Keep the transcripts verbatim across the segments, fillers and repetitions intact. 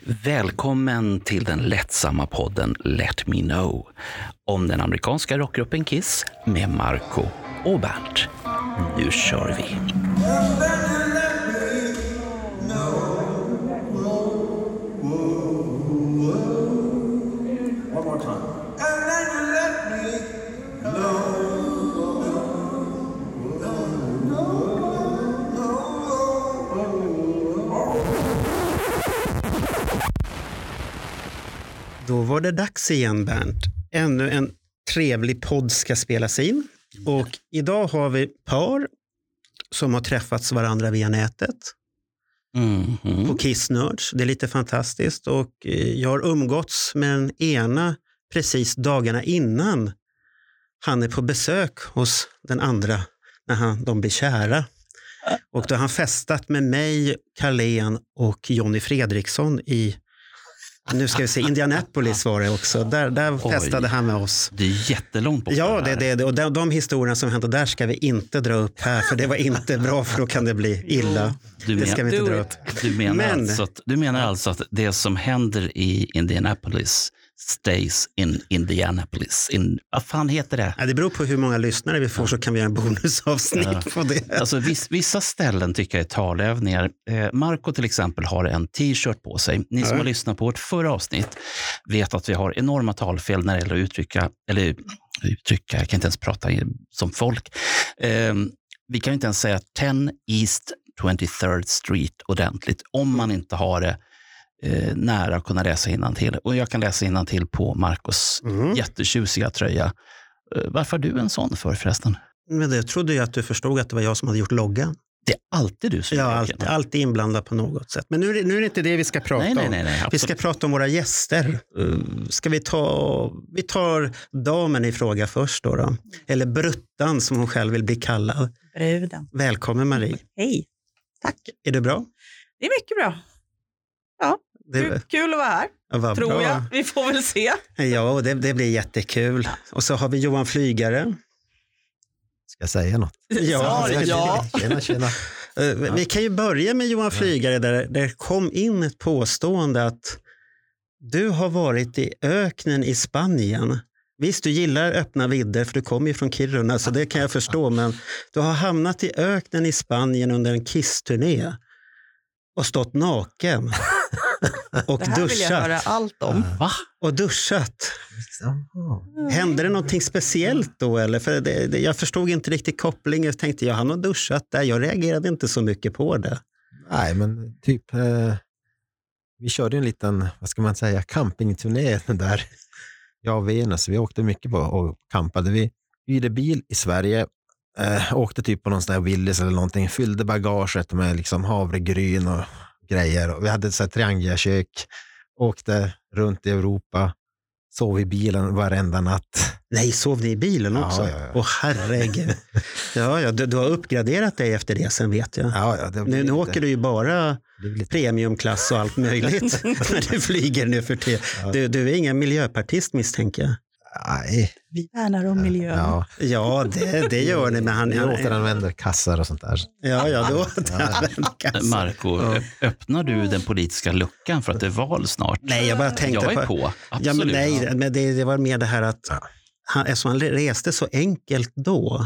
Välkommen till den lättsamma podden Let Me Know om den amerikanska rockgruppen Kiss med Marco och Bernt. Nu kör vi! Då var det dags igen, Bernt. Ännu en trevlig podd ska spelas in. Och idag har vi par som har träffats varandra via nätet. Mm-hmm. På Kissnörds. Det är lite fantastiskt. Och jag har umgåtts med den ena precis dagarna innan han är på besök hos den andra när han, de blir kära. Och då har han festat med mig, Carlén och Johnny Fredriksson i... Nu ska vi se, Indianapolis var det också. Där, där festade han med oss. Det är jättelångt bort. Ja, det är det. Och de, de historierna som hände där ska vi inte dra upp här. För det var inte bra, för då kan det bli illa. Du det ska vi inte dra upp. Du menar, Men, alltså att, du menar alltså att det som händer i Indianapolis stays in Indianapolis. In, vad fan heter det? Ja, det beror på hur många lyssnare vi får, så kan vi göra en bonusavsnitt ja. på det. Alltså, viss, vissa ställen tycker jag är talövningar. Eh, Marco till exempel har en t-shirt på sig. Ni som ja. har lyssnat på vårt förra avsnitt vet att vi har enorma talfel när det gäller att uttrycka, eller uttrycka, jag kan inte ens prata som folk. Eh, vi kan inte ens säga tio East twenty-third Street ordentligt om man inte har det Eh, nära att kunna läsa innantill. Och jag kan läsa innantill på Marcos mm. jättetjusiga tröja. Eh, varför har du en sån för förresten? Men det, jag trodde ju att du förstod att det var jag som hade gjort loggan. Det är alltid du som Ja, alltid, alltid inblandad på något sätt. Men nu är, det, nu är det inte det vi ska prata nej, nej, om. Nej, nej, vi ska prata om våra gäster. Uh, ska vi ta... Vi tar damen i fråga först då, då. Eller bruttan som hon själv vill bli kallad. Bruden. Välkommen Marie. Hej, tack. Är det bra? Det är mycket bra. Ja, det, kul att vara här, ja, tror bra. jag. Vi får väl se. Ja, det, det blir jättekul. Och så har vi Johan Flygare. Ska jag säga något? Ja, ja. ja. Tjena, tjena. Uh, vi kan ju börja med Johan Flygare där det kom in ett påstående att du har varit i öknen i Spanien. Visst, du gillar öppna vidder för du kommer ju från Kiruna, så det kan jag förstå. Men du har hamnat i öknen i Spanien under en Kiss-turné. Och stått naken. Och det här duschat. Vill jag höra allt om. Va? Och duschat. Mm. Hände det någonting speciellt då? Eller? För det, det, jag förstod inte riktigt kopplingen. Jag tänkte, jag har nog duschat där. Jag reagerade inte så mycket på det. Nej, men typ... Eh, vi körde en liten, vad ska man säga, campingturné där. Jag och Venus, vi åkte mycket på och campade. Vi hyrde bil i Sverige. Eh, åkte typ på någon sån där Willys eller någonting, fyllde bagaget med liksom havregryn och grejer, och vi hade ett så här triangelkök, åkte runt i Europa, sov i bilen varenda natt. Nej, sov ni i bilen också? Åh ja, ja, ja. herregud. ja, ja, du, du har uppgraderat dig efter det sen, vet jag. Ja, ja, det nu, nu åker du ju bara premiumklass och allt möjligt när du flyger nu för tiden. Ja. Du, du är ingen miljöpartist, misstänker jag. Nej. Vi värnar om miljön. Ja, ja det, det gör ni. Men han, jag återanvänder kassar och sånt där. Ja, ja, då återanvänder kassar. Marco, ja. öppnar du den politiska luckan för att det är val snart? Nej, jag bara tänkte jag är på... på. Absolut. Ja, men nej, men det, det var mer det här att han, alltså han reste så enkelt då.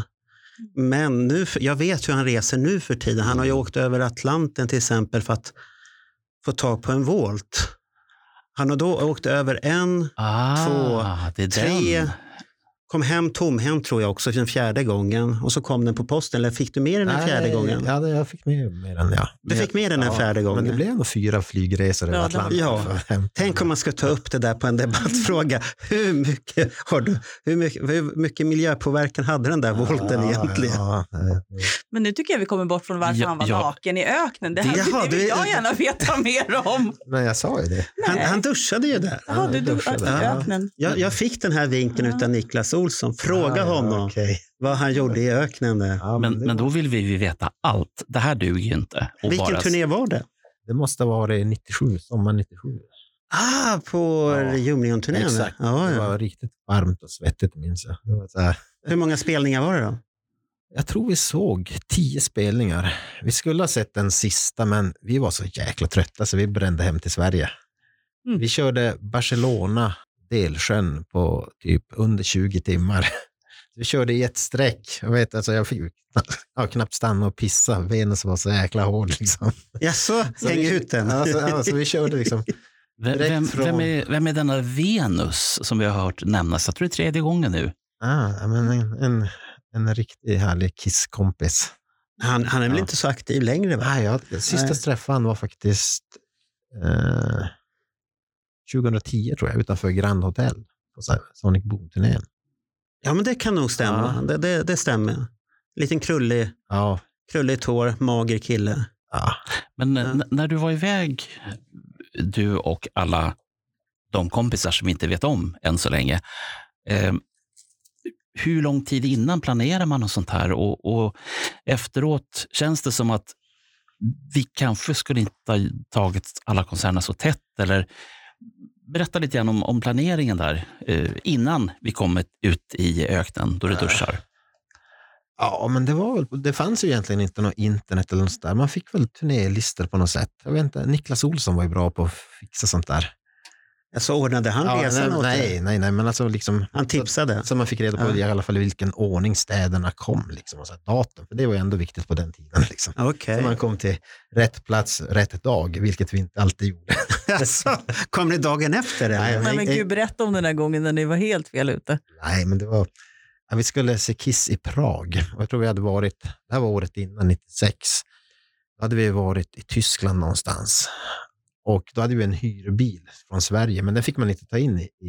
Men nu, jag vet hur han reser nu för tiden. Han har ju åkt över Atlanten till exempel för att få tag på en Volt. Han har då åkt över en, ah, två, tre, den. kom hem tomhänt tror jag också den fjärde gången. Och så kom den på posten. Eller fick du med den den Nej, fjärde gången? Ja, jag fick med, med den, ja. Du fick med den den ja, fjärde gången? Men det blev nog fyra flygresor över ja, Atlanten. Ja, tänk om man ska ta upp det där på en debattfråga. Hur mycket, har du, hur mycket, hur mycket miljöpåverkan hade den där volten ja, egentligen? Ja, ja. Men nu tycker jag vi kommer bort från varför ja, han var ja. naken i öknen. Det här Jaha, det vill jag gärna veta mer om. Men jag sa ju det. Han, han duschade ju där. Ja, du duschade i öknen. Jag, jag fick den här vinkeln ja. utan Niklas Olsson. Fråga ja, honom okay. vad han gjorde i öknen där. Ja, men, men, men då vill vi veta allt. Det här duger ju inte. Och Vilken bara... turné var det? Det måste ha varit nittiosju, sommar nittiosju. Ah, på ja, Reunion-turnén? Exakt, ja, det var ja. riktigt varmt och svettigt, minns jag. Det var så här. Hur många spelningar var det då? Jag tror vi såg tio spelningar. Vi skulle ha sett den sista, men vi var så jäkla trötta så vi brände hem till Sverige. Mm. Vi körde Barcelona delsjön på typ under tjugo timmar. Vi körde i ett streck. Jag vet, alltså jag fick ja, knappt stanna och pissa. Venus var så jäkla hård liksom. Jaså, häng ut den. Alltså, alltså, vi körde liksom. Vem, från... vem, är, vem är denna Venus som vi har hört nämnas? Jag tror det är tredje gången nu. Ah, men en, en, en riktigt härlig kisskompis. Han, han är väl ja. inte så aktiv längre? Va? Nej, ja, sista träffen var faktiskt eh, tjugohundratio tror jag, utanför Grand Hotel på Sonic Boom-turnén. Ja, men det kan nog stämma. Ja. Det, det, det stämmer. Liten krullig, ja. krullig tår, mager kille. Ja. Men ja. N- när du var iväg, du och alla de kompisar som inte vet om än så länge, eh, hur lång tid innan planerar man och sånt här? Och, och efteråt känns det som att vi kanske skulle inte ha tagit alla konserterna så tätt, eller berätta lite grann om, om planeringen där eh, innan vi kommit ut i öknen då det duschar. Ja, men det var väl, det fanns ju egentligen inte något internet eller något sånt där. Man fick väl turnélistor på något sätt. Jag vet inte, Niklas Olsson var ju bra på att fixa sånt där. Så ordnade han ja, resan nej, åt nej, nej, nej, men alltså liksom... Han tipsade. Så, så man fick reda på ja. i alla fall i vilken ordning städerna kom, liksom, och så datum. För det var ju ändå viktigt på den tiden, liksom. Okay. Så man kom till rätt plats, rätt dag, vilket vi inte alltid gjorde. Alltså, kom ni dagen efter det? Nej, men, men gud, berätta om den här gången när ni var helt fel ute. Nej, men det var... Ja, vi skulle se Kiss i Prag. Och jag tror vi hade varit... Det här var året innan, nittiosex. Då hade vi varit i Tyskland någonstans. Och då hade vi en hyrbil från Sverige, men den fick man inte ta in i, i,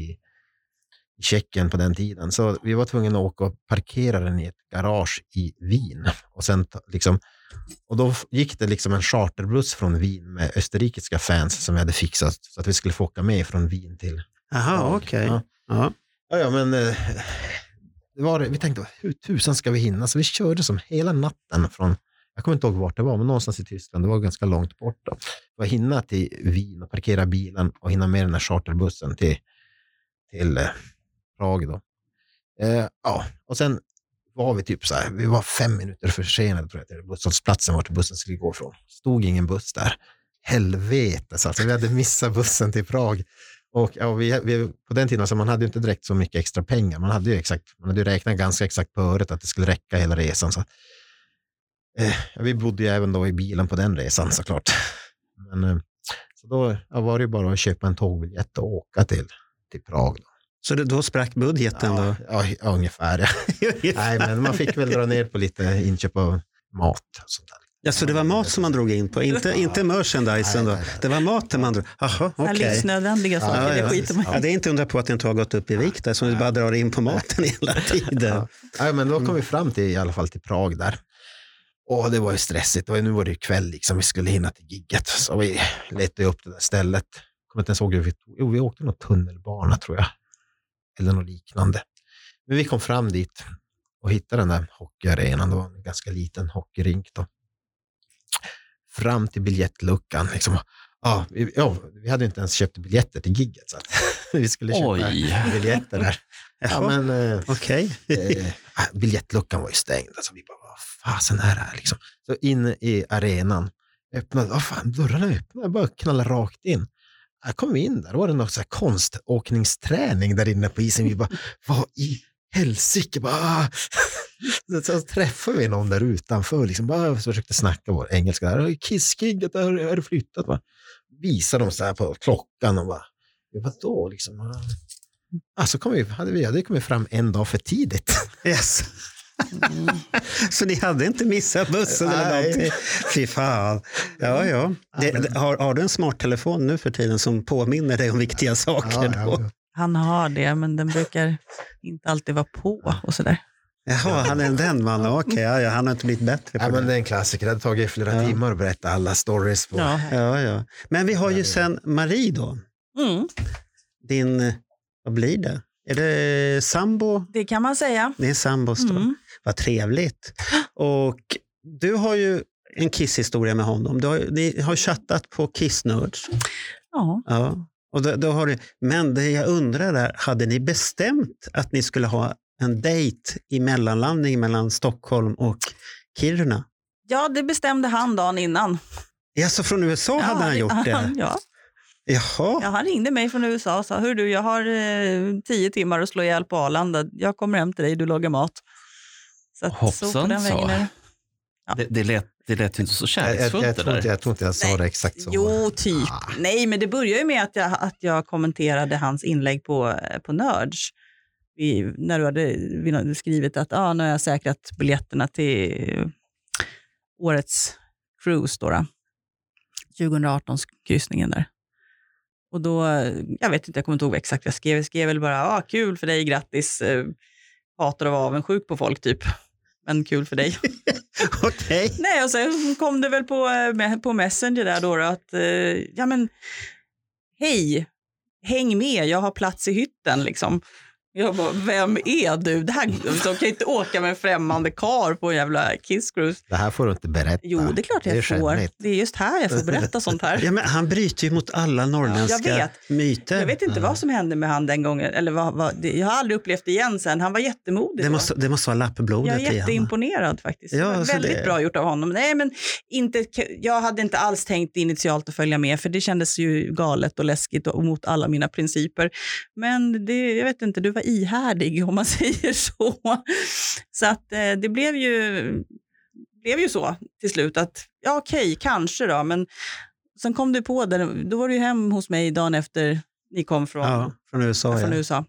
i Tjeckien på den tiden. Så vi var tvungna att åka och parkera den i ett garage i Wien. Och, sen, liksom, och då gick det liksom en charterbuss från Wien med österrikiska fans som vi hade fixat så att vi skulle få åka med från Wien till... Aha, okej. Okay. Ja. Ja, ja, men eh, det var, vi tänkte, hur tusan ska vi hinna? Så vi körde som hela natten från... Jag kommer inte ihåg vart det var, men någonstans i Tyskland. Det var ganska långt bort då. Jag hinna till Wien och parkera bilen och hinna med den här charterbussen till, till eh, Prag då. Eh, ja, och sen var vi typ så här, vi var fem minuter försenade tror jag till busshållplatsen vart bussen skulle gå från. Stod ingen buss där. Helvete, så alltså, vi hade missat bussen till Prag. Och ja, vi, vi, på den tiden, alltså, man hade ju inte direkt så mycket extra pengar. Man hade ju exakt, man hade ju räknat ganska exakt på öret att det skulle räcka hela resan, så Eh, vi bodde ju även då i bilen på den resan såklart. Men, eh, så då ja, var det ju bara att köpa en tågbiljett och åka till, till Prag. Då. Så det, då sprack budgeten ja, då? Ja, ja ungefär. Ja. Nej, men man fick väl dra ner på lite inköp av mat och sånt där. Ja, så det var mat som man drog in på, inte, inte merchandise då. Det var maten man drog. Jaha, okej. Okay. Livsnödvändiga saker, ja, ja, det skiter man ja, det är inte undra på att det inte har gått upp i vikt där, som du bara drar in på maten hela tiden. Ja. Ja, men då kom vi fram till, i alla fall till Prag där. Och det var ju stressigt. Och nu var det ju kväll liksom. Vi skulle hinna till gigget. Så vi letade upp det där stället. Kommer inte ens ihåg hur vi tog. Jo, vi åkte någon tunnelbana tror jag. Eller något liknande. Men vi kom fram dit och hittade den där hockeyarenan. Det var en ganska liten hockeyrink då. Fram till biljettluckan liksom. Ja, vi, ja, vi hade inte ens köpt biljetter till gigget. Så att vi skulle köpa Oj. biljetter där. Ja, men eh, okej. Okay. eh, biljettluckan var ju stängd. Alltså vi bara, vad fasen är det här liksom? Så in i arenan. Öppnade, vad fan, dörrarna öppnade. Bara knalla rakt in. Jag kom in där. Då var det någon så här konståkningsträning där inne på isen. Vi bara, vad i helsike? Bara, så, så träffade vi någon där utanför. Liksom, bara försökte snacka vår engelska. Där. Kisskigget, där har du flyttat? Bara, visade de så här på klockan och bara, vadå liksom? Alltså kom vi, hade vi hade kommit fram en dag för tidigt. Yes. Mm. Så ni hade inte missat bussen eller någonting? Fy fan. Ja, ja. Det, det, har, har du en smart telefon nu för tiden som påminner dig om viktiga saker? Ja, ja, ja. Han har det, men den brukar inte alltid vara på och sådär. Jaha, han är den man. Okej, okay, ja, ja, han har inte blivit bättre. Ja, men det är en klassiker. Det har tagit flera ja. timmar att berätta alla stories på. Ja, ja, ja. Men vi har ju sen Marie då. Mm. Din, vad blir det? Är det sambo? Det kan man säga. Det är sambos då. Mm. Vad trevligt. Och du har ju en Kiss-historia med honom. Du har, ni har chattat på Kiss-nerds. Ja. Ja. Och då, då har du, men det jag undrar där, hade ni bestämt att ni skulle ha en dejt i mellanlandning mellan Stockholm och Kiruna? Ja, det bestämde han dagen innan. Ja, så från U S A ja, hade han gjort det? Ja. Jaha. Ja, han ringde mig från U S A och sa, hur du, jag har eh, tio timmar att slå ihjäl på Arlanda. Jag kommer hem till dig, du lagar mat. Så, att, Hoppsan, så på den vägen är det. Ja. Det, det, lät, det lät inte så kärleksfullt. Jag, jag, jag, tror, inte, jag tror inte jag sa Nej. det exakt så. Jo, typ. Ah. Nej, men det började ju med att jag, att jag kommenterade hans inlägg på, på Nerds. Vi, när du hade, vi hade skrivit att ah, nu har jag säkrat biljetterna till årets cruise då, då. tjugo arton kryssningen där. Och då, jag vet inte, jag kommer inte ihåg exakt vad jag skrev. Jag skrev väl bara, ah, kul för dig, grattis. Hatar att vara avundsjuk på folk typ. Men kul för dig. Okej. Okay. Nej, och sen kom det väl på, på Messenger där då att, ja men, hej, häng med, jag har plats i hytten liksom. Jag bara, vem är du? Det här, så kan inte åka med en främmande kar på en jävla Kiss Cruise. Det här får du inte berätta. Jo, det är klart jag det är får. Skämligt. Det är just här jag får berätta sånt här. Ja, men han bryter ju mot alla norrländska ja, jag vet. myter. Jag vet inte ja. vad som hände med han den gången. Eller vad, vad, det, jag har aldrig upplevt det igen sen. Han var jättemodig. Det måste, det måste vara lappblodet. Jag är jätteimponerad faktiskt. Ja, det var väldigt det... bra gjort av honom. Nej, men inte, jag hade inte alls tänkt initialt att följa med. För det kändes ju galet och läskigt och mot alla mina principer. Men det, jag vet inte, du var ihärdig om man säger så. Så att eh, det blev ju, blev ju så till slut att, ja okej, okay, kanske då, men sen kom du på det, då var du ju hem hos mig dagen efter ni kom från, ja, från U S A. Ja, från ja. U S A.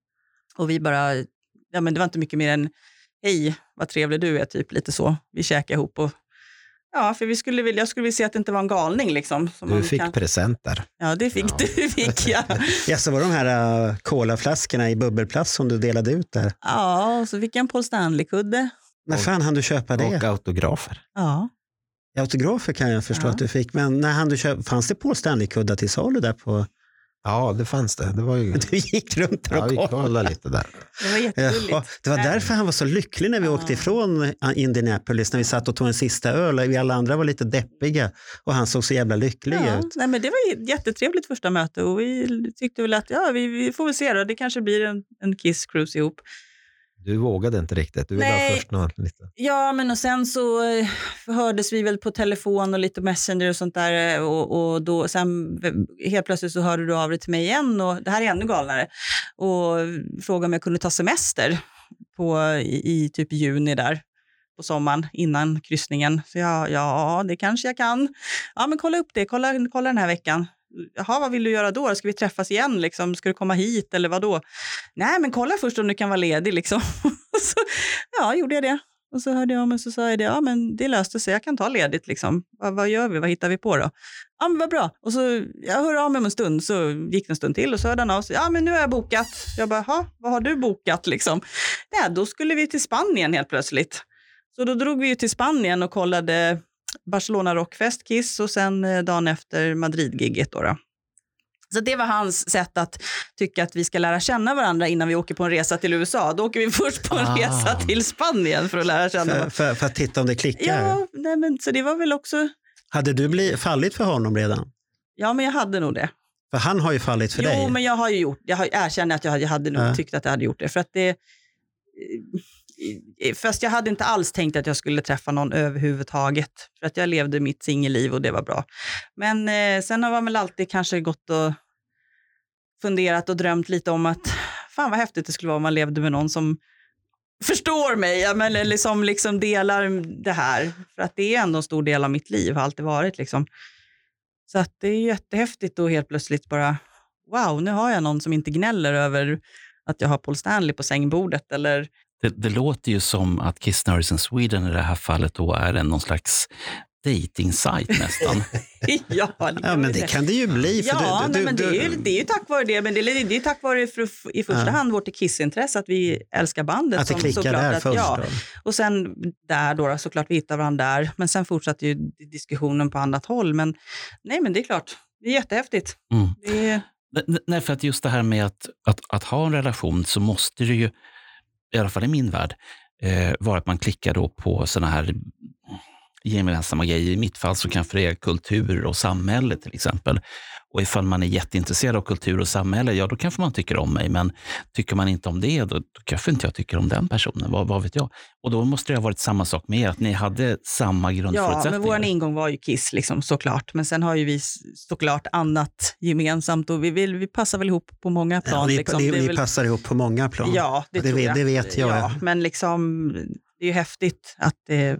Och vi bara, ja men det var inte mycket mer än, hej, vad trevlig du är, typ lite så. Vi käkade ihop och ja, för vi skulle vilja, jag skulle vilja se att det inte var en galning liksom. Som du man fick kan... presenter. Ja, det fick ja. du, fick jag. Ja, så var de här uh, colaflaskorna i bubbelplast som du delade ut där. Ja, och så fick jag en Paul Stanley-kudde. När fan hann du köpa det? Och autografer. Ja. Autografer kan jag förstå ja. att du fick, men när hann du köpa, fanns det Paul Stanley-kuddar till salu där på... Ja, det fanns det. Det var ju... Du gick runt där och ja, kollade lite där. Det var jättegulligt. Ja, det var därför han var så lycklig när vi ja. åkte ifrån Indianapolis, när vi satt och tog en sista öl och vi alla andra var lite deppiga och han såg så jävla lycklig ja. ut. Nej, men det var ett jättetrevligt första möte och vi tyckte väl att ja, vi, vi får väl se då. Det kanske blir en, en Kiss Cruise ihop. Du vågade inte riktigt. Du ville Nej. ha först något lite. Ja, men och sen så eh, hördes vi väl på telefon och lite Messenger och sånt där. Och, och då, sen helt plötsligt så hörde du av dig till mig igen. Och det här är ännu galnare. Och frågade om jag kunde ta semester på, i, i typ juni där. På sommaren innan kryssningen. Så ja, ja, det kanske jag kan. Ja, men kolla upp det. Kolla, kolla den här veckan. Jaha, vad vill du göra då? Ska vi träffas igen? Liksom? Ska du komma hit eller vad då? Nej, men kolla först om du kan vara ledig. Liksom. så, ja, gjorde jag det. Och så hörde jag om och så sa jag det. Ja, men det löste sig. Jag kan ta ledigt. Liksom. Vad, vad gör vi? Vad hittar vi på då? Ja, men vad bra. Och så jag hörde av mig om en stund. Så gick det en stund till och så hörde han av sig. Ja, men nu har jag bokat. Jag bara, ha, vad har du bokat? Liksom. Nej, då skulle vi till Spanien helt plötsligt. Så då drog vi ju till Spanien och kollade Barcelona Rockfest Kiss och sen dagen efter Madrid-gigget då, då. Så det var hans sätt att tycka att vi ska lära känna varandra innan vi åker på en resa till U S A. Då åker vi först på en ah. resa till Spanien för att lära känna. För, för, för att titta om det klickar? Ja, nej, men, så det var väl också... Hade du blivit fallit för honom redan? Ja, men jag hade nog det. För han har ju fallit för jo, dig. Jo, men jag har ju gjort, jag har erkänt att jag, jag hade nog ja. tyckt att jag hade gjort det. För att det... Fast jag hade inte alls tänkt att jag skulle träffa någon överhuvudtaget. För att jag levde mitt singelliv och det var bra. Men eh, sen har man väl alltid kanske gått och funderat och drömt lite om att fan vad häftigt det skulle vara om man levde med någon som förstår mig. Ja, men, eller som liksom delar det här. För att det är ändå en stor del av mitt liv, har alltid varit liksom. Så att det är jättehäftigt och helt plötsligt bara wow, nu har jag någon som inte gnäller över att jag har Paul Stanley på sängbordet eller... Det, det låter ju som att Kiss Nerds in Sweden i det här fallet då är en någon slags dating-sajt nästan. ja, ja, men det kan det ju bli. För ja, du, du, nej, men det är, ju, du, det är ju tack vare det. Men det är, det är tack vare för, i första ja. hand vårt Kiss-intresse att vi älskar bandet. Att det som, klickar såklart, där att, först. Ja. Och sen där då såklart vi hittar varandra där. Men sen fortsatte ju diskussionen på annat håll. Men nej, men det är klart. Det är jättehäftigt. Mm. Det är... Nej, för att just det här med att, att, att ha en relation så måste det ju, i alla fall i min värld, eh, vara att man klickar då på såna här gemensamma grejer. I mitt fall så kanske det är kultur och samhälle till exempel. Och ifall man är jätteintresserad av kultur och samhälle, ja då kanske man tycker om mig. Men tycker man inte om det, då, då kanske inte jag tycker om den personen. Vad, vad vet jag? Och då måste det ha varit samma sak med er, att ni hade samma grundförutsättningar. Ja, men vår ingång var ju Kiss liksom, såklart. Men sen har ju vi såklart annat gemensamt och vi, vill, vi passar väl ihop på många plan. Ja, ni, liksom. ni, det ni väl... passar ihop på många plan. Ja, det, det, tror vet, jag. det vet jag. Ja, men liksom, det är ju häftigt att det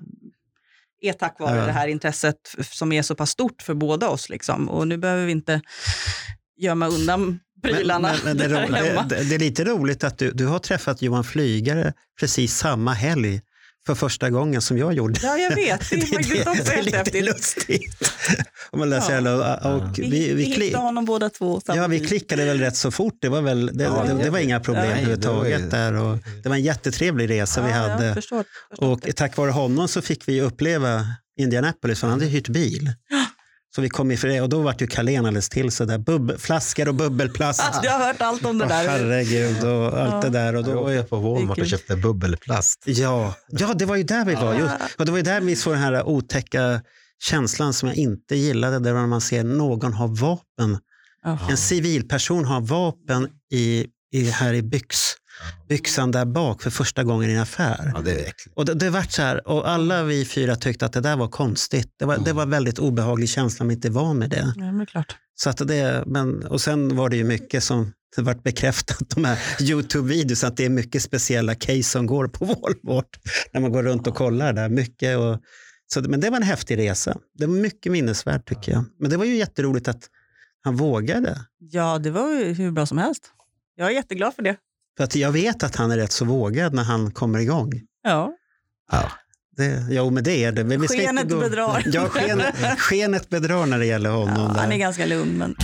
är tack vare ja. det här intresset som är så pass stort för båda oss. Liksom. Och nu behöver vi inte gömma undan prylarna. Men, men, men det, är det, det, det är lite roligt att du, du har träffat Johan Flygare precis samma helg för första gången som jag gjorde. Ja, jag vet. Det är faktiskt också det är lite häftigt. Lustigt. Om man läser ja. och, och vi, vi, vi, vi hittade honom båda två. Ja, vi klickade väl rätt så fort. Det var, väl, det, ja, det, det var inga problem ja, överhuvudtaget där. Och det var en jättetrevlig resa ja, vi hade. Ja, förstår, förstår och det. Tack vare honom så fick vi uppleva Indianapolis, för han hade hyrt bil. Så vi kom ifrån det och då var det ju Carlén alldeles till så där Bub- flaskor och bubbelplast. Alltså, jag har hört allt om det där. Herregud och allt ja. det där. Och då jag var jag på Walmart och köpte bubbelplast. Ja, ja, det var ju där vi var. Just, och det var ju där vi såg den här otäcka känslan som jag inte gillade. Där man ser någon ha vapen. Oh. En civilperson har vapen i, i, här i byx. Byxan där bak för första gången i en affär. Ja, det är äckligt. Och det, det var så här, och alla vi fyra tyckte att det där var konstigt. Det var, mm. det var väldigt obehaglig känsla om man inte var med det. Ja, men klart. Så att det, men, och sen var det ju mycket som det varit bekräftat, de här YouTube-videos, att det är mycket speciella case som går på Walmart när man går runt och kollar där. Mycket och, så, men det var en häftig resa. Det var mycket minnesvärt tycker jag. Men det var ju jätteroligt att han vågade. Ja, det var ju hur bra som helst. Jag är jätteglad för det. För att jag vet att han är rätt så vågad när han kommer igång. Ja. Ja, det, jo, men det är det. Men vi skenet gå... bedrar. Ja, skenet, skenet bedrar när det gäller honom. Ja, där. Han är ganska lugn. Men...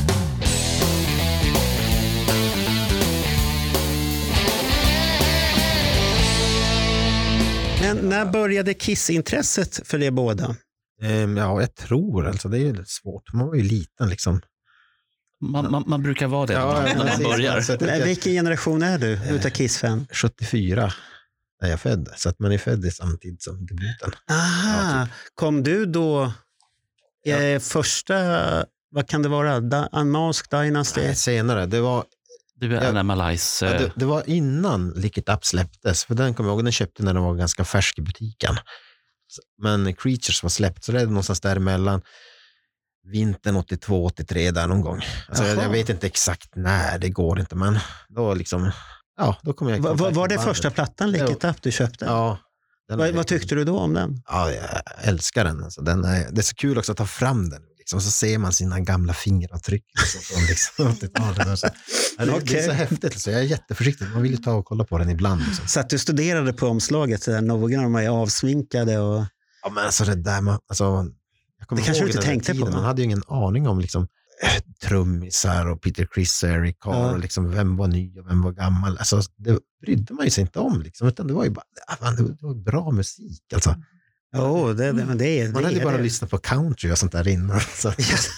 men när började Kiss-intresset för er båda? Um, ja, jag tror. Alltså, det är svårt. Man var ju liten liksom. Man, man, man brukar vara det ja, när man, man börjar. Så men, vilken generation är du utav Kiss-fan? sjuttiofyra är jag född. Så att man är född i samtidigt som debuten. Aha, ja, typ. Kom du då eh, ja. första, vad kan det vara? Da, Unmasked Dynasty? Nej, senare, det var du är Animalize. Ja, det, det var innan Lick It Up släpptes. För den kommer jag ihåg, den köpte när den var ganska färsk i butiken. Men Creatures var släppt, så det är någonstans däremellan. Vintern åttiotvå åttiotre där någon gång. Alltså jag, jag vet inte exakt när, det går inte, men då liksom, ja, då kommer jag... Va, va, var det bandet. Första plattan, Lick It Up, du köpte? Ja. Va, vad tyckte du då om den? Ja, jag älskar den. Alltså, den är, det är så kul också att ta fram den. Liksom, så ser man sina gamla fingeravtryck. Liksom, liksom, åttiotalet. Så. Det, okay. Det är så häftigt. Så jag är jätteförsiktig. Man vill ju ta och kolla på den ibland. Liksom. Så att du studerade på omslaget, så där, några av de är avsminkade och... Ja, men alltså det där man... Alltså, det kanske du inte tänkte tiden. på. Man hade ju ingen aning om liksom, trummisar och Peter Criss och Eric Carr ja. och liksom, vem var ny och vem var gammal. Alltså, det brydde man ju sig inte om. Liksom, utan det var ju bara man, det var bra musik. Alltså. Oh, det, det, men det är, man det hade ju bara det. lyssnat på country och sånt där innan. Så.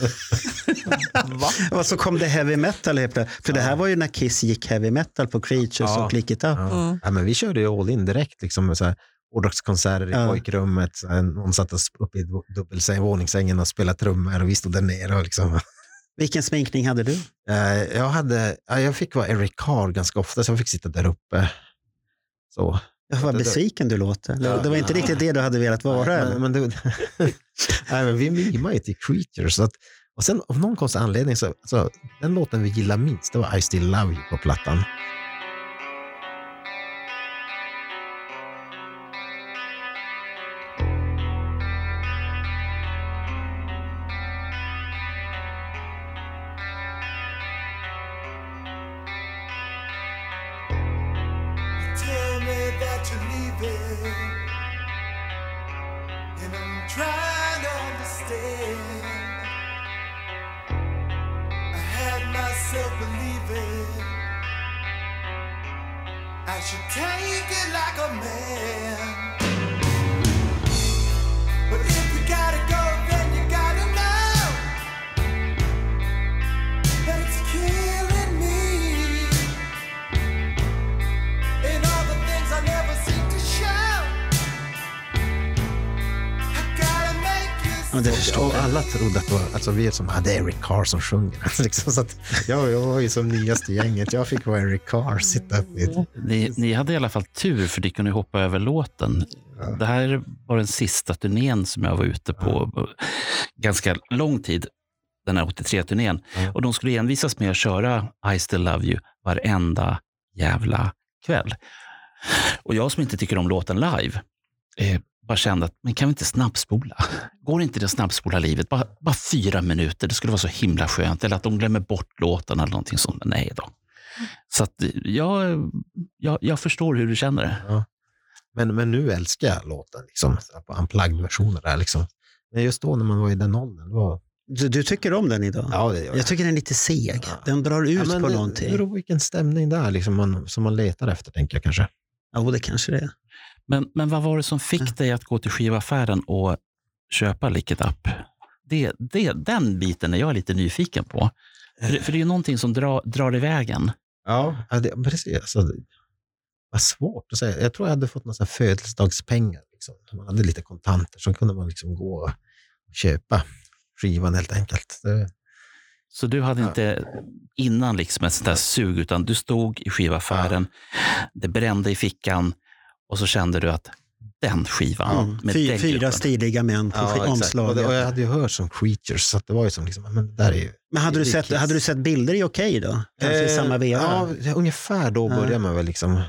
Och så kom det heavy metal. För ja. det här var ju när Kiss gick heavy metal på Creatures ja. och Lick It Up. Ja. Mm. Ja, men vi körde ju all in direkt. Liksom, så här, årdagskonserter i ja. pojkrummet. Någon satt uppe i dubbelsäng, våningssängen och spelade trummor och vi stod där nere. Och liksom. Vilken sminkning hade du? Uh, jag, hade, uh, jag fick vara Eric Carr ganska ofta, så jag fick sitta där uppe. Så. Jag var besviken du låter. Ja, det var inte ja. riktigt det du hade velat vara. Nej, men, men, det, nej, men vi mimade ju till Creatures. Så att, och sen av någon konstig anledning så, så den låten vi gillar minst, det var I Still Love You på plattan. Gotta Ja, det förstår och jag. alla trodde att det var, alltså vi som hade Eric Carr som sjunger. Liksom, så att jag, jag var ju som nyaste gänget. Jag fick vara Eric Carr, sitta upp i ett... Ni, ni hade i alla fall tur för ni kunde hoppa över låten. Ja. Det här var den sista turnén som jag var ute på ja. ganska lång tid. Den här åttiotre-turnén. Ja. Och de skulle envisas med att köra I Still Love You varenda jävla kväll. Och jag som inte tycker om låten live eh, bara kände att men kan vi inte snabbspola? Går inte det snabbspola livet? Bara, bara fyra minuter, det skulle vara så himla skönt. Eller att de glömmer bort låten eller någonting sånt. Men nej då. Så att jag, jag, jag förstår hur du känner det. Ja. Men, men nu älskar jag låten liksom, på unplugged-versioner där liksom. Men just då när man var i den åldern, det var... Du, du tycker om den idag? Ja, det gör jag. Jag tycker den är lite seg. Ja. Den drar ut ja, på det, någonting. Det beror på vilken stämning det är liksom, man, som man letar efter, tänker jag kanske. Ja, det kanske det är. Men, men vad var det som fick ja. dig att gå till skivaffären och köpa Lick It Up? Det, det, den biten är jag lite nyfiken på. För, för det är ju någonting som dra, drar iväg en. Ja, det, precis. Alltså, det var svårt att säga. Jag tror jag hade fått några födelsedagspengar. Liksom. Man hade lite kontanter, så kunde man liksom gå och köpa skivan helt enkelt. Det... Så du hade inte innan liksom ett sånt där sug, utan du stod i skivaffären, ja. det brände i fickan och så kände du att den skivan mm. med Fy, den fyra gruppen. stiliga män på ja, omslaget. Och, det, och jag hade ju hört som Creatures, så att det var ju som liksom, men det där är ju... Men hade du, sett, hade du sett bilder i Okej okay då? Kanske eh, i samma veva? Ja, ungefär då började man väl liksom...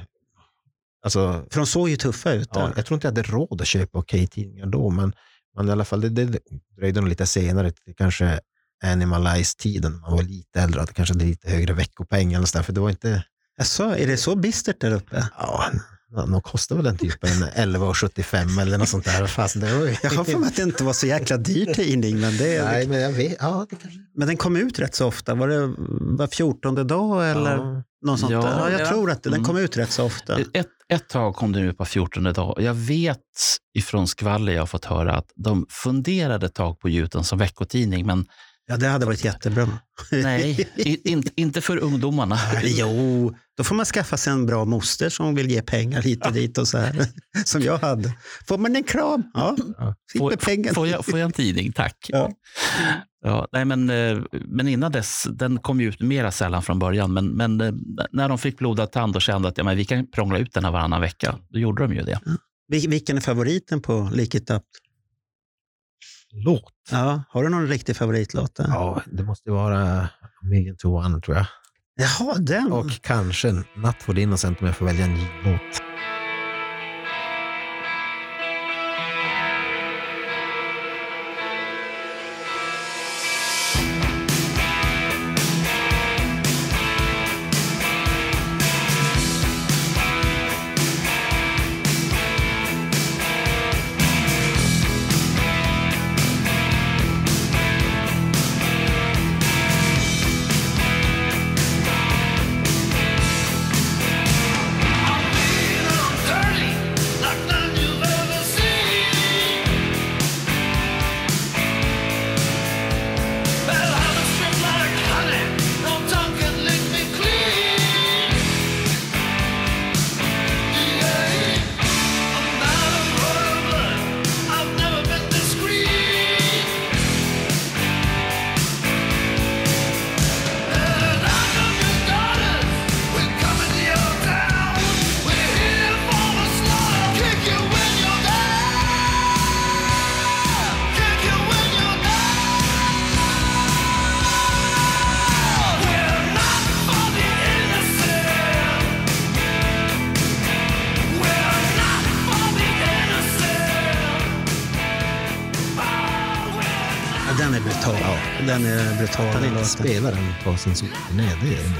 Alltså, för de såg ju tuffa ut. Ja, jag tror inte jag hade råd att köpa Okej-tidningar då, men, men i alla fall, det, det dröjde nog lite senare till kanske Animalize-tiden. Man var lite äldre och det kanske hade lite högre veckopeng eller sådär, för det var inte... Alltså, är det så bistert där uppe? Ja, de kostar väl den typen elva sjuttiofem eller något sånt där. Fast det var ju... Jag har för mig att det inte var så jäkla dyr tidning, men det... Nej, men jag vet, ja, det kanske... Men den kom ut rätt så ofta. Var det var fjortonde dag eller ja. något sånt ja, där? Ja, jag ja. tror att den kom ut rätt så ofta. Ett, ett tag kom den ut på fjortonde dag. Jag vet ifrån skvaller jag har fått höra att de funderade ett tag på gjuten som veckotidning, men ja, det hade varit jättebra. Nej, in, inte för ungdomarna. Jo, då får man skaffa sig en bra moster som vill ge pengar hit och dit och så här. Som jag hade. Får man en kram? Ja, får, pengar. Får, jag, får jag en tidning? Tack. Ja. Ja, nej, men, men innan dess, den kom ju ut mera sällan från början. Men, men när de fick blodad tand och kände att ja, men vi kan prångla ut den här varannan vecka, då gjorde de ju det. Ja. Vilken är favoriten på Lick It Up? Låt? Ja, har du någon riktig favoritlåt? Där? Ja, det måste vara Million to One, tror jag. Jaha, den. Och kanske Natt for the Innocent om jag får välja en ny låt. Den är brutal. Ja. Den är brutal. Han inte spelar den på sin turné. Det, är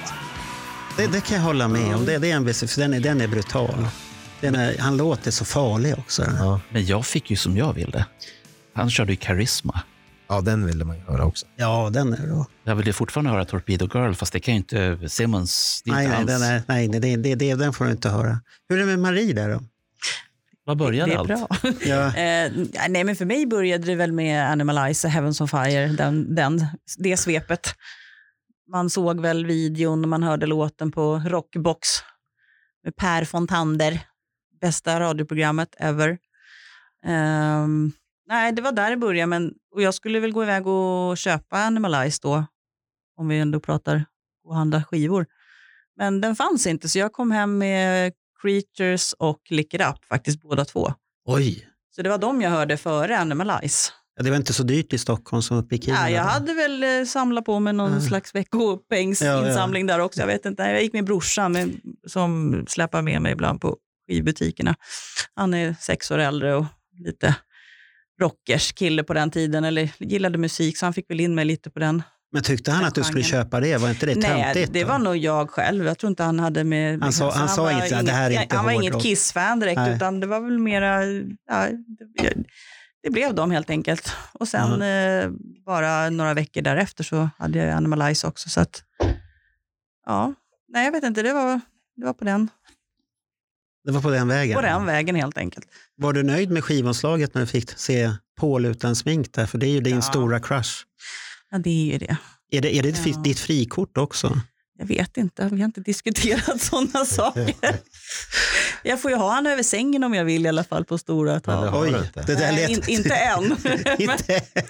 det, det kan jag hålla med om. Det, det är en viss, för den är, den är brutal. Den är, han låter så farlig också. Ja. Men jag fick ju som jag ville. Han körde ju Karisma. Ja, den ville man ju höra också. Ja, den är bra. Jag vill ju fortfarande höra Torpedo Girl, fast det kan ju inte Simmons. Nej, nej, den, är, nej det, det, det, den får du inte höra. Hur är det med Marie där då? Vad började det är allt? bra. Ja. eh, nej, men för mig började det väl med Animalize, Heavens on Fire, den, den, det svepet. Man såg väl videon och man hörde låten på Rockbox med Per Fontander, bästa radioprogrammet ever. Um, Nej, det var där det började. Men, och jag skulle väl gå iväg och köpa Animalize då. Om vi ändå pratar och handla skivor. Men den fanns inte, så jag kom hem med Creatures och Lick It Up, faktiskt båda två. Oj. Så det var de jag hörde före Animalize. Ja, det var inte så dyrt i Stockholm som uppe i Kiruna. Ja, jag hade väl eh, samlat på mig någon mm. slags veckopengsinsamling ja, ja. där också. Jag vet inte, jag gick med brorsan med, som släpar med mig ibland på skivbutikerna. Han är sex år äldre och lite rockers kille på den tiden, eller gillade musik, så han fick väl in mig lite på den. Men tyckte han att du skulle köpa det? Var inte det töntigt? Nej, det var nog jag själv. Jag tror inte han hade med... Han sa, han han sa inte att det här är inte Han var hård inget rock. Kiss-fan direkt, Nej. utan det var väl mera... Ja, det, det blev de helt enkelt. Och sen mm. eh, bara några veckor därefter så hade jag Animalize också. Så att, ja, nej jag vet inte, det var, det var på den. Det var på den vägen? På den vägen helt enkelt. Var du nöjd med skivomslaget när du fick se Paul utan smink där? För det är ju din ja. stora crush. Ja, det är ju det. Är det, är det ja. ditt frikort också? Jag vet inte, vi har inte diskuterat sådana saker. Jag får ju ha han över sängen om jag vill i alla fall på stora tal. Oj, det där lät... in, inte än. inte än.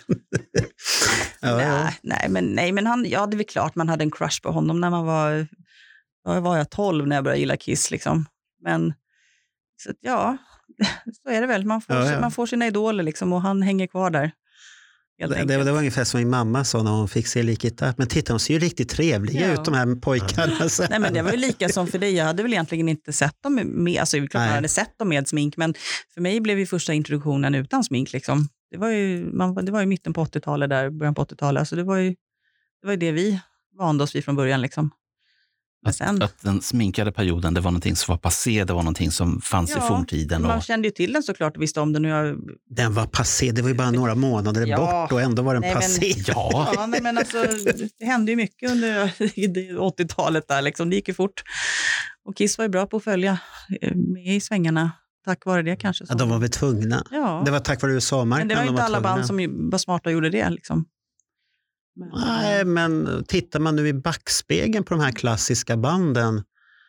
ja, nej, ja. nej, men, nej, men han, ja, det är väl klart man hade en crush på honom när man var, var, var jag tolv när jag började gilla Kiss. Liksom. Men så, ja, så är det väl. Man får, ja, ja. man får sina idoler liksom, och han hänger kvar där. Det, det, det var ungefär som min mamma sa när hon fick se Lick It Up. Men titta, de ser ju riktigt trevliga ja. ut, de här pojkarna. Nej, men det var ju lika som för dig. Jag hade väl egentligen inte sett dem med, alltså jag hade sett dem med smink, men för mig blev ju första introduktionen utan smink liksom. Det var ju, man, det var ju mitten på åttiotalet där, början på åttiotalet. Alltså det var ju det, var ju det vi vande oss vid från början liksom. Att, sen, att den sminkade perioden, det var någonting som var passé, det var någonting som fanns ja, i forntiden. Och... man kände ju till den såklart och visste om den. Jag... Den var passé, det var ju bara några månader ja. bort och ändå var den nej, passé. Men, ja, ja nej, men alltså, det hände ju mycket under åttiotalet där liksom, det gick ju fort. Och Kiss var ju bra på att följa med i svängarna, tack vare det kanske. Ja, de var väl tvungna. Ja. Det var tack vare U S A-marknaden. Men det var ju inte var alla tvungna. band som var smarta och gjorde det liksom. Men, nej, men tittar man nu i backspegeln på de här klassiska banden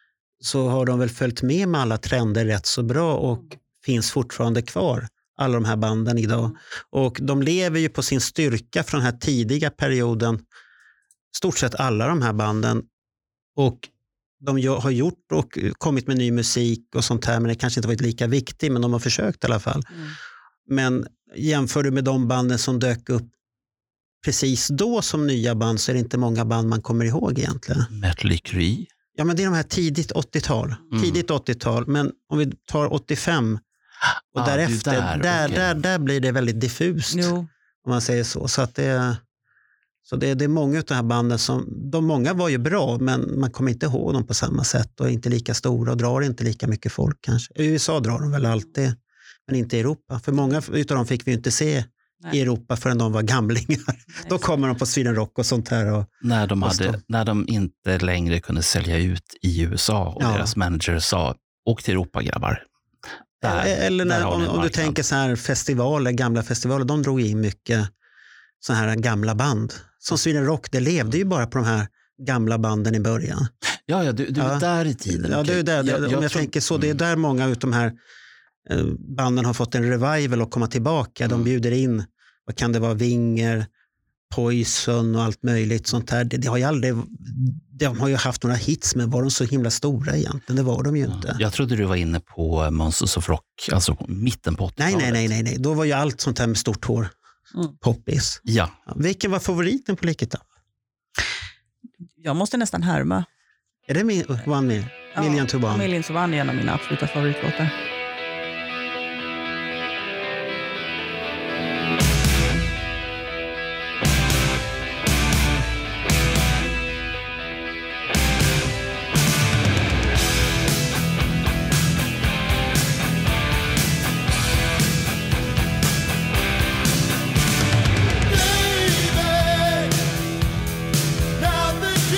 så har de väl följt med med alla trender rätt så bra och mm. finns fortfarande kvar, alla de här banden idag. Mm. Och de lever ju på sin styrka från den här tidiga perioden, stort sett alla de här banden. Och de har gjort och kommit med ny musik och sånt här, men det kanske inte varit lika viktigt, men de har försökt i alla fall. Mm. Men jämför du med de banden som dök upp precis då som nya band, så är det inte många band man kommer ihåg egentligen. Mötley Crüe. Ja, men det är de här tidigt åttiotal. Mm. Tidigt åttiotal, men om vi tar åttiofem och ah, därefter, där, där, okay. där, där blir det väldigt diffust. Jo. Om man säger så. Så, att det, så det, det är många av de här banden som, de många var ju bra, men man kommer inte ihåg dem på samma sätt och är inte lika stora och drar inte lika mycket folk kanske. I U S A drar de väl alltid, men inte i Europa. För många utav dem fick vi inte se Nej. i Europa förrän de var gamlingar. Nej, då kommer de på Sweden Rock och sånt här. Och, när, de hade, när de inte längre kunde sälja ut i U S A och ja. deras manager sa, åk till Europa grabbar. Där, Eller när, om, om du tänker så här festivaler, gamla festivaler, de drog in mycket så här gamla band. Som Sweden Rock, det levde ju bara på de här gamla banden i början. Ja, ja du, du är ja. där i tiden. Ja, du är där. Jag, jag, om jag, jag tänker så, det är där många av de här banden har fått en revival och komma tillbaka. De bjuder in, vad kan det vara, Winger, Poison och allt möjligt sånt här. Det, det har ju aldrig, de har ju haft några hits, men var de så himla stora egentligen? Det var de ju inte. Jag trodde du var inne på Monsters of Rock, alltså mitten på åttiotalet. Nej, nej, nej, nej. Då var ju allt sånt här med stort hår. Mm. Poppis. Ja. Vilken var favoriten på Lick It Up? Jag måste nästan härma. Är det min, One Million? Ja, Million to One? Million to One är en av mina absoluta favoritlåtar.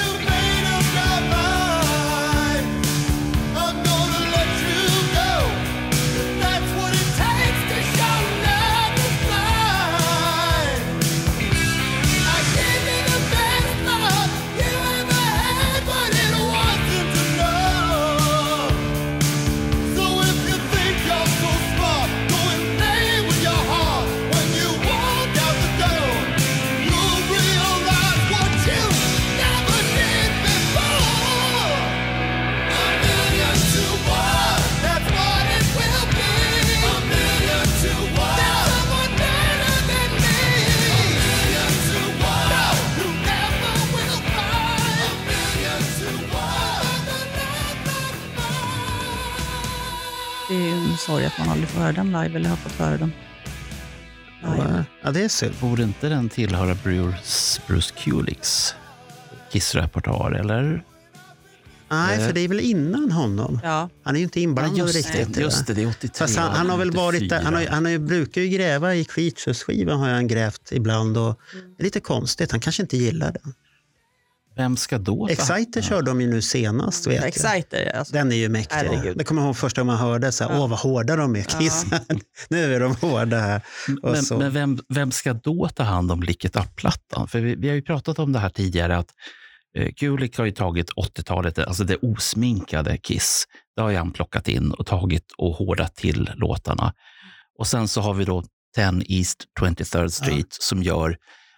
I'm gonna let you go. en sorg att man aldrig får höra den live eller har fått höra den live. Ja, det är så. Borde inte den tillhöra Bruce, Bruce Kulicks Kiss-repertoar, eller? Nej, för det är väl innan honom. Ja. Han är ju inte inblandad Ja, just riktigt. Det, just det, det är åttiotre. Fast han, han har väl varit där, han, har, han har ju, brukar ju gräva i Creatures-skivan, har han grävt ibland och det är lite konstigt, han kanske inte gillar den. Vem ska då ta? Exciter kör de ju nu senast, vet jag. Exciter, alltså. Den är ju mäktig. Herregud. Det kommer jag ihåg första gången man hörde så här, Ja. åh vad hårda de är, Kiss. Ja. Nu är de hårda här. Och Men, så. men vem, vem ska då ta hand om Lick It Up-plattan? För vi, vi har ju pratat om det här tidigare, att eh, Kulick har ju tagit åttiotalet, alltså det osminkade Kiss. Det har ju han plockat in och tagit och hårdat till låtarna. Och sen så har vi då ten East twenty-third Street ja. som gör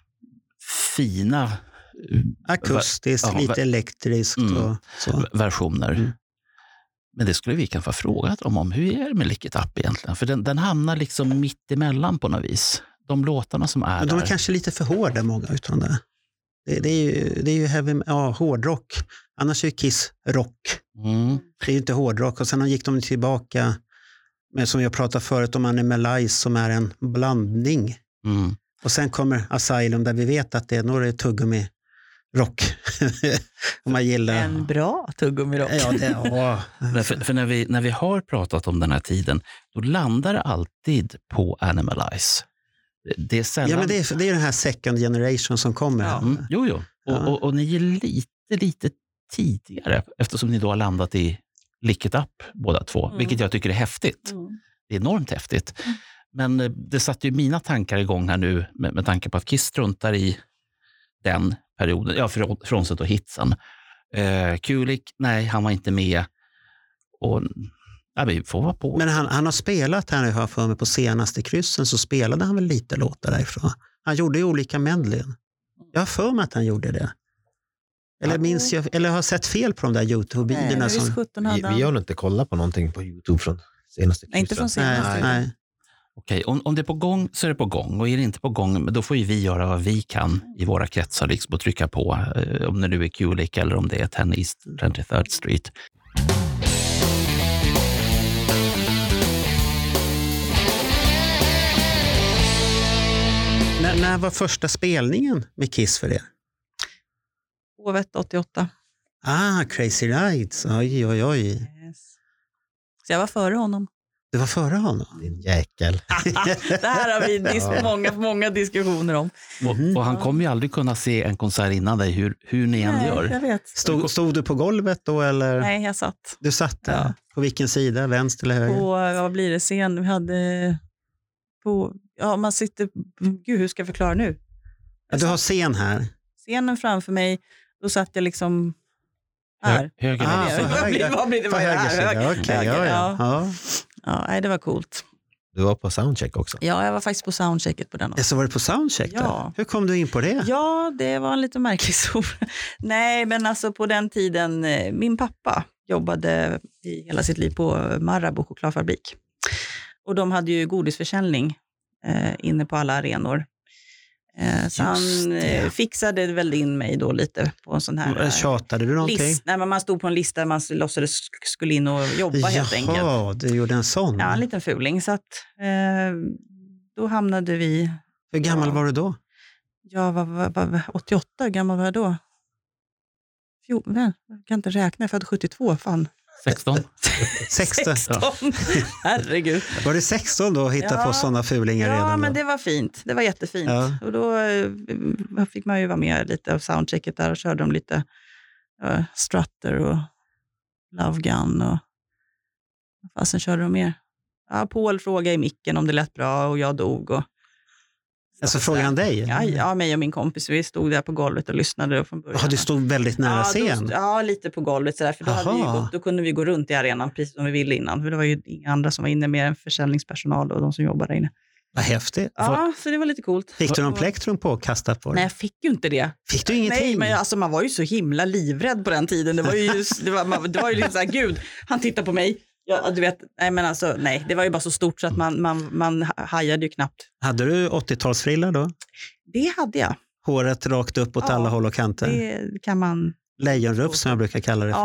fina akustiskt, ja, lite elektriskt mm, och så. versioner. Mm. Men det skulle vi kanske ha frågat dem om. Hur är det med Lick It Up egentligen? För den, den hamnar liksom mitt emellan på något vis. De låtarna som är Men de är där. kanske lite för hårda, många utan det. Det, det, är ju, det är ju heavy, ja, hårdrock. Annars är ju Kiss rock. Mm. Det är ju inte hårdrock. Och sen gick de tillbaka med, som jag pratade förut om, Animalize, som är en blandning. Mm. Och sen kommer Asylum där vi vet att det är några tuggummi rock. Om man gillar. En bra tuggummi-rock. Ja, det, ja. för, för när, vi, när vi har pratat om den här tiden, då landar det alltid på Animalize. Det är sällan... Ja, men det är, det är den här second generation som kommer. Ja. Mm, jo, jo. Och, Ja. och, och ni är lite, lite tidigare, eftersom ni då har landat i Lick It Up båda två, Mm. vilket jag tycker är häftigt. Mm. Det är enormt häftigt. Men eh, det satte ju mina tankar igång här nu med, med tanke på att Kiss struntar i den perioden, ja, från, frånsett och hitsen. Eh, Kulick, nej, han var inte med. Och ja, vi får vara på. Men han, han har spelat här, jag har för mig, på senaste kryssen så spelade han väl lite låtar därifrån. Han gjorde ju olika medley. Jag har för mig att han gjorde det. Eller Ja. minns jag, eller har sett fel på de där YouTube-videorna. Nej, som, visst sjutton Vi, hade vi har han. nog inte kollat på någonting på YouTube från senaste Nej, inte från kryssen. nej, senaste. nej. Okej, om, om det är på gång så är det på gång. Och är det inte på gång, men då får ju vi göra vad vi kan i våra kretsar liksom, och trycka på. Eh, om det nu är Kulick eller om det är ten East twenty-third Street. När, när var första spelningen med Kiss för er? Hovet åttioåtta. Ah, Crazy Nights. Oj, oj, oj. Yes. Så jag var före honom. Det var före honom. Din jäkel. Det här har vi dis- många, många diskussioner om. Och, och han kommer ju aldrig kunna se en konsert innan dig, hur, hur ni än Nej, gör. jag vet. Stod, stod du på golvet då eller? Nej, jag satt Du satt där? Ja. På vilken sida? Vänster eller höger? på, vad blir det, scen? Vi hade på, ja man sitter, gud hur ska jag förklara nu? Ja, du har scen här. Scenen framför mig, då satt jag liksom här. Hö, höger Ah, vänster. för Vad blir det? höger- Vad blir det? På Vad är det höger här? sida, Höger. okej. ja, ja. Ja. Ja, nej, det var coolt. Du var på soundcheck också. Ja, jag var faktiskt på soundchecket på den också. Ja, så var det på soundcheck där? Ja. Hur kom du in på det? Ja, det var en lite märklig sol. Nej, men alltså på den tiden, eh, min pappa jobbade i hela sitt liv på Marabou chokladfabrik. Och de hade ju godisförsäljning eh, inne på alla arenor. Eh, så han det. eh, fixade väl in mig då lite på en sån här... eh, Tjatade du någonting? list, nej, men man stod på en lista där man låtsades sk- skulle in och jobba helt enkelt. Jaha, du gjorde en sån. Ja, en liten fuling. Så att, eh, då hamnade vi... Hur gammal ja. var du då? Jag var, var, var åttioåtta, hur gammal var jag då? Fjol, nej, jag kan inte räkna, jag födde sjuttiotvå, fan. sexton. sexton. sexton. Herregud. Var det sexton då att hitta Ja. på sådana fulingar Ja, redan men då? det var fint. Det var jättefint. Ja. Och då eh, fick man ju vara med lite av soundchecket där och körde de lite uh, Strutter och Love Gun och vad fasen körde de mer? Ja, Paul frågade i micken om det lät bra och jag dog. Och, Alltså frågade han dig? ja, ja, mig och min kompis, vi stod där på golvet och lyssnade från början. Ja, du stod väldigt nära ja, scen? Då, ja, lite på golvet sådär, för då, hade vi Aha. gått, då kunde vi gå runt i arenan precis som vi ville innan, för det var ju inga andra som var inne mer än försäljningspersonal och de som jobbade där inne. Vad häftigt. Ja, så det var lite coolt. Fick du någon plektrum på kastat på dig? Nej, jag fick ju inte det. Fick du ingenting? Nej, men alltså, man var ju så himla livrädd på den tiden. Det var ju, just, det var, man, det var ju liksom så här, gud, han tittar på mig. Ja, du vet, nej men alltså, nej, det var ju bara så stort så att man, man, man hajade ju knappt. Hade du åttiotalsfrilla då? Det hade jag. Håret rakt upp åt Ja, alla håll och kanter? Det kan man... Lejonruff som jag brukar kalla det för. Ja,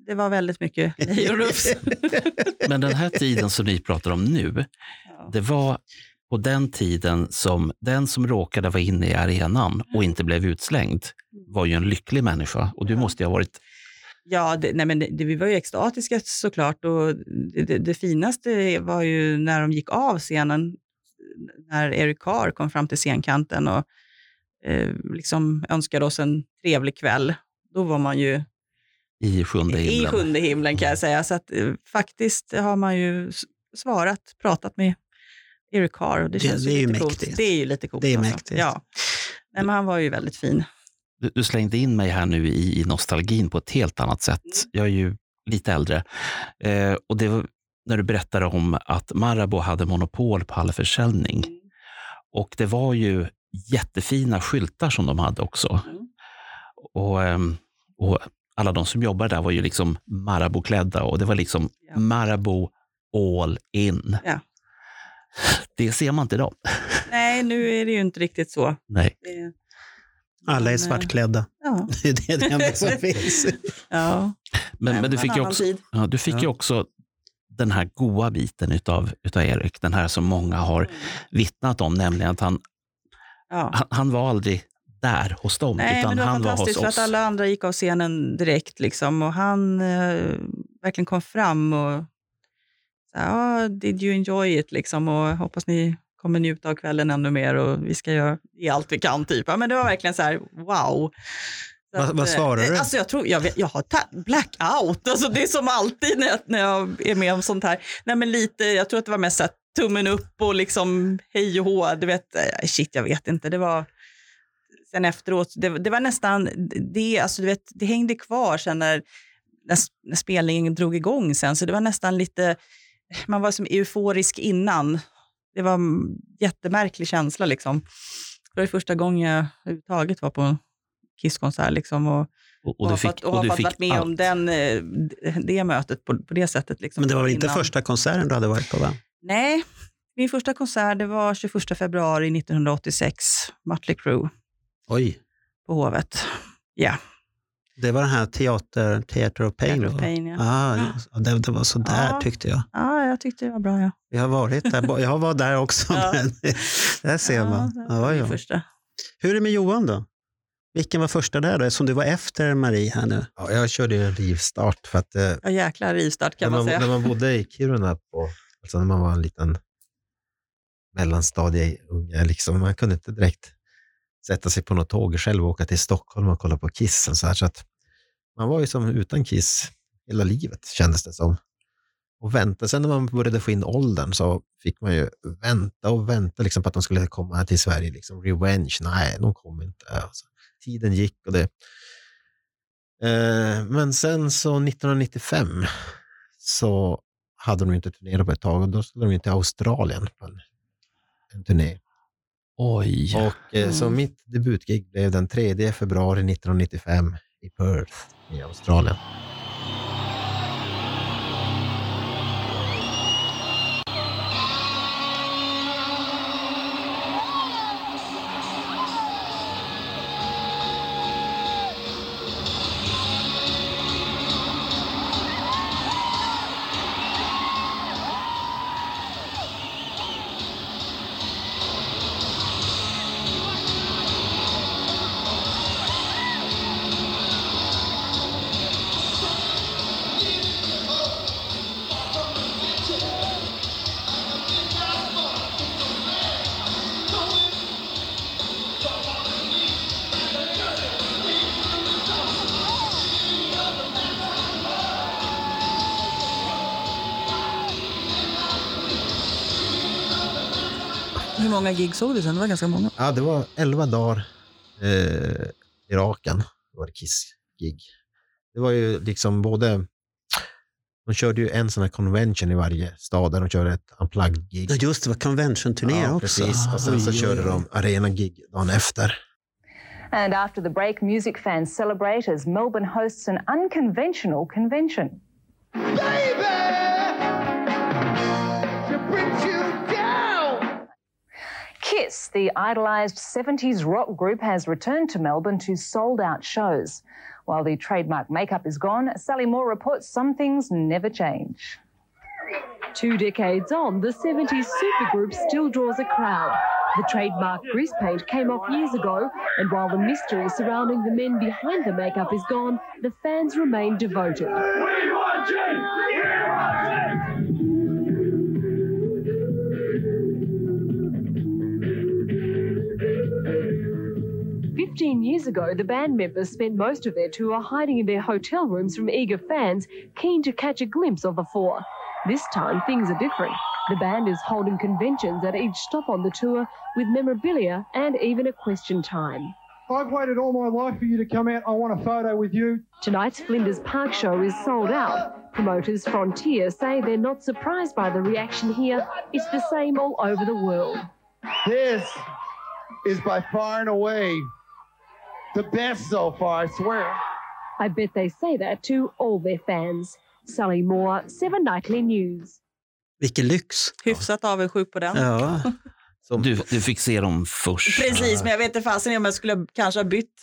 det var väldigt mycket nej och rufs. Men den här tiden som ni pratar om nu, ja. det var på den tiden som den som råkade vara inne i arenan och inte blev utslängd var ju en lycklig människa. Och du måste ju ha varit... Ja, det, nej men det, det, vi var ju extatiska såklart. Och det, det, det finaste var ju när de gick av scenen, när Eric Carr kom fram till scenkanten och eh, liksom önskade oss en trevlig kväll. Då var man ju i sjunde himlen. I sjunde himlen kan jag säga. Så att eh, faktiskt har man ju svarat, pratat med Eric Carr. Och det känns det, det ju är lite ju coolt. mäktigt. Det är ju lite coolt. Det är alltså. mäktigt. Ja. Nej, men han var ju väldigt fin. Du, du slängde in mig här nu i, i nostalgin på ett helt annat sätt. Mm. Jag är ju lite äldre. Eh, och det var när du berättade om att Marabou hade monopol på all försäljning. Mm. Och det var ju jättefina skyltar som de hade också. Mm. Och, och alla de som jobbade där var ju liksom Marabou-klädda. Och det var liksom ja. Marabou all in. Ja. Det ser man inte idag. Nej, nu är det ju inte riktigt så. Nej. Det, alla är svartklädda. Ja. Det är det enda som finns. Ja. Men, men du fick ju också, ja, du fick ja. ju också den här goda biten utav, utav Erik. Den här som många har vittnat om. Nämligen att han, ja. han, han var aldrig där hos dem. Nej, utan men det var han var hos fantastiskt för oss. att alla andra gick av scenen direkt. Liksom, och han eh, verkligen kom fram och ja, did you enjoy it liksom, och hoppas ni kommer njuta av kvällen ännu mer och vi ska göra allt vi kan typ. Ja, men det var verkligen så här, wow. Så vad, att, vad svarar du? Alltså jag tror, jag, jag har blackout. Alltså det är som alltid när jag, när jag är med om sånt här. Nej men lite, jag tror att det var mest så här, tummen upp och liksom hej och hå. Du vet, shit jag vet inte. Det var, sen efteråt, det, det var nästan, det, alltså du vet, det hängde kvar sen när, när, när spelningen drog igång sen. Så det var nästan lite, man var som euforisk innan. Det var en jättemärklig känsla liksom. Det var första gången jag överhuvudtaget var på Kisskonsert liksom. Och, och, och, och, fick, och, och har fått varit med allt. om den, det mötet på, på det sättet. Liksom, men det var väl inte innan. Första konserten du hade varit på, va? Nej, min första konsert det var tjugoförsta februari nittonhundraåttiosex. Mötley Crüe. Oj. På Hovet. Ja. Yeah. Det var den här teater, Theater of Pain. Theater of Pain, ja. Ah, ja. Det, det var så där ja. tyckte jag. Ja, jag tyckte det var bra, ja. Jag har varit där, jag var där också. Ja. Men där ser ja, man. Det var ja, första. Hur är det med Johan då? Vilken var första där då? Som du var efter Marie här nu. Ja, jag körde en rivstart. För att, ja, jäkla rivstart kan man, man säga. När man bodde i Kiruna, på, alltså när man var en liten mellanstadieunge, liksom, man kunde inte direkt sätta sig på något tåg själv och åka till Stockholm och kolla på Kiss. Så, här, så att man var ju som utan Kiss hela livet, kändes det som. Och vänta, sen när man började få in åldern så fick man ju vänta och vänta liksom, på att de skulle komma här till Sverige. Liksom, Revenge, nej, de kom inte. Alltså, tiden gick och det. Eh, men sen så nittonhundranittiofem så hade de inte turnerat på ett tag och då skulle de ju till Australien på en, en turné. Oj. Och eh, så mitt debutgig blev den tredje februari nittonhundranittiofem i Perth i Australien. Hur många gig såg du sen? Det var ganska många. Ja, det var elva dagar eh, i raken. Det var det Kiss-gig. Det var ju liksom både... De körde ju en sån här convention i varje stad där de körde ett unplugged-gig. Ja, just det, var convention-turné ja, också. Precis. Och sen så körde de arena-gig dagen efter. And after the break, music fans celebrate as Melbourne hosts an unconventional convention. Baby! She brings you down! Kiss, the idolized seventies rock group, has returned to Melbourne to sold-out shows. While the trademark makeup is gone, Sally Moore reports some things never change. Two decades on, the seventies supergroup still draws a crowd. The trademark grease paint came off years ago, and while the mystery surrounding the men behind the makeup is gone, the fans remain devoted. We want Jane! We want Jane! Fifteen years ago, the band members spent most of their tour hiding in their hotel rooms from eager fans, keen to catch a glimpse of the four. This time, things are different. The band is holding conventions at each stop on the tour with memorabilia and even a question time. I've waited all my life for you to come out. I want a photo with you. Tonight's Flinders Park show is sold out. Promoters Frontier say they're not surprised by the reaction here. It's the same all over the world. This is by far and away the best so far, I swear. I bet they say that to all their fans. Sally Moore, Seven Nightly News. Vilken lyx. Hyfsat avundsjuk på den. Ja. Som du, du fick se dem först. Precis, men jag vet inte fasen om jag skulle kanske ha bytt.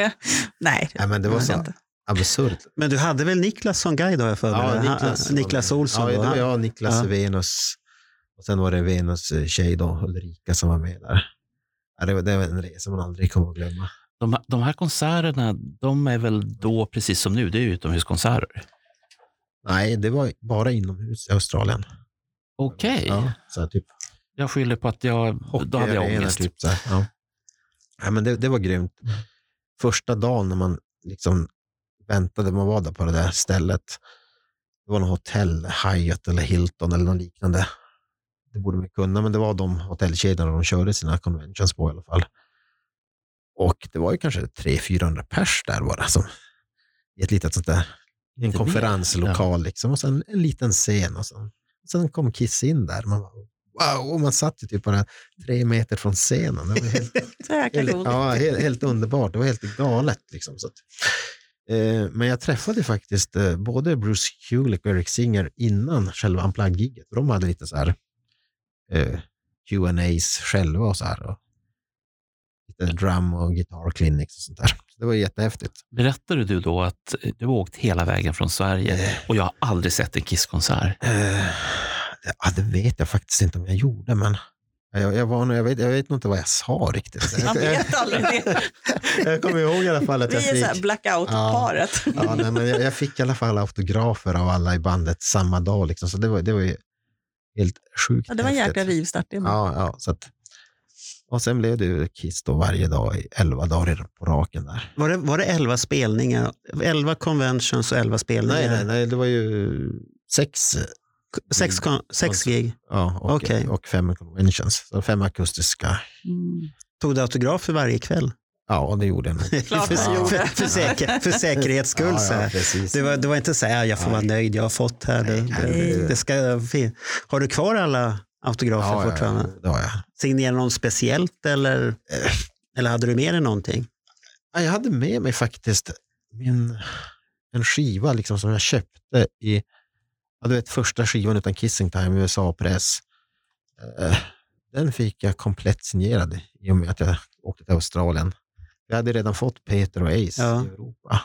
Nej, ja, men det var så inte. absurt. Men du hade väl Niklas som guide, har jag för mig? Ja, Niklas, Niklas Olsson. Ja, det var jag, Niklas ja. Venus. Och sen var det Venus tjej då, Ulrika, som var med där. Ja, det, var, det var en resa man aldrig kommer att glömma. De, de här konserterna, de är väl då precis som nu, det är utomhuskonserter? Nej, det var bara inomhus i Australien. Okej. Okay. Ja, så typ. Jag skyller på att jag, då hade jag ångest. Typ, så här, ja. Ja, men det, det var grymt. Första dagen när man liksom väntade, man var där på det där stället. Det var något hotell, Hyatt eller Hilton eller något liknande. Det borde man kunna, men det var de hotellkedjorna de körde sina conventions på i alla fall. Och det var ju kanske tre hundra till fyrahundra pers där bara, som i ett litet sånt där, en konferenslokal liksom, och sen en liten scen och sen, och sen kom Kiss in där. Man var, wow, och man satt ju typ bara tre meter från scenen. Det var helt, helt, ja, helt, helt underbart. Det var helt galet liksom. Så att, eh, men jag träffade faktiskt eh, både Bruce Kulick och Eric Singer innan själva Unplugged-giget. De hade lite så här eh, Q and A's själva och så här, och lite drum och guitar clinics och sånt där. Så det var jättehäftigt. Berättade du då att du har åkt hela vägen från Sverige och jag har aldrig sett en Kiss-konsert? Eh, ja, det vet jag faktiskt inte om jag gjorde, men jag, jag, var, jag, vet, jag vet inte vad jag sa riktigt. Jag vet aldrig det. Jag kommer ihåg i alla fall att jag fick... Vi är så här blackout-paret. Ja, ja, nej, men jag, jag fick i alla fall autografer av alla i bandet samma dag. Liksom, så det var, det var ju helt sjukt. Ja, det var en jäkla rivstart. Det ja, ja, så att... Och sen blev det Kiss då varje dag i elva dagar på raken där. Var det, var det elva spelningar? Elva conventions och elva spelningar? Nej, nej, nej, det var ju sex... Sex, kon- sex gig? Ja, och, okay. och fem conventions. Så fem akustiska. Mm. Tog du autografer varje kväll? Ja, det gjorde jag. för, för, för, säker, för säkerhets skull. Ja, ja, det, var, det var inte så här, jag får nej. vara nöjd, jag har fått här. Det, nej, det, det ska, har du kvar alla autografer ja, fortfarande? Ja, det har jag. Signerade någon speciellt eller, äh. eller hade du med dig någonting? Ja, jag hade med mig faktiskt min, en skiva liksom, som jag köpte i... Ja, du vet, första skivan utan Kissing Time i U S A-press. Uh, den fick jag komplett signerad i och med att jag åkte till Australien. Jag hade redan fått Peter och Ace ja. i Europa.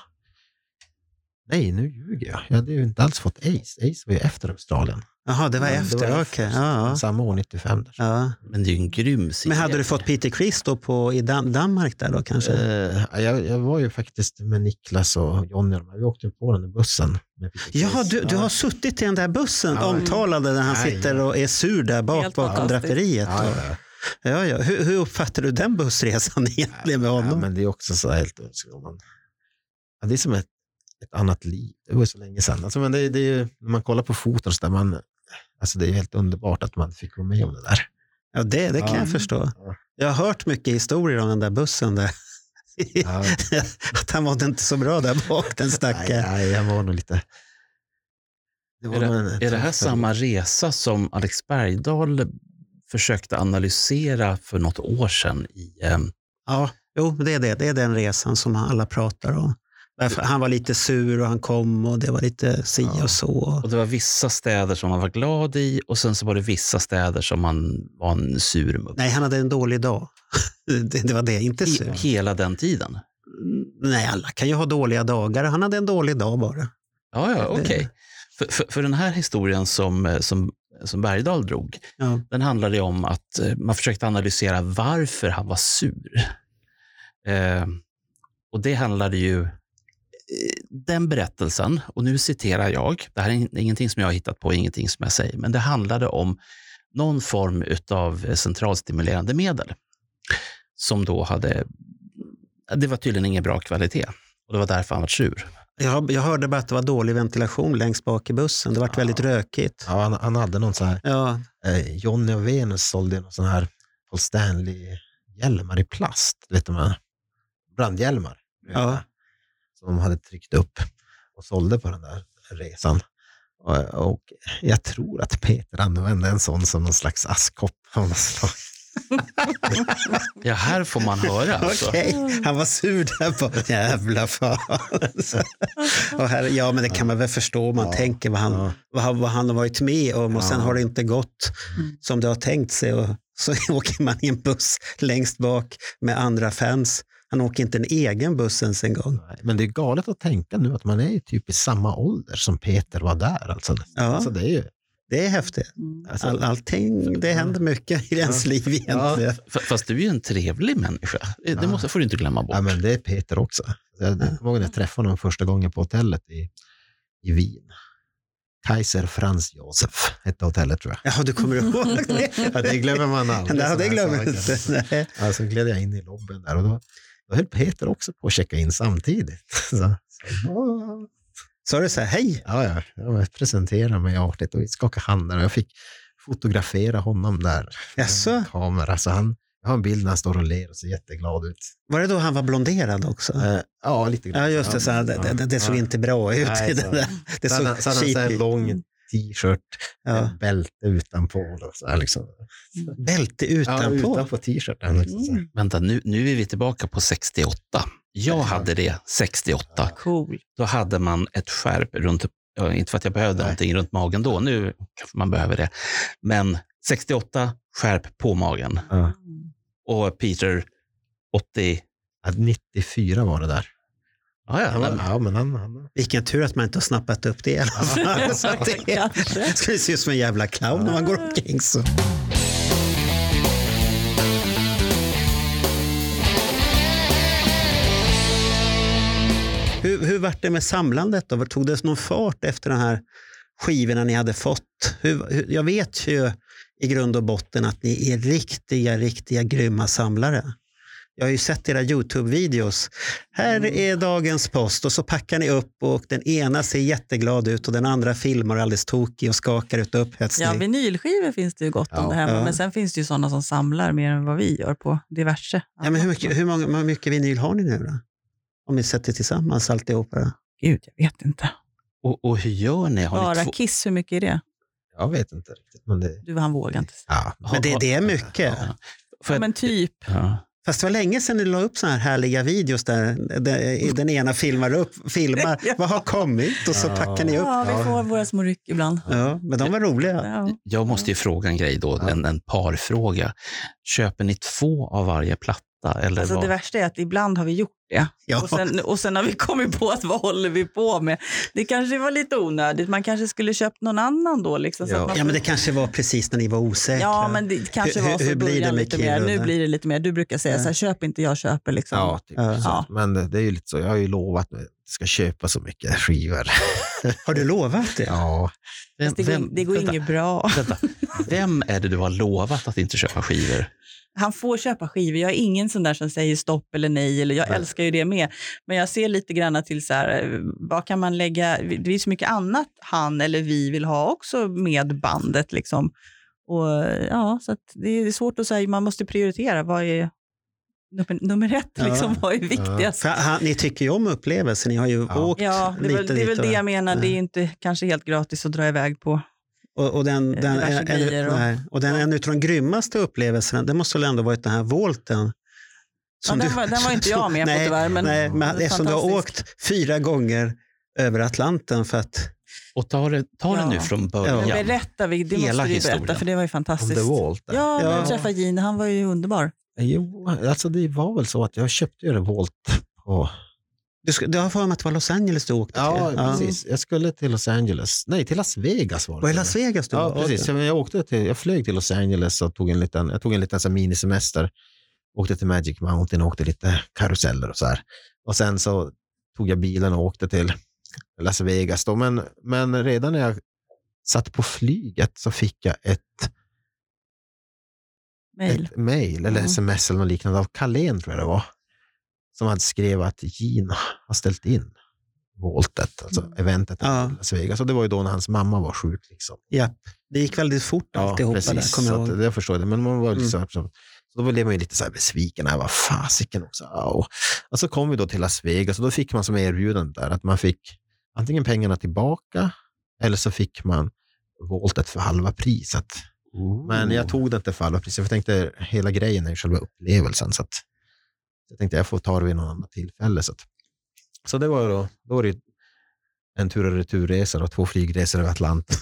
Nej, nu ljuger jag. Jag hade ju inte alls fått Ace. Ace var ju efter Australien. Jaha, det var Men efter, okej. Okay. Ja. Samma år, nittiofem. Där. Ja. Men det är ju en grym serie. Men hade du fått Peter Criss då på, i Dan- Danmark där då kanske? Uh, jag, jag var ju faktiskt med Niklas och Johnny. Vi åkte på den i bussen. Ja, du, du har suttit i den där bussen, ja, omtalade när han nej, sitter och är sur där bak bakom draperiet. Ja, ja. Ja, ja. Hur, hur uppfattar du den bussresan egentligen med honom? Ja, men det är också så helt... Ja, det är som ett, ett annat liv. Det var så länge sedan. Alltså, men det, det är ju, när man kollar på foton så där man... Alltså det är helt underbart att man fick vara med om det där. Ja, det, det kan ja. jag förstå. Ja. Jag har hört mycket historier om den där bussen där. Ja. Att han var inte så bra där bak, den stackaren. Nej, nej, han var nog lite... Det var är, det, en, är det här samma resa som Alex Bergdahl försökte analysera för något år sedan? I, um... Ja, jo, det är det. Det är den resan som alla pratar om. Han var lite sur och han kom och det var lite si ja. och så. Och det var vissa städer som han var glad i och sen så var det vissa städer som han var en sur mupp. Nej, han hade en dålig dag. det, det var det, inte sur. I, hela den tiden? Nej, alla kan ju ha dåliga dagar. Han hade en dålig dag bara. Ja, ja, okej. Okay. För, för, för den här historien som, som, som Bergdahl drog, ja. Den handlade om att man försökte analysera varför han var sur. Eh, och det handlade ju, den berättelsen, och nu citerar jag, det här är ingenting som jag har hittat på, ingenting som jag säger, men det handlade om någon form av centralstimulerande medel som då hade, det var tydligen ingen bra kvalitet och det var därför han var sur. Jag, jag hörde bara att det var dålig ventilation längst bak i bussen. Det var ja. väldigt rökigt. Ja, han, han hade någon så här, ja. eh, Johnny och Venus sålde någon sån här Paul Stanley-hjälmar i plast, vet du vad? Brandhjälmar. Ja. Som de hade tryckt upp och sålde på den där resan. Och, och jag tror att Peter använde en sån som någon slags askkopp av något slag. Ja, här får man höra. Alltså. Okej, okay. Han var sur där på jävla fan. Och här, ja, men det kan man väl förstå om man ja. tänker vad han, ja. vad, vad han har varit med om och ja. sen har det inte gått som det har tänkt sig och så åker man i en buss längst bak med andra fans. Han åker inte en egen buss ens en gång. Nej, men det är galet att tänka nu att man är typ i samma ålder som Peter var där. Alltså, ja. alltså det är ju... Det är häftigt. Alltså, All, allting, det händer mycket i ens ja. liv egentligen. Ja. Fast du är ju en trevlig människa. Det ja. måste, får du inte glömma bort. Ja, men det är Peter också. Jag kommer ihåg när jag träffade honom första gången på hotellet i, i Wien. Kaiser Franz Josef hette hotellet, tror jag. Ja, du kommer ihåg det. Ja, det glömmer man aldrig. Nej, det glömmer jag inte. Ja, så gled jag in i lobbyn där och då, då höll Peter också på att checka in samtidigt. Så, så, Så du så här, hej? Ja, ja. Jag presenterade mig artigt och vi skakade handen och jag fick fotografera honom där. Jaså? Kamera, så han, jag har en bild när han står och ler och ser jätteglad ut. Var det då han var blonderad också? Uh, ja, lite grann. Ja, just det. Så här, det, det, det såg ja. inte bra ut. Nej, så, det, det så, såg han, så han hade en lång t-shirt med ja. bälte utanpå. Och så här, liksom. Bälte utanpå? Ja, utanpå t-shirten. Liksom, mm. Vänta, nu, nu är vi tillbaka på sextioåtta. Jag hade det sextioåtta. Cool. Då hade man ett skärp runt, ja, inte för att jag behövde Nej. någonting runt magen då, nu kanske man behöver det. Men sextioåtta, skärp på magen. Ja. Och Peter, åttio... Ja, nittiofyra var det där. Ja, ja, han, ja, men han, han... Vilken tur att man inte har snappat upp det i alla fall. Så det skulle se ut som en jävla clown ja. när man går omkring så. Hur, hur var det med samlandet då? Tog det någon fart efter den här skivorna ni hade fått? Hur, hur, jag vet ju i grund och botten att ni är riktiga, riktiga grymma samlare. Jag har ju sett era YouTube-videos. Här är dagens post och så packar ni upp och den ena ser jätteglad ut och den andra filmar alldeles tokig och skakar ut upphetsning. Ja, vinylskivor finns det ju gott om ja. det här. Ja. Men sen finns det ju sådana som samlar mer än vad vi gör på diverse. Ja, men hur mycket, hur många, hur mycket vinyl har ni nu då? Om ni sätter tillsammans alltihopa då? Gud, jag vet inte. Och, och hur gör ni? Har Bara ni två... Kiss, hur mycket är det? Jag vet inte riktigt. Men det... Du, han vågar inte. Ja, men det, det är mycket. Ja, ja men typ. Ja. Fast det var länge sedan ni la upp såna här härliga videos där den ena filmar upp, filmar ja. vad har kommit och så ja. packar ni upp. Ja, vi får våra små ryck ibland. Ja, men de var roliga. Ja. Jag måste ju fråga en grej då, en, en parfråga. Köper ni två av varje platta? Eller alltså vad? Det värsta är att ibland har vi gjort det. Ja. Och, sen, och sen har vi kommit på att vad håller vi på med? Det kanske var lite onödigt. Man kanske skulle köpt någon annan då. Liksom, ja. så att man... ja, men det kanske var precis när ni var osäkra. Ja, men det kanske hur, var så hur blir det med lite mer. Nu blir det lite mer. Du brukar säga ja. så här, köp inte, jag köper. Liksom. Ja, typ. Ja. Ja. Men det är ju lite så. Jag har ju lovat att jag ska köpa så mycket skivor. Har du lovat det? Ja. Vem, det går, vem, det går vänta, inget bra. Vänta. Vem är det du har lovat att inte köpa skivor? Han får köpa skivor. Jag är ingen sån där som säger stopp eller nej. Eller jag nej. älskar ju det med. Men jag ser lite grann till så här, vad kan man lägga... Det är så mycket annat han eller vi vill ha också med bandet. Liksom. Och ja, så att det är svårt att säga. Man måste prioritera. Vad är nummer, nummer ett? Ja. Liksom, vad är viktigast? Ja. Han, ni tycker ju om upplevelser. Ni har ju ja. åkt ja, det är väl, lite det, är väl det jag menar. Ja. Det är inte kanske helt gratis att dra iväg på. Och, och den, den, en, en, och, nej, och den, en av de grymmaste upplevelserna, det måste väl ändå varit den här volten. Ja, den, var, den var inte jag med nej, på tyvärr. Men, nej, men eftersom du har åkt fyra gånger över Atlanten för att... Och ta det, ta det ja. nu från början. Ja. Berätta, det måste Hela du historien. berätta, för det var ju fantastiskt. Om The Vault. Ja, ja. jag träffade Gina, han var ju underbar. Jo, alltså det var väl så att jag köpte ju The Vault på Du, ska, du har för mig att det var Los Angeles du åkte Ja, till. precis. Jag skulle till Los Angeles. Nej, till Las Vegas var det. Var det Las Vegas du Ja, var? precis. Jag, jag, åkte till, jag flög till Los Angeles och tog en liten, jag tog en liten så här, minisemester. Åkte till Magic Mountain och åkte lite karuseller och så här. Och sen så tog jag bilen och åkte till Las Vegas då. Men, men redan när jag satt på flyget så fick jag ett Mail. ett mail eller Mm. sms eller något liknande av Carlén tror jag det var. Som hade skrivit att Gina har ställt in voltet, alltså Mm. eventet i Ja. Las Vegas. Och det var ju då när hans mamma var sjuk liksom. Ja, det gick väldigt fort Ja, alltihopa där, precis. kommer jag Så ihåg. att, det förstår jag. Men man var liksom, Mm. så, så då blev man ju lite så här besviken. Jag var fasiken också. Och, och så kom vi då till Las Vegas och då fick man som erbjudande där att man fick antingen pengarna tillbaka eller så fick man voltet för halva priset. Men jag tog det inte för halva priset. För jag tänkte hela grejen är ju själva upplevelsen. Så att, jag tänkte jag får ta det vid någon annan tillfälle. Så, att, så det var då, då var det en tur- och returresa och två flygresor över Atlanten.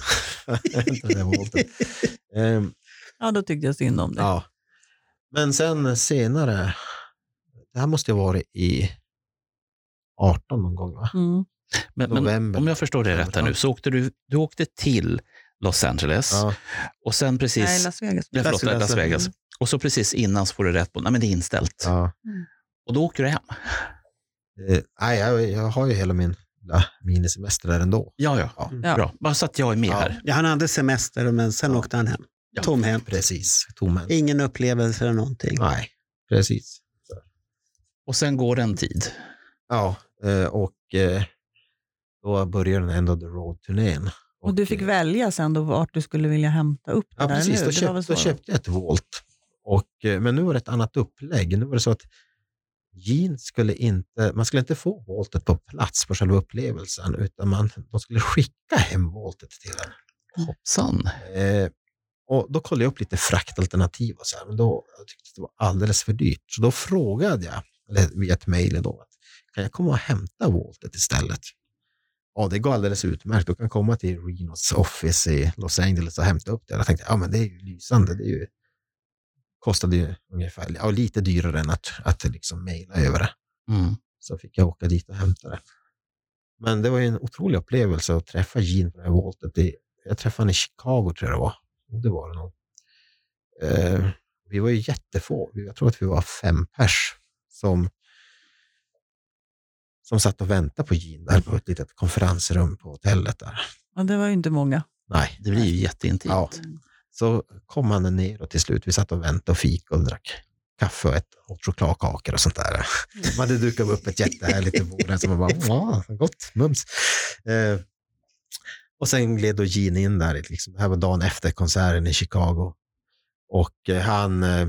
um, Ja, då tyckte jag synd om det. ja. Men sen senare, det här måste ju ha varit i arton någon gång va? Mm. Men, men November. om jag förstår det rätt här nu, så åkte du, du åkte till Los Angeles Ja. och sen precis... Nej, Las Vegas. Nej, förlåt, Las Vegas. Las Vegas. Och så precis innan så får du rätt på, nej men det är inställt. Ja. Och då åker du hem. Eh, nej, jag, jag har ju hela min ja, minisemester där ändå. Ja, ja. Ja. Ja. Bra. Bara så att jag är med Ja. här. Ja, han hade semester men sen Ja. åkte han hem. Ja. Tomhänt. Precis, tomhänt. Ingen upplevelse eller någonting. Nej, precis. Och sen går det en tid. Ja, eh, och eh, då börjar den End of the Road-turnén. Och du fick eh, välja sen då vart du skulle vilja hämta upp det Ja, där, precis. eller Då, hur? Det var väl köpt, så då köpte jag ett volt. Och, eh, men nu var det ett annat upplägg. Nu var det så att Gene skulle inte, man skulle inte få voltet på plats på själva upplevelsen, utan man, de skulle skicka hem voltet till en. Hoppsan. Eh, och då kollade jag upp lite fraktalternativ och så här, men då jag tyckte jag det var alldeles för dyrt. Så då frågade jag, eller via ett mejl då, att kan jag komma och hämta voltet istället? Ja, det går alldeles utmärkt. Du kan komma till Renos office i Los Angeles och hämta upp det. Jag tänkte, ja men det är ju lysande. Det är ju, kostade ju ungefär, ja, lite dyrare än att, att liksom mejla över det. Mm. Så fick jag åka dit och hämta det. Men det var ju en otrolig upplevelse att träffa Gene på det här voltet. Det, jag träffade honom i Chicago tror jag det var. Det var det nog. Eh, vi var ju jättefå. Jag tror att vi var fem pers som som satt och väntade på Gene där på ett litet konferensrum på hotellet där. Ja, det var ju inte många. Nej. Det blir ju jätteintimt. Ja. Så kom han ner och till slut vi satt och väntade och fika och drack kaffe och ett och chokladkakor och sånt där. Man hade dukat upp ett jättehärligt bord som man bara, ja, gott, mums. Eh, och sen gled då Gene in där, liksom, det här var dagen efter konserten i Chicago. Och eh, han eh,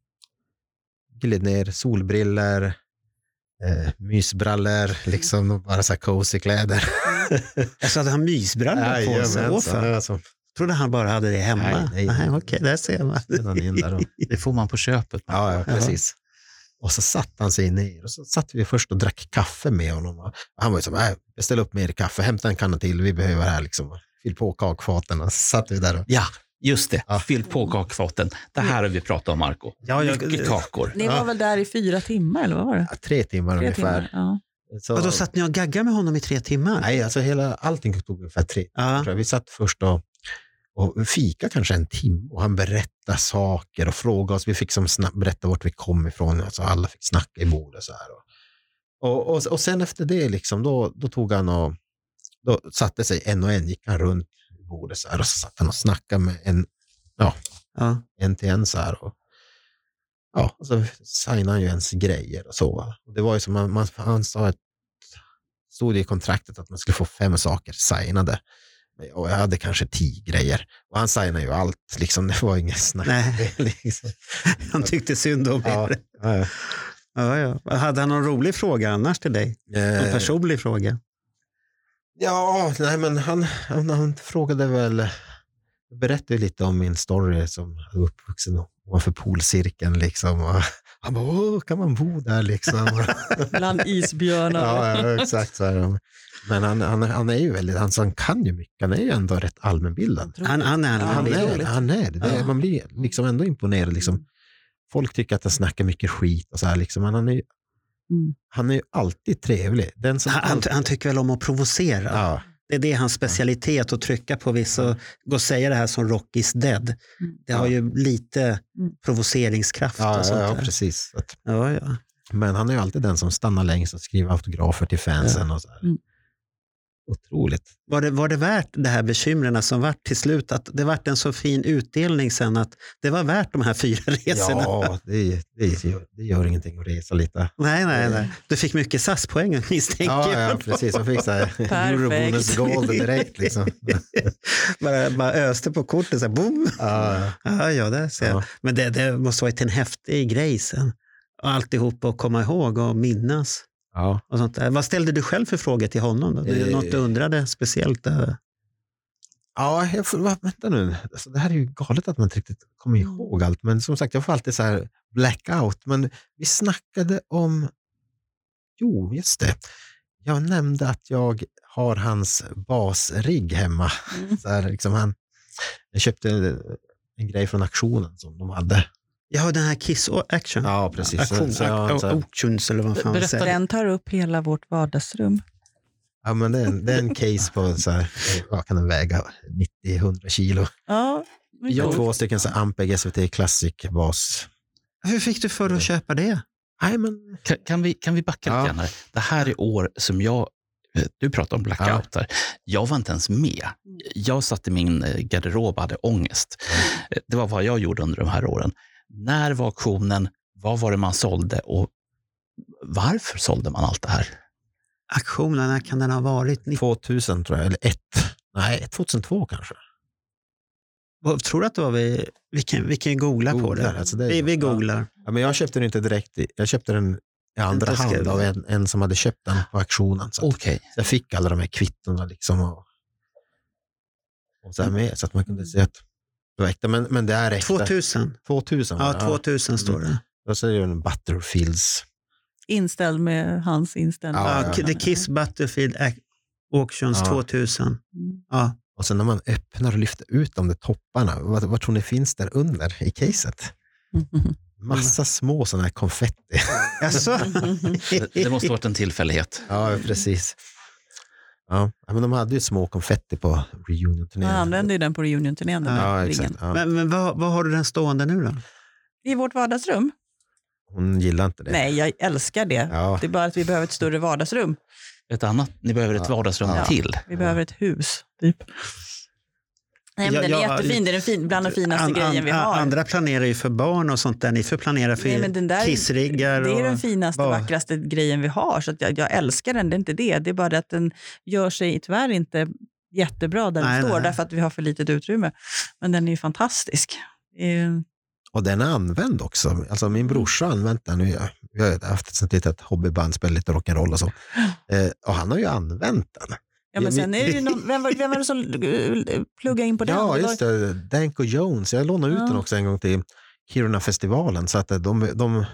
gled ner solbriller, eh, mysbrallor, liksom och bara så här cozy kläder. Alltså hade han mysbrallor på sig? Åh, fan. Alltså, Trodde han bara hade det hemma? Nej, nej, nej. nej okej, där ser man. han in där och, Det får man på köpet. ja, ja, precis. Och så satt han sig ner och så satt vi först och drack kaffe med honom. Och han var ju som, äh, beställ upp mer kaffe, hämta en kanna till, vi behöver här liksom. Fyll på kakfaten och så satt vi där och... Ja, just det. Ja. Fyll på kakfaten. Det här har vi pratat om, Marco. Ja, jag- Mycket kakor. Ni var Ja. väl där i fyra timmar, eller vad var det? Ja, tre timmar Tre ungefär. timmar, ja. Så, Och då satt ni och gaggade med honom i tre timmar? nej, alltså hela, allting tog ungefär tre timmar. Ja. tror jag. Vi satt först och, och fika kanske en timme och han berättade saker och frågade oss. Vi fick som snabbt berätta vart vi kom ifrån. Alltså alla fick snacka i bordet så här. Och, och, och, och sen efter det liksom, då, då tog han och då satte sig en och en, gick han runt bordet så här och så satt han och snackade med en, ja, Ja. en till en så här. Och, ja, och så signade han ju ens grejer och så. Va? Och det var ju som man, man, han sa att stod det i kontraktet att man skulle få fem saker signade. Och jag hade kanske tio grejer. Och han signade ju allt. Liksom, det var inget snack. Nej. liksom. Han tyckte synd om Ja, er. ja, ja. Ja, ja. Hade han någon rolig fråga annars till dig? En Eh, personlig fråga? ja, nej men han, han, han frågade väl, jag berättade lite om min story som jag var uppvuxen ovanför polcirkeln liksom. Och han bara, åh, kan man bo där liksom? Bland isbjörnar. Ja, ja, exakt så här. Men han, han, han är ju väldigt, han, han kan ju mycket, han är ju ändå rätt allmänbildad. Han, han är, Ja, Han det är är, roligt. han är det. det är, Ja. man blir liksom ändå imponerad. Liksom. Folk tycker att han snackar mycket skit och så här. Liksom. Men han är, Mm. Han är ju alltid trevlig. Den som Han, alltid... han tycker väl om att provocera. Ja. Det är det hans specialitet, att trycka på vissa och gå och säga det här som Rock is dead. Mm. Det har Ja. ju lite Mm. provoceringskraft Ja, och sånt ja, där. precis. Så att- Ja, ja. Men han är ju alltid den som stannar längst och skriver autografer till fansen. Och så här. Mm. Otroligt. Var det, var det värt det här bekymren som vart till slut, att det vart en så fin utdelning sen att det var värt de här fyra resorna? Ja, det, det, gör, det gör ingenting att resa lite. Nej, nej, nej. Du fick mycket S A S-poäng misstänker Ja, jag. ja, precis. Han fick så här Eurobonus gold direkt. Liksom. bara, bara öste på kortet så här, boom. Ja, ja. Ja, ja, det ser jag. Ja. Men det, det måste varit en häftig grej sen. Och alltihop att komma ihåg och minnas. Ja. Och sånt där. Vad ställde du själv för frågor till honom? Då? Det är Eh. något du undrade speciellt? Där. Ja, jag får, va, vänta nu. Alltså, det här är ju galet att man inte riktigt kommer ihåg allt. Men som sagt, jag får alltid så här blackout. Men vi snackade om... Jo, just det. Jag nämnde att jag har hans basrigg hemma. Mm. Så här, liksom han, jag köpte en grej från auktionen som de hade. Ja, den här Kiss Action. Ja, precis. Auktion, Så- så jag har en så här- Auctions eller vad fan Berätta- säger. Den tar upp hela vårt vardagsrum. Ja, men det är en, det är en case på så här, vad kan den väga? nittio till hundra kilo. Ja, Jag har två stycken så här Ampeg S V T Classic bas. Hur fick du för att köpa det? Nej, men Kan, kan, vi, kan vi backa Ja. lite grann här? Det här är år som jag... Du pratar om blackoutar. Jag var inte ens med. Jag satt i min eh, garderob och hade ångest. Eh, Det var vad jag gjorde under de här åren. När var auktionen? Vad var det man sålde? Och varför sålde man allt det här? Auktionen, när kan den ha varit? Ni- tvåtusen tror jag, eller ett. Nej, tvåtusentvå kanske. Vad tror du att det var vi... Vi kan, vi kan ju googla på Googlar, det. alltså det är- vi, vi ja. googlar. Ja, men jag köpte den inte direkt. i- Jag köpte den i andra Inte hand skrev- av en, en som hade köpt den på auktionen. Så att Okej. jag fick alla de här kvittorna liksom och, och så här med så att man kunde se att det var äkta. Men, men det är äkta. tvåtusen. tvåtusen var Ja, det, tvåtusen står det. Och så är det en Butterfields. inställd med hans inställning. Ja, Ja, The Kiss Battlefield Ac- Auctions Ja. tvåtusen. Mm. Ja. Och sen när man öppnar och lyfter ut de där topparna, vad, vad tror ni finns där under i caset? Massa små sådana här konfetti. Alltså, Det, det måste varit en tillfällighet. Ja, precis. Ja, men de hade ju små konfetti på Han reunion-turnén. använde ju den på reunion-turnén. den Ja, där exakt. ringen. Ja. men men vad, vad har du den stående nu då? I vårt vardagsrum? Hon gillar inte det. Nej, jag älskar det. Ja. Det är bara att vi behöver ett större vardagsrum. Ett annat, ni behöver ett Ja. vardagsrum Ja. till. Vi behöver ett hus, typ. Nej, men Ja, den är ja, jättefin. Det är den fin, bland de finaste An- grejen vi an- har. Andra planerar ju för barn och sånt där. Ni får planera för Nej, men den där- kissriggar. Det är och... den finaste, bara- vackraste grejen vi har. Så att jag, jag älskar den, det är inte det. Det är bara att den gör sig tyvärr inte jättebra där Nej, den står, nej. därför att vi har för litet utrymme. Men den är ju fantastisk. Eh, Och den är använd också. Alltså min brorsa har använt den. Vi har, vi har haft ett sånt litet hobbyband, spelat lite rock'n'roll och så. Eh, och han har ju använt den. Ja, men Ja, sen men- är det ju någon, vem, var, vem var det som eh, pluggade in på den? Ja, Det var- just det. Danko Jones. Jag lånade ut Ja. den också en gång till Kiruna-festivalen. Så att de, de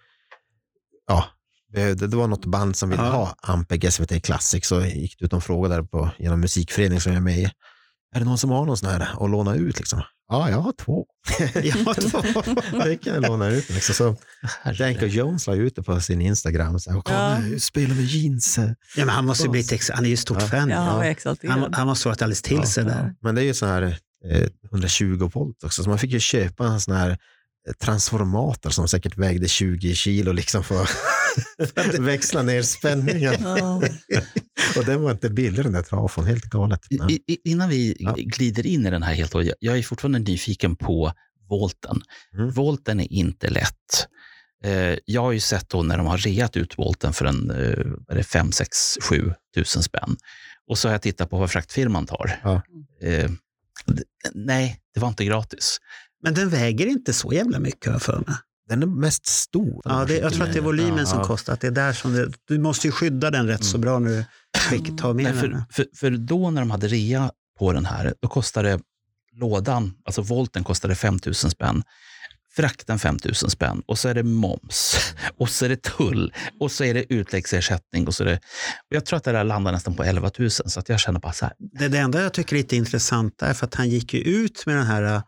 ja, behövde, det var något band som ville Ja. ha Ampeg S V T Classic, så gick det ut och frågade där på genom musikförening som jag är med i. Är det någon som har någon sån här att låna ut liksom? Ja, jag har två. Ja, två. Det kan jag låna ut liksom. Så Danko Jones la ut det på sin Instagram. Så här, och Ja. kolla, spelar med jeans. Ja, men han måste ju bli ex- han är ju stort Ja. fan. Ja, han var Ja. exalterad. Han, han måste ha varit alldeles till Ja. sig där. Men det är ju sån här eh, hundratjugo volt också, så man fick ju köpa en sån här eh, transformator som säkert vägde tjugo kilo liksom för att växla ner spänningen. Ja. Och den var inte billig, den där trafon, helt galet. Men, I, i, innan vi Ja. glider in i den här helt och jag, jag är fortfarande nyfiken på volten. Mm. Volten är inte lätt. Eh, jag har ju sett då när de har reat ut volten för en eh, vad är det, fem, sex, sju tusen spänn. Och så har jag tittat på vad fraktfirman tar. Ja. Eh, d- nej, det var inte gratis. Men den väger inte så jävla mycket, har jag för mig. den är mest stor. Ja, det, jag tror att det är volymen Ja, som ja. kostar. Att det är där som det, du måste ju skydda den rätt så bra när du skick- tar med Nej, den. för, för, för då när de hade rea på den här, då kostade lådan, alltså volten kostade fem tusen spänn. Frakten fem tusen spänn och så är det moms och så är det tull och så är det utläggsersättning och så är det, och jag tror att det där landar nästan på elva tusen, så att jag känner bara så här. Det, det enda jag tycker är lite intressant är för att han gick ju ut med den här uh,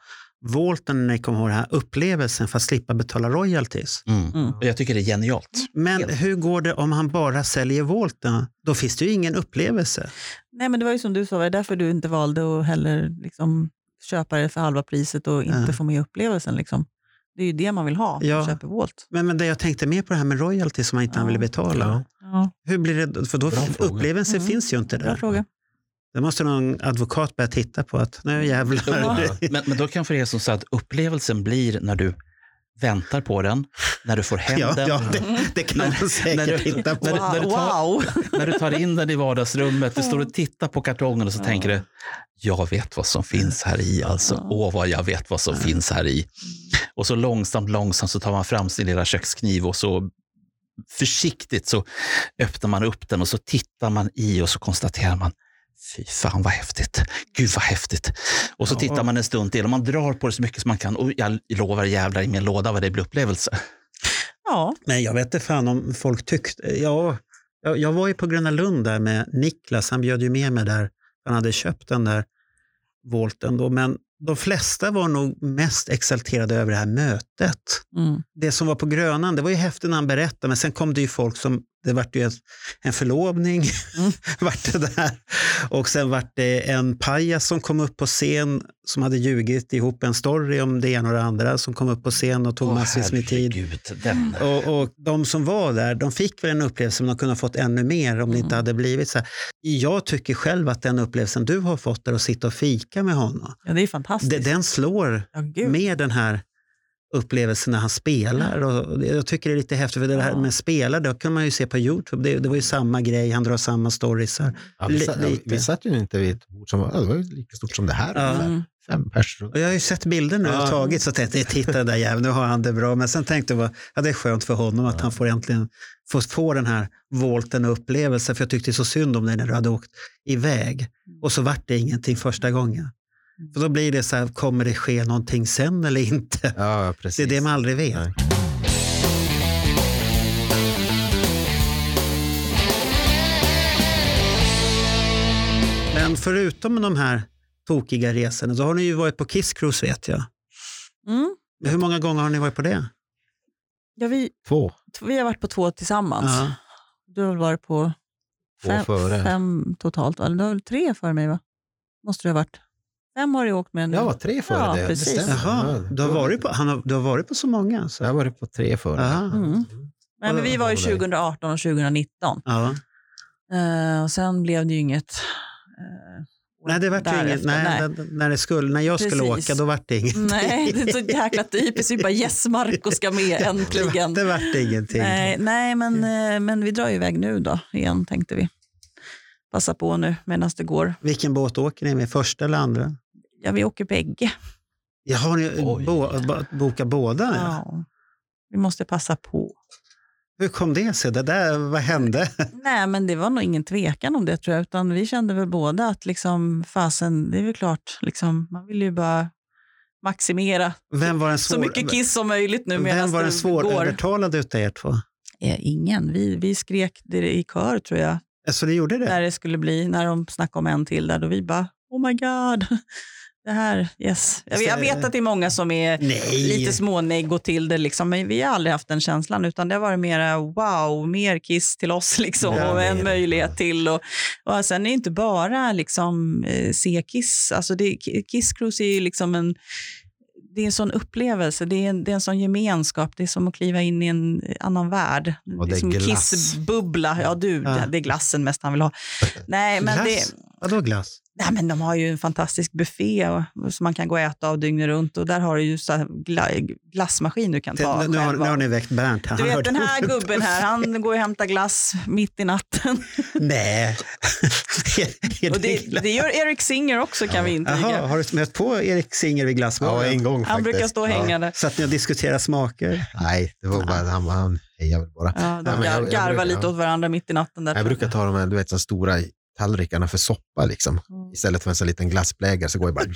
Volten, när ni kommer ihåg den här upplevelsen för att slippa betala royalties. Mm. Mm. Jag tycker det är genialt. Men Helt. hur går det om han bara säljer Volten? Då finns det ju ingen upplevelse. Nej, men det var ju som du sa, det är därför du inte valde att heller liksom köpa det för halva priset och inte ja. få med upplevelsen. Liksom. Det är ju det man vill ha, ja. man köper Volt. Men, men det jag tänkte mer på det här med royalties som man inte ja. ville betala. Ja. Hur blir det? För då upplevelsen mm. finns ju inte där. Bra fråga. Det måste någon advokat börja titta på att nu jävlar. Ja. men, men då kan för er som säga att upplevelsen blir när du väntar på den, när du får hem ja, den. Ja, det, det kan man säkert när du, titta på. När, när, du tar, wow. när du tar in den i vardagsrummet, du står och tittar på kartongen och så ja. tänker du, jag vet vad som finns här i. Alltså, ja. åh vad jag vet vad som ja. finns här i. Och så långsamt, långsamt så tar man fram sin lilla kökskniv och så försiktigt så öppnar man upp den och så tittar man i och så konstaterar man, fy fan vad häftigt. Gud vad häftigt. Och så ja. tittar man en stund till och man drar på det så mycket som man kan. Och jag lovar jävlar i min låda vad det blir upplevelse. Ja. Men jag vet inte fan om folk tyckte. Ja, jag, jag var ju på Gröna Lund där med Niklas. Han bjöd ju med mig där. Han hade köpt den där Volten då. Men de flesta var nog mest exalterade över det här mötet. Mm. Det som var på Grönan, det var ju häftigt när han berättade. Men sen kom det ju folk som, det vart ju en förlovning. Mm. vart det där. Och sen vart det en pajas som kom upp på scen som hade ljugit ihop en story om det ena och det andra. Som kom upp på scen och tog oh, massvis med tid. Den. Och, och de som var där, de fick väl en upplevelse som de kunde ha fått ännu mer om mm. det inte hade blivit så här. Jag tycker själv att den upplevelsen du har fått där att sitta och fika med honom. Ja, det är fantastiskt. Den slår ja, med den här upplevelsen när han spelar. Och jag tycker det är lite häftigt för det här med spelare, då kan man ju se på YouTube. Det, det var ju samma grej, han drar samma stories. Ja, vi, satt, ja, vi satt ju inte vid ett bord som var, det var ju lika stort som det här. Ja. Mm. Fem personer. Och jag har ju sett bilder nu och ja. tagit så tänkte jag, titta där jävla, nu har han det bra. Men sen tänkte jag, ja, det är skönt för honom att ja. han får äntligen få, få den här volten och upplevelse. För jag tyckte så synd om dig när du hade åkt iväg. Och så vart det ingenting första gången. För då blir det så här, kommer det ske någonting sen eller inte? Ja, precis. Det är det man aldrig vet. Nej. Men förutom de här tokiga resorna så har ni ju varit på Kiss Cruise, vet jag. Mm. Hur många gånger har ni varit på det? Ja, vi, två. Vi har varit på två tillsammans. Ja. Du har varit på fem, fem totalt. Eller du har väl tre för mig, va? Måste du ha varit. Fem har du åkt med nu. Jag var tre före ja, det. Precis. Det Jaha, du har, varit på, han har, du har varit på så många. Så. Jag har varit på tre före. Mm. Men, men vi var ju tjugo arton och tjugo nitton. Ja. Uh, och sen blev det ju inget... Uh, nej, det var ju inget. Nej, nej. När, det skulle, när jag skulle Precis. åka, då var det ingenting. Nej, det är så jäkla typiskt. Vi bara, yes, Marco ska med äntligen. Det var det ingenting. Nej, nej men, mm. men vi drar ju iväg nu då, igen, tänkte vi. Passa på nu medan det går. Vilken båt åker ni med? Första eller andra? Ja, vi åker bägge. Ja, har ni bo, bokat båda? Ja. ja, vi måste passa på. Hur kom det sig? Det där, vad hände? Nej, men det var nog ingen tvekan om det, tror jag. Utan vi kände väl båda att liksom, fasen, det är väl klart, liksom, man vill ju bara maximera vem var den svår, så mycket Kiss som möjligt nu. Vem var den svårövertalade utav er två? Eh, ingen. Vi, vi skrek det i kör, tror jag. Så det gjorde det? När det skulle bli, när de snackade om en till där, då vi bara, oh my god, det här, yes. Jag, jag vet att det är många som är Nej. lite småneggo till det, liksom, men vi har aldrig haft den känslan, utan det har varit mera, wow, mer Kiss till oss, liksom, ja, och en möjlighet till. Och, och sen är det inte bara liksom, eh, se Kiss, alltså det, Kiss Cruise är ju liksom en, det är en sån upplevelse, det är en, det är en sån gemenskap, det är som att kliva in i en annan värld. Och det är som glass. Kissbubbla. Ja, du, ja. Det är glassen mest han vill ha. Nej, men glass? Det, vadå glass? Nej, men de har ju en fantastisk buffé och, som man kan gå och äta av dygnet runt, och där har du ju så här gla, glassmaskin du kan ta. Det, nu, har, nu har ni väckt Bernt. Han du vet den här gubben här, han går och hämtar glass mitt i natten. Nej. Och det, det gör Eric Singer också, kan ja. vi intyga. Jaha, har du mött på Eric Singer vid glassmagen? Ja, en gång faktiskt. Han brukar stå och hänga där. Så att ni har diskuterat smaker? Nej, det var bara, han, han hejar väl bara. Ja, de Nej, jag, garvar jag, lite ja. åt varandra mitt i natten. Där. Jag brukar ta de här, du vet, så stora tallrikarna för soppa liksom. Mm. Istället för en sån liten glassblägare så går jag bara...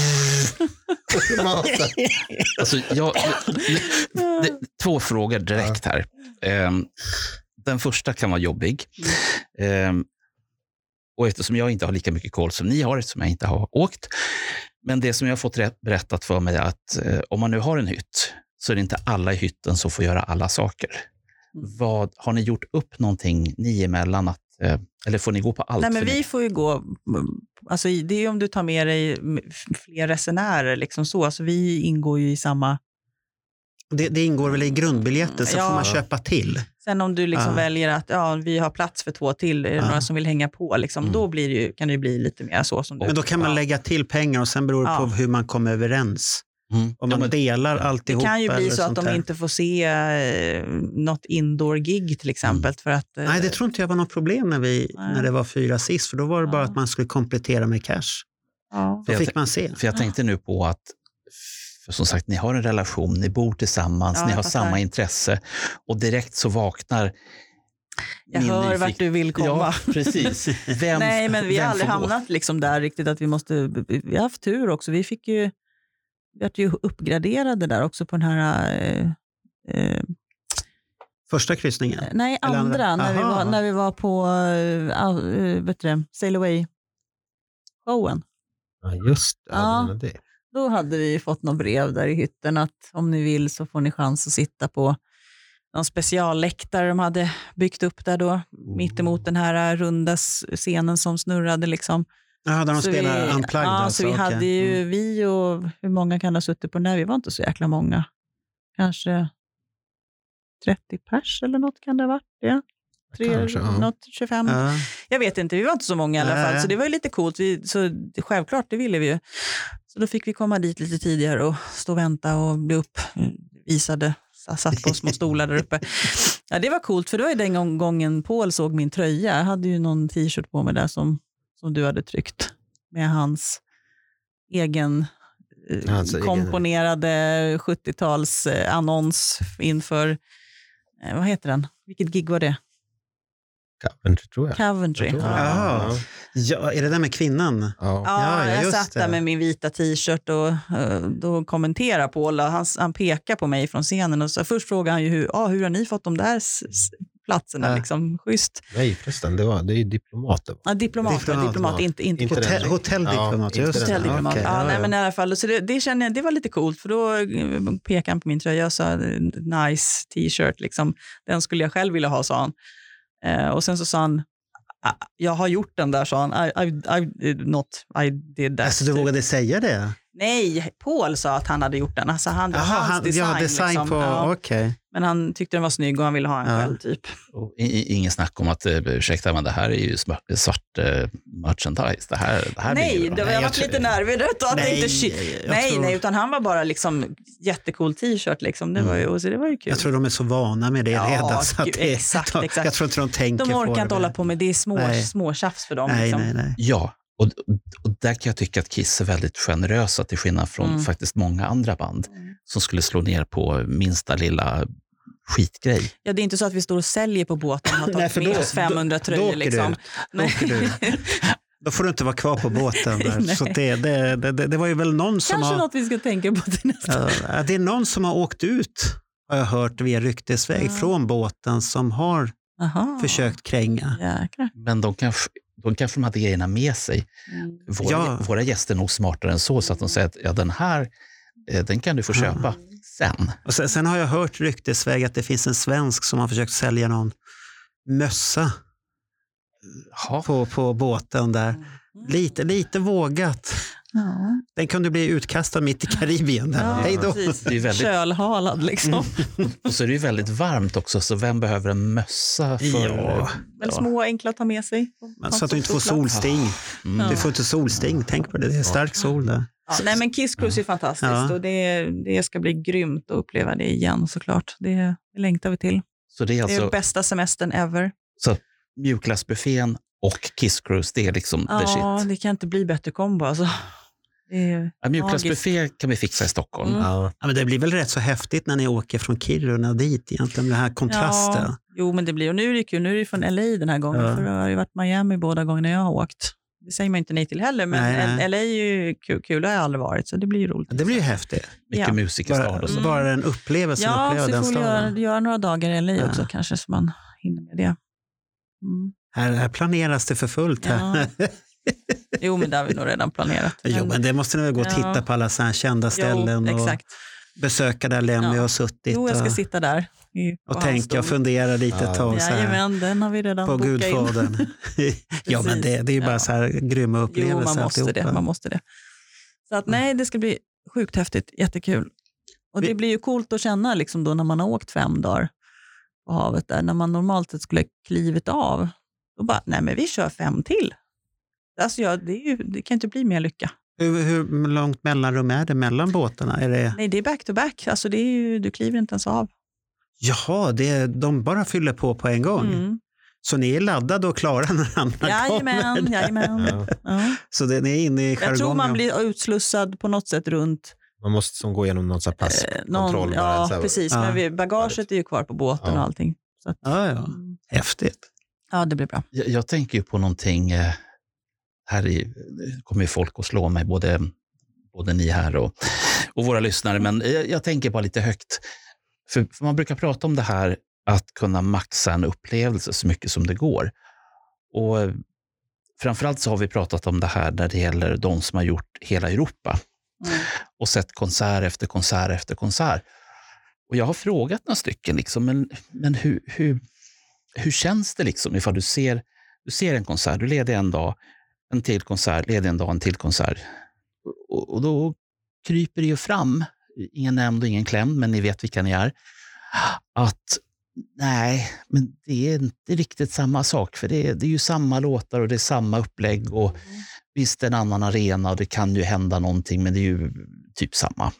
alltså, jag, det, det, två frågor direkt här. Um, den första kan vara jobbig. Um, och eftersom jag inte har lika mycket koll som ni har, eftersom jag inte har åkt, Men det som jag har fått rätt, berättat för mig är att eh, om man nu har en hytt så är det inte alla i hytten som får göra alla saker. Mm. Vad, har ni gjort upp någonting ni emellan? Att, eh, eller får ni gå på allt? Nej, men vi ni? får ju gå, alltså det är ju om du tar med dig fler resenärer liksom så. Alltså vi ingår ju i samma... Det, det ingår väl i grundbiljetten, så ja. får man köpa till. Sen om du liksom ja. väljer att ja, vi har plats för två till, är det ja. några som vill hänga på, liksom, mm. då blir det ju, kan det ju bli lite mer så. Som du, men då kan man ja. lägga till pengar och sen beror det ja. på hur man kommer överens. Mm. Om man ja, delar alltihop. Det kan ju bli så att de här. inte får se eh, något indoor-gig till exempel. Mm. För att, eh, Nej, det tror inte jag var något problem när, vi, när det var fyra sist. För då var det ja. bara att man skulle komplettera med cash. Ja. Då fick man se. För jag tänkte nu på att för som sagt, ni har en relation, ni bor tillsammans, ja, ni har samma intresse och direkt så vaknar jag hör nyfiken... vart du vill komma. Ja, precis. Vem, Nej, men vi har aldrig hamnat liksom där riktigt att vi måste, vi har haft tur också. Vi fick ju, vi har ju uppgraderade där också på den här eh, eh, första kryssningen? Nej, andra, andra. När, vi var, när vi var på uh, vet du, Sail Away-showen. Ja, just det. Ja. det. Då hade vi fått något brev där i hytten att om ni vill så får ni chans att sitta på någon specialläktare de hade byggt upp där då. Mm. Mitt emot den här runda scenen som snurrade liksom. Ja, där de så spelar vi, unplugged. Ja, alltså, så vi okay. hade ju, mm. vi och hur många kan ha suttit på den där? Vi var inte så jäkla många. Kanske trettio pers eller något kan det ha varit. Ja. Tre, Kanske, ja. Något tjugofem. Ja. Jag vet inte, vi var inte så många i alla fall. Ja. Så det var ju lite coolt. Vi, så självklart, det ville vi ju. Så då fick vi komma dit lite tidigare och stå och vänta och bli upp visade, satt på små stolar där uppe. Ja, det var coolt, för då är den gången Paul såg min tröja. Jag hade ju någon t-shirt på mig där som, som du hade tryckt med hans egen hans komponerade egen. sjuttio-tals annons inför, vad heter den? Vilket gig var det? Coventry tror jag. Coventry. Jag tror jag. Ja. Ja, är det där med kvinnan? Ja, ja, ja jag satt där med min vita t-shirt och uh, då kommenterar Paul. Han, han pekar på mig från scenen och så först frågar han ju hur, ah, hur har ni fått de där s- s- platserna ja. liksom, schysst. Nej förresten, det, var, det är ju diplomater. Ja, diplomat, diplomat, diplomat inte, inte, inte hotell, hotelldiplomat. Ja, just hotelldiplomat. Okay, ja, ja, nej, ja. men i alla fall, så det, det kände jag, det var lite coolt för då pekade han på min tröja och sa nice t-shirt liksom. Den skulle jag själv vilja ha, sa han. Uh, och sen så sa han, jag har gjort den där, sa han. I, I, I, not, I did that. Alltså du vågade säga det? Nej, Paul sa att han hade gjort den. Alltså han, Aha, hans han, design. Ja, design liksom. på, ja. okej. Okay. Men han tyckte den var snygg och han ville ha en ja. själv typ. Och ingen snack om att, ursäkta, men det här är ju svart, svart uh, merchandise. Det här, det här nej, blir det var, jag var lite nervig. Nej, tänkte, nej, tror... nej, utan han var bara liksom jättecool t-shirt. Liksom. Det, mm. var ju, och så det var ju kul. Jag tror de är så vana med det ja, redan. Så gud, det, exakt, de, exakt. Jag tror inte de tänker de på det. De orkar inte hålla på med det. Är små, små tjafs för dem. Nej, liksom. nej, nej. Ja. Och, och där kan jag tycka att Kiss är väldigt generösa till skillnad från mm. faktiskt många andra band mm. som skulle slå ner på minsta lilla skitgrej. Ja, det är inte så att vi står och säljer på båten och har tagit med oss femhundra tröjor. Liksom. Då, då, då får du inte vara kvar på båten. Där. Så det, det, det, det var ju väl någon som Kanske har... något vi ska tänka på till nästa. Uh, det är någon som har åkt ut, har jag hört via ryktesväg, uh. från båten som har Aha. försökt kränga. Jäklar. Men de kanske... Då kanske de hade grejerna med sig. Mm. Våra, ja. våra gäster är nog smartare än så, så att de säger att ja, den här den kan du få köpa mm. sen. Och sen. Sen har jag hört ryktesväg att det finns en svensk som har försökt sälja någon mössa på, på båten där. Mm. Lite, lite vågat. Ja. Den kunde bli utkastad mitt i Karibien. Där. Ja, hej då. Det är väldigt... Kölhalad liksom. Mm. Och så är det ju väldigt varmt också, så vem behöver en mössa för... Ja. Men små enkla att ta med sig. Men så att du inte får solsting. Mm. Du får inte solsting, tänk på det. Det är stark sol där. Ja, nej, men Kiss Cruise är fantastiskt ja. och det, det ska bli grymt att uppleva det igen såklart. Det, det längtar vi till. Så det är alltså... Det är bästa semestern ever. Så mjukglassbuffén och Kiss Cruise, det är liksom ja, the shit. Ja, det kan inte bli bättre kombo alltså. Ja, mjukglassbuffé kan vi fixa i Stockholm. Mm. Ja. Ja, men det blir väl rätt så häftigt när ni åker från Kiruna dit egentligen, den här kontrasten. Ja, jo, men det blir, och nu är det kul, nu är det från L A den här gången, ja. för det har ju varit Miami båda gångerna jag har åkt. Det säger man inte nej till heller, men nej, nej. L A är ju kul, kul, det har jag aldrig varit, så det blir ju roligt. Ja, det blir ju häftigt. Mycket ja. musikerstad. Bara, bara en upplevelse. Ja, uppleva så den får vi göra, göra några dagar i L A ja. också kanske, så man hinner med det. Mm. Här, här planeras det för fullt. Här. Ja. Jo, men det har vi nog redan planerat. Men, jo, men det måste ni väl gå och titta ja. på alla så här kända ställen jo, exakt. och besöka där Lemmy ja. har suttit. Jo, jag ska sitta där. Och, och tänka och fundera lite ett tag. Ja, jajamän, den har vi redan på Gudfadern. Ja, men det, det är ju bara ja. så här grymma upplevelser. Jo, man måste det, man måste det. Så att nej, det ska bli sjukt häftigt, jättekul. Och det blir ju coolt att känna liksom då när man har åkt fem dagar på havet där, när man normalt sett skulle klivit av. Då bara, nej men vi kör fem till. Alltså ja, det, är ju, det kan inte bli mer lycka. Hur, hur långt mellanrum är det mellan båtarna? Är det... Nej, det är back to back. Alltså det är ju, du kliver inte ens av. Jaha, det, de bara fyller på på en gång. Mm. Så ni är laddade och klara när andra jajamän, kommer? Jajamän, ja. Ja. Så det, ni är inne i jargongen? Jag tror man blir utslussad på något sätt runt. Man måste som gå igenom någon sån här passkontroll. Eh, ja, bara, precis. Ja. Men vi, bagaget är ju kvar på båten ja. och allting. Så att, ja, ja. Häftigt. Ja, det blir bra. Jag, jag tänker ju på någonting, eh, här i, kommer ju folk att slå mig, både, både ni här och, och våra lyssnare, men jag, jag tänker bara lite högt. För, för man brukar prata om det här att kunna maxa en upplevelse så mycket som det går. Och framförallt så har vi pratat om det här när det gäller de som har gjort hela Europa. Mm. Och sett konsert efter konsert efter konsert. Och jag har frågat några stycken liksom, men, men hur, hur, hur känns det liksom ifall du ser, du ser en konsert, du leder en dag, en till konsert, leder en dag, en till konsert. Och, och då kryper det ju fram, ingen nämnd och ingen klämd, men ni vet vilka ni är, att nej, men det är inte riktigt samma sak, för det är, det är ju samma låtar och det är samma upplägg och mm. visst, en annan arena och det kan ju hända någonting, men det är ju typ samma.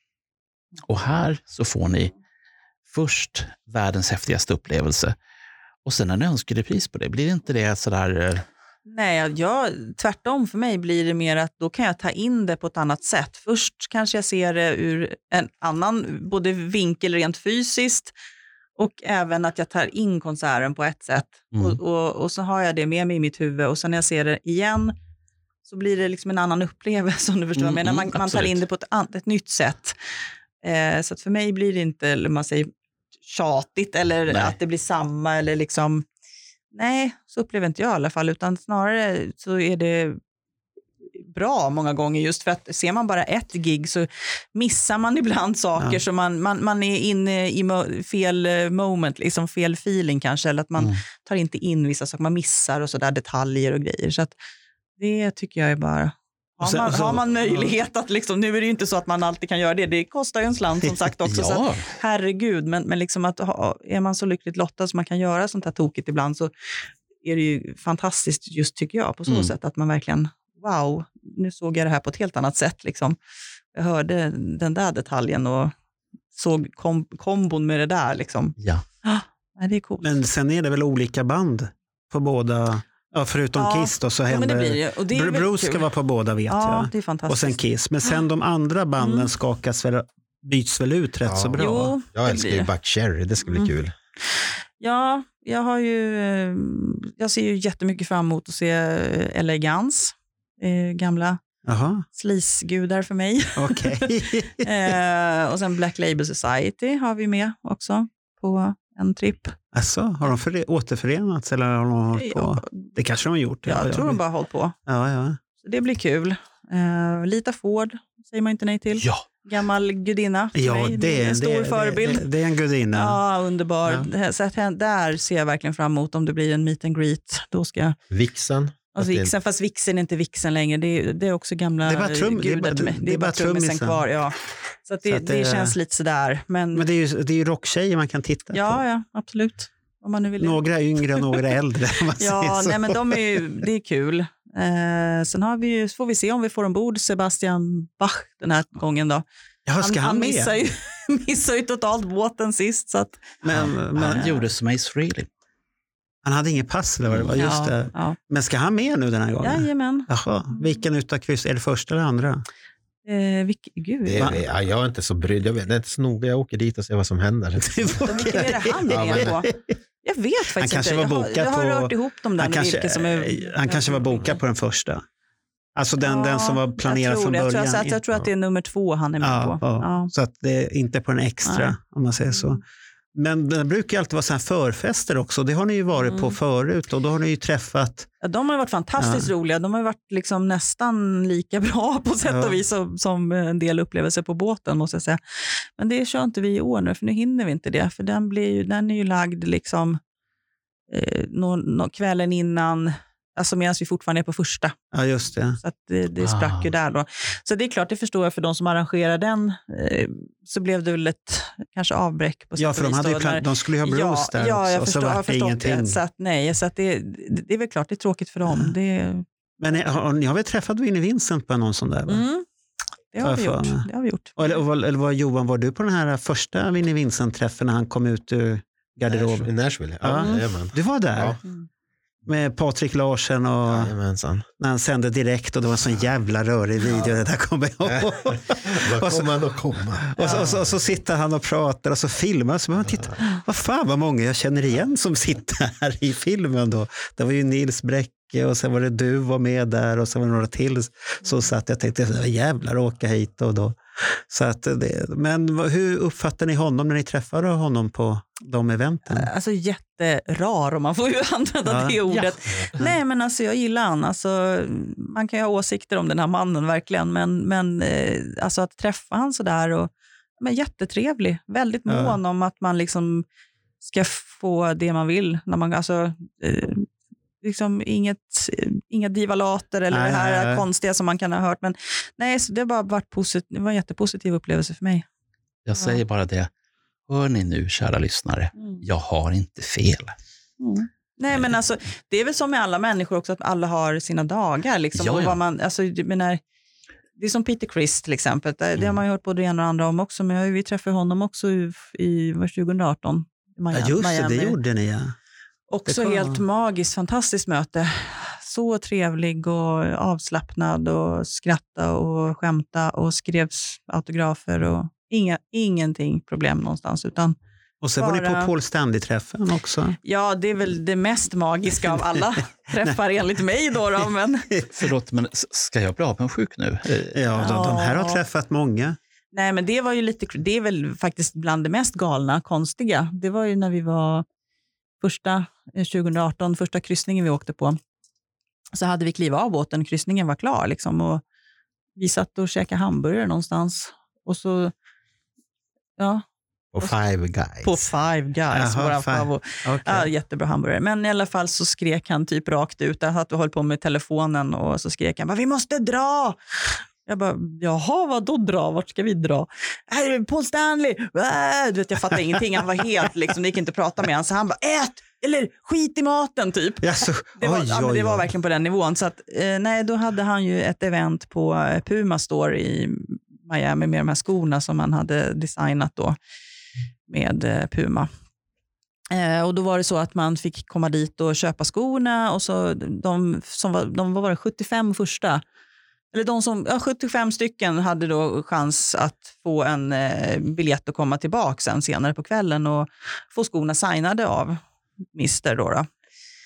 Och här så får ni först världens häftigaste upplevelse och sen en önskerepris på det. Blir inte det sådär? Nej, jag, tvärtom för mig blir det mer att då kan jag ta in det på ett annat sätt. Först kanske jag ser det ur en annan både vinkel rent fysiskt och även att jag tar in konserten på ett sätt. Mm. Och, och, och så har jag det med mig i mitt huvud och sen när jag ser det igen så blir det liksom en annan upplevelse, om du förstår mm, vad jag menar. Man, man tar in det på ett, ett nytt sätt. Eh, så att för mig blir det inte, eller man säger, tjatigt eller nej. Att det blir samma eller liksom, nej, så upplever inte jag i alla fall, utan snarare så är det bra många gånger, just för att ser man bara ett gig så missar man ibland saker, ja. Så man, man, man är inne i mo- fel moment, liksom fel feeling kanske, eller att man mm. tar inte in vissa saker, man missar och sådär detaljer och grejer, så att det tycker jag är bara, har, sen, man, så, har man möjlighet ja. Att liksom, nu är det ju inte så att man alltid kan göra det, det kostar ju en slant som sagt också, ja. Så att, herregud, men, men liksom att ha, är man så lyckligt lottad så man kan göra sånt här tokigt ibland, så är det ju fantastiskt just tycker jag på så mm. sätt att man verkligen, wow, nu såg jag det här på ett helt annat sätt liksom. Jag hörde den där detaljen och såg kom, kombon med det där liksom. Ja. Ah, det är coolt. Men sen är det väl olika band på båda, ja, förutom ja. Kiss då, så ja, händer det det. Och det är Bruce ska vara på båda, vet ja, jag. Det är fantastiskt. Och sen Kiss. Men sen de andra banden mm. skakas väl, byts väl ut rätt ja. Så bra. Jo, jag älskar ju Buck Cherry, det ska bli mm. kul. Ja, jag har ju jag ser ju jättemycket fram emot att se L A Guns. Eh, gamla sleaze-gudar för mig. Okay. eh, och sen Black Label Society har vi med också på en tripp. Alltså, har de för, återförenats eller har de hållit på? Ja, det kanske de har gjort. Ja, jag ja, tror ja. de bara har hållit på. Ja, ja. Så det blir kul. Eh, Lita Ford säger man inte nej till. Ja. Gammal gudinna. Ja, mig. det, det är en stor det, förebild. Det, det är en gudinna. Ja, underbar. Ja. Så att, där ser jag verkligen fram emot om det blir en meet and greet. Då ska jag... Vixen. Alltså vixen, fast vixen är inte vixen längre. Det är, det är också gamla det är bara trum, gudar det är, till mig. Det är, det är bara trummisen kvar, ja. Så, att det, så att det, det känns lite sådär. Men, men det är ju, det är ju rocktjejer man kan titta ja, på. Ja, absolut. Om man nu vill. Några yngre och några äldre. Ja, nej, men de är ju, det är kul. Eh, sen har vi ju, får vi se om vi får ombord Sebastian Bach den här gången då. Ja, ska han, han med? missar ju, missar ju totalt båten sist. Så att, men, men, han äh, gjorde som Ace Frehley. Han hade ingen pass eller vad det var, just ja, det. Ja. Men ska han med nu den här gången? Jajamän. Jaha, vilken utav kryss, är det första eller andra? Eh, vilk, gud. Det är, ja, jag är inte så brydd, jag vet, det är inte så noga, jag åker dit och ser vad som händer. Vilken är det han är ja, på? Jag vet faktiskt han kanske inte. var bokad jag har, jag har på, rört ihop dem där han, kanske, som är, han kanske var bokad på den första. Alltså den, ja, den som var planerad från det. början. Jag tror, jag, jag tror att det är nummer två han är med ja, på. Ja. Ja. Så att det är inte på den extra, nej. Om man säger så. Men det brukar alltid vara så här förfester också. Det har ni ju varit mm. på förut och då har ni ju träffat... Ja, de har varit fantastiskt ja. roliga. De har varit liksom nästan lika bra på sätt ja. och vis som, som en del upplevelser på båten, måste jag säga. Men det kör inte vi i år nu, för nu hinner vi inte det. För den, blir ju, den är ju lagd liksom eh, no, no, kvällen innan... Alltså medan vi fortfarande är på första. Ja, just det. Så att det, det sprack ah. ju där då. Så det är klart, det förstår jag för de som arrangerar den. Eh, så blev det väl ett kanske avbräck på sätt Ja, för de, hade ju plan- de skulle ju ha blues ja, där ja, också. jag och förstår, så var jag det ingenting. Det, så att, nej, så att det, det är väl klart, det är tråkigt för dem. Det... Men har, ni har väl träffat Vinnie Vincent på någon sån där? Va? Mm. Det har, vi gjort. det har vi gjort. Eller, eller, eller var, Johan, var du på den här första Vinnie Vincent-träffen när han kom ut ur garderoben? I Nashville, ja. ja. Mm. Du var där? Ja. Mm. Med Patrik Larsen och Jajamensan. när han sände direkt och det var en sån jävla rörig video. Ja. Det där kommer jag ihåg. Vad kommer han att komma? Och så, och, så, och så sitter han och pratar och så filmar. Så man titta, vad fan vad många jag känner igen som sitter här i filmen då. Det var ju Nils Bräcke och sen var det du var med där och sen var det några till. Så satt jag tänkte, det var jävlar åka hit och då. Så att det, men hur uppfattar ni honom när ni träffade honom på de eventen? Alltså jätterar, om man får ju använda ja. det ordet. Ja. Nej, men alltså jag gillar han. Alltså, man kan ju ha åsikter om den här mannen verkligen, men, men eh, alltså att träffa han sådär och men jättetrevlig, väldigt mån ja. om att man liksom ska få det man vill när man alltså eh, liksom inget, inga divalater eller nej, det här nej, nej. konstiga som man kan ha hört. Men nej, så det har bara varit positivt. Det var en jättepositiv upplevelse för mig. Jag ja. säger bara det. Hör ni nu, kära lyssnare. Mm. Jag har inte fel. Mm. Nej, men alltså, det är väl som med alla människor också att alla har sina dagar. Liksom, och vad man, alltså, menar, det är som Peter Criss till exempel. Det, mm. det har man ju hört både det ena och andra om också. Men vi träffade honom också i, i tjugo arton. I Miami, ja, just det. Miami. Det gjorde ni, ja. Också helt magiskt, fantastiskt möte. Så trevlig och avslappnad och skratta och skämta och skrevs autografer och inga, ingenting problem någonstans. Utan och sen bara... var ni på Paul Stanley-träffen också. Ja, det är väl det mest magiska av alla träffar enligt mig då. då men... Förlåt, men ska jag bli avundsjuk nu? Ja, de, de här har träffat många. Nej, men det var ju lite, det är väl faktiskt bland det mest galna, konstiga. Det var ju när vi var första tjugo arton, första kryssningen vi åkte på. Så hade vi klivit av båten, kryssningen var klar liksom. Och vi satt och käkade hamburgare någonstans. Och så, ja. På Five Guys. På Five Guys. Jaha, five. Okay. Ja, jättebra hamburgare. Men i alla fall så skrek han typ rakt ut. Att vi höll på med telefonen och så skrek han, vi måste dra! Jag bara, jaha, vad då dra? Vart ska vi dra? Äh, Paul Stanley! Äh, du vet, jag fattade ingenting. Han var helt, liksom, det gick inte att prata med honom. Så han bara, ät! Eller skit i maten, typ. Ja, så, det, var, oj, ja, men det oj, var oj. verkligen på den nivån. Så att, eh, nej, då hade han ju ett event på Puma Store i Miami med de här skorna som han hade designat då med eh, Puma. Eh, och då var det så att man fick komma dit och köpa skorna och så de som var, de var det sjuttiofem första. Eller de som, ja, sjuttiofem stycken hade då chans att få en eh, biljett och komma tillbaka sen senare på kvällen och få skorna signade av mister då. då.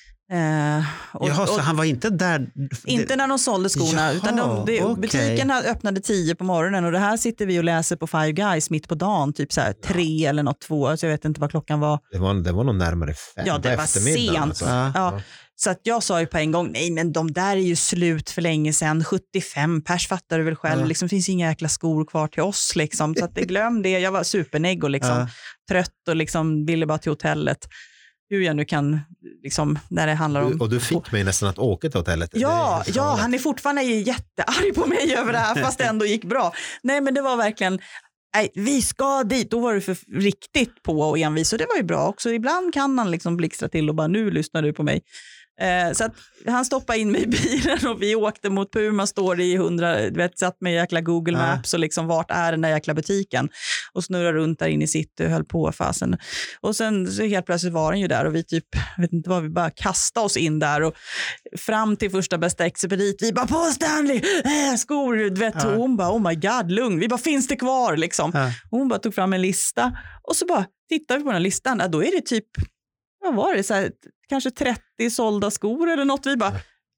Eh, och, Jaha, så och, han var inte där? inte när de sålde skorna. Jaha, utan de, det, okay. Butiken öppnade tio på morgonen och det här sitter vi och läser på Five Guys mitt på dagen. Typ så här tre eller något, två. Så jag vet inte vad klockan var. Det var, det var nog närmare fem. Ja, det var sent. Alltså. Ja. Ja. Så att jag sa ju på en gång, nej men de där är ju slut för länge sedan. sjuttiofem pers fattar du väl själv. Ja. Liksom, finns inga jäkla skor kvar till oss. Liksom. Så att det glöm det. Jag var supernegg och liksom, ja. trött och liksom ville bara till hotellet. Hur jag nu kan, liksom, när det handlar om... Och du fick mig nästan att åka till hotellet. Ja, ja, han är fortfarande jättearg på mig över det här, fast det ändå gick bra. Nej, men det var verkligen, nej, vi ska dit. Då var det för riktigt på och envis. Och det var ju bra också. Ibland kan han liksom blixtra till och bara, nu lyssnar du på mig. Eh, så att han stoppade in mig i bilen och vi åkte mot Puma Store i hundra, du vet, satt med jäkla Google Maps och liksom vart är den där jäkla butiken och snurrade runt där inne i city och höll på fasen. Och sen så helt plötsligt var den ju där och vi typ, jag vet inte vad, vi bara kastade oss in där och fram till första bästa expedit, vi bara, Paul Stanley, äh, skor, du vet, ja. Och hon bara, oh my god, lugn, vi bara, finns det kvar liksom. Ja. Och hon bara tog fram en lista och så bara tittar vi på den här listan, ja, då är det typ, vad var det, så här, kanske trettio sålda skor eller något. Vi bara,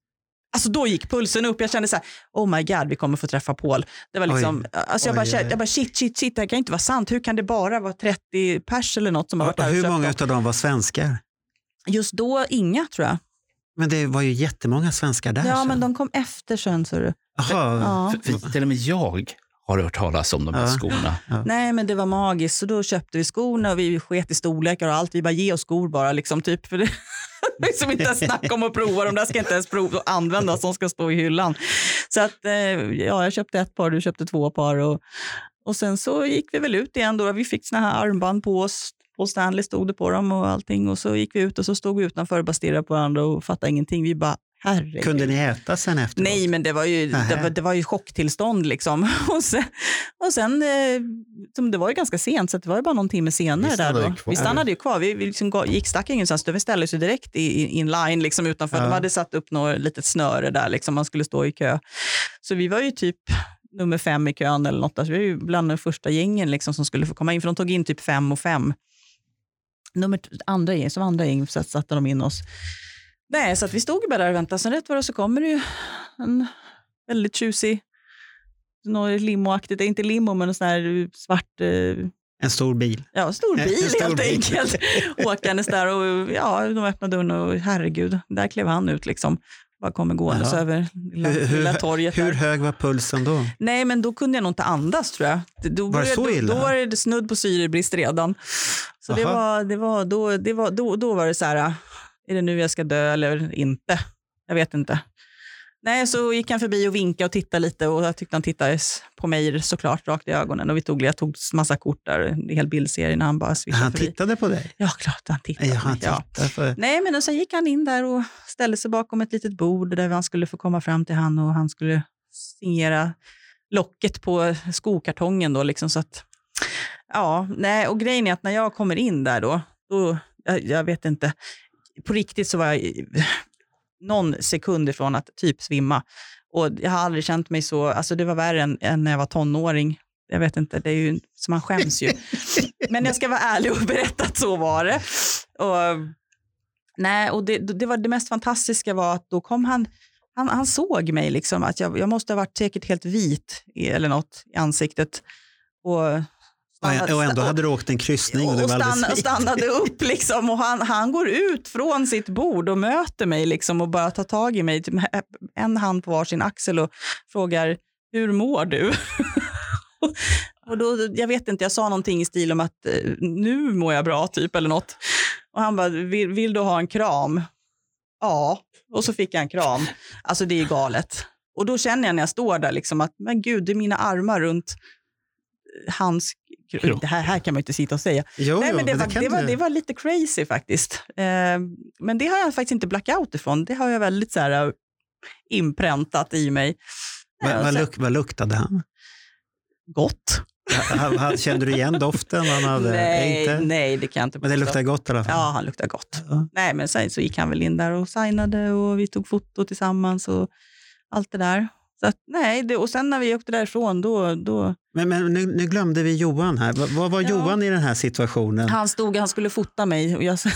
Alltså då gick pulsen upp. Jag kände så här, oh my god, vi kommer få träffa Paul. Det var liksom, oj, alltså jag, oj, bara, jag bara shit, shit, shit, det kan inte vara sant. Hur kan det bara vara trettio pers eller något som har varit och, här och hur köpt många dem? av dem var svenskar? Just då inga, tror jag. Men det var ju jättemånga svenskar där. Ja, så. Men de kom efter sen, så du. Jaha. Ja. För, för, till och med jag har hört talas om de här Ja. skorna. Ja. Nej, men det var magiskt. Så då köpte vi skorna och vi sket i storlekar och allt. Vi bara ge oss skor bara, liksom, typ. För det liksom inte ens snacka om att prova. De där ska inte ens prova och användas. De ska stå i hyllan. Så att, eh, ja, jag köpte ett par, du köpte två par. Och, och sen så gick vi väl ut igen då. Vi fick såna här armband på oss. Och Stanley stod det på dem och allting. Och så gick vi ut och så stod vi utanför och bara stirrade på varandra och fattade ingenting. Vi bara, herregud. Kunde ni äta sen efteråt? Nej, men det var ju, det var, det var ju chocktillstånd liksom. Och sen, och sen eh, som det var ju ganska sent, så det var ju bara någon timme senare där då. Vi stannade ju kvar. Vi, vi liksom gick stack ingenstans. Vi ställde oss direkt i inline liksom utanför. Ja. De hade satt upp något litet snöre där liksom. Man skulle stå i kö. Så vi var ju typ nummer fem i kön eller något. Så vi var ju bland de första gängen liksom som skulle få komma in. För de tog in typ fem och fem. Nummer andra gäng, som andra gäng så satte de in oss. Nej, så att vi stod bara där och väntade. Sen rätt var det så kommer det ju en väldigt tjusig, något limoaktigt, det är inte limo men en sån här svart... Eh, en stor bil. Ja, en stor bil en stor helt bil. enkelt. Åkandes där och ja, de öppnade dörren och herregud, där klev han ut liksom. Bara kommer gående så över lilla, hur, lilla torget. Hur där. hög var pulsen då? Nej, men då kunde jag nog inte andas tror jag. Då var det så då, illa? Då var det snudd på syrebrist redan. Så det var, det var, då, det var, då, då var det så här, är det nu jag ska dö eller inte? Jag vet inte. Nej, så gick han förbi och vinkade och tittade lite och jag tyckte han tittade på mig såklart rakt i ögonen och vi tog, jag tog massa kort där, en hel bildserie när han bara swishade Han förbi. tittade på dig? Ja, klart han tittade. Ja, han ja. tittade för... Nej, men och sen gick han in där och ställde sig bakom ett litet bord där han skulle få komma fram till han och han skulle signera locket på skokartongen då liksom så att ja, nej, och grejen är att när jag kommer in där då, då jag, jag vet inte, på riktigt så var jag någon sekund ifrån att typ svimma. Och jag har aldrig känt mig så, alltså det var värre än, än när jag var tonåring. Jag vet inte, det är ju, så man skäms ju. Men jag ska vara ärlig och berätta att så var det. Och, nej, och det, det var det mest fantastiska var att då kom han, han, han såg mig liksom, att jag, jag måste ha varit säkert helt vit i, eller något i ansiktet. Och Stannade, och ändå hade du åkt en kryssning och, och, och stann, stannade upp liksom och han, han går ut från sitt bord och möter mig liksom och bara tar tag i mig en hand på var sin axel och frågar hur mår du? Och då, jag vet inte, jag sa någonting i stil om att nu mår jag bra typ eller något och han bara, vill, vill du ha en kram? Ja, och så fick jag en kram. Alltså det är galet. Och då känner jag när jag står där liksom att men gud, det är mina armar runt hans. Det här, här kan man inte sitta och säga. Jo, Nej, men det, jo, var, det, det, var, det var lite crazy faktiskt. Eh, men det har jag faktiskt inte blackout ifrån. Det har jag väldigt så här inpräntat i mig. Va, eh, vad, sen, luk, vad luktade han? Gott. Ha, kände du igen doften? Han hade, nej, inte? nej, det kan jag inte. Men det luktar gott i alla fall? Ja, han luktar gott. Ja. Nej, men sen så gick han väl in där och signade och vi tog foto tillsammans och allt det där. Så att, nej, det, och sen när vi åkte därifrån då... då men men nu, nu glömde vi Johan här. Vad, vad var ja. Johan i den här situationen? Han stod, han skulle fota mig och jag sa...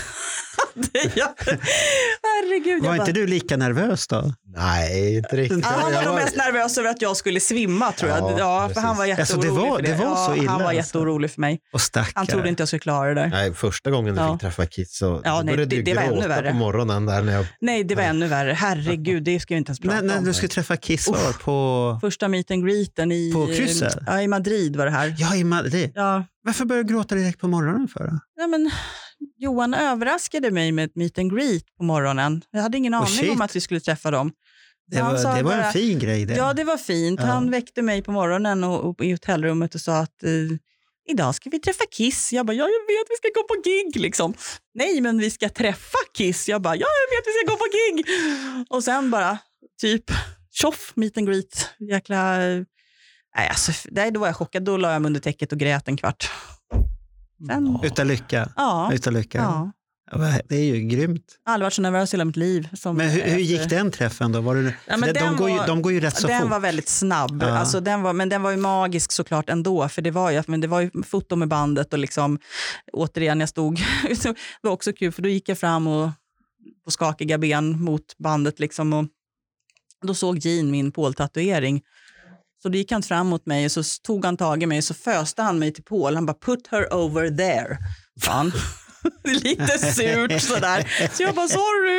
Herregud. Var bara, inte du lika nervös då? Nej, inte riktigt. ja, han var Jag nog mest nervös över att jag skulle svimma tror jag. Ja, Ja, för han var Alltså, det jätteorolig var- för det. det var så ja, illa, Han var alltså. jätteorolig för mig. Och stackare. Han trodde inte jag skulle klara det där. Nej, första gången du Ja. fick träffa Kiss så Ja, då nej, började det- du det var ännu gråta värre. på morgonen där när jag... Nej, det var ännu värre. Herregud, det ska vi inte ens prata när, när om. du skulle träffa Kiss var på... Första meet and greeten i, På krysset? ja, i Madrid var det här. Ja, i Madrid. Ja, Varför började du gråta direkt på morgonen för? Då? ja, men Johan överraskade mig med ett meet and greet på morgonen. Jag hade ingen Oh, aning shit. om att vi skulle träffa dem. Det Han var, sa det var bara- en fin grej. Det. Ja, det var fint. Ja. Han väckte mig på morgonen och, och i hotellrummet och sa att eh, idag ska vi träffa Kiss. Jag bara, ja, jag vet vi ska gå på gig liksom. Nej, men vi ska träffa Kiss. Jag bara, ja, jag vet vi ska gå på gig. Och sen bara, typ, tjoff, meet and greet. Jäkla... Nej, alltså, nej, då var jag chockad. Då la jag mig under täcket och grät en kvart. Sen, Utan lycka. ja, Utan lycka. ja. Ja, det är ju grymt. Jag har aldrig varit så nervös i hela mitt liv. Som Men hur, hur gick efter- den träffen då? Var det, Ja, men för det, de, den går ju, var- de går ju rätt så Den fort. var väldigt snabb. Ja. Alltså, den var, men den var ju magisk såklart ändå. För det var ju, men det var ju foto med bandet och liksom, återigen jag stod. Det var också kul för då gick jag fram och på skakiga ben mot bandet liksom och Då såg Jean min Paul-tatuering. Så då gick han fram mot mig och så tog han tag i mig och så föste han mig till Paul. Han bara, put her over there. Fan. Lite surt sådär. Så jag bara, sorry.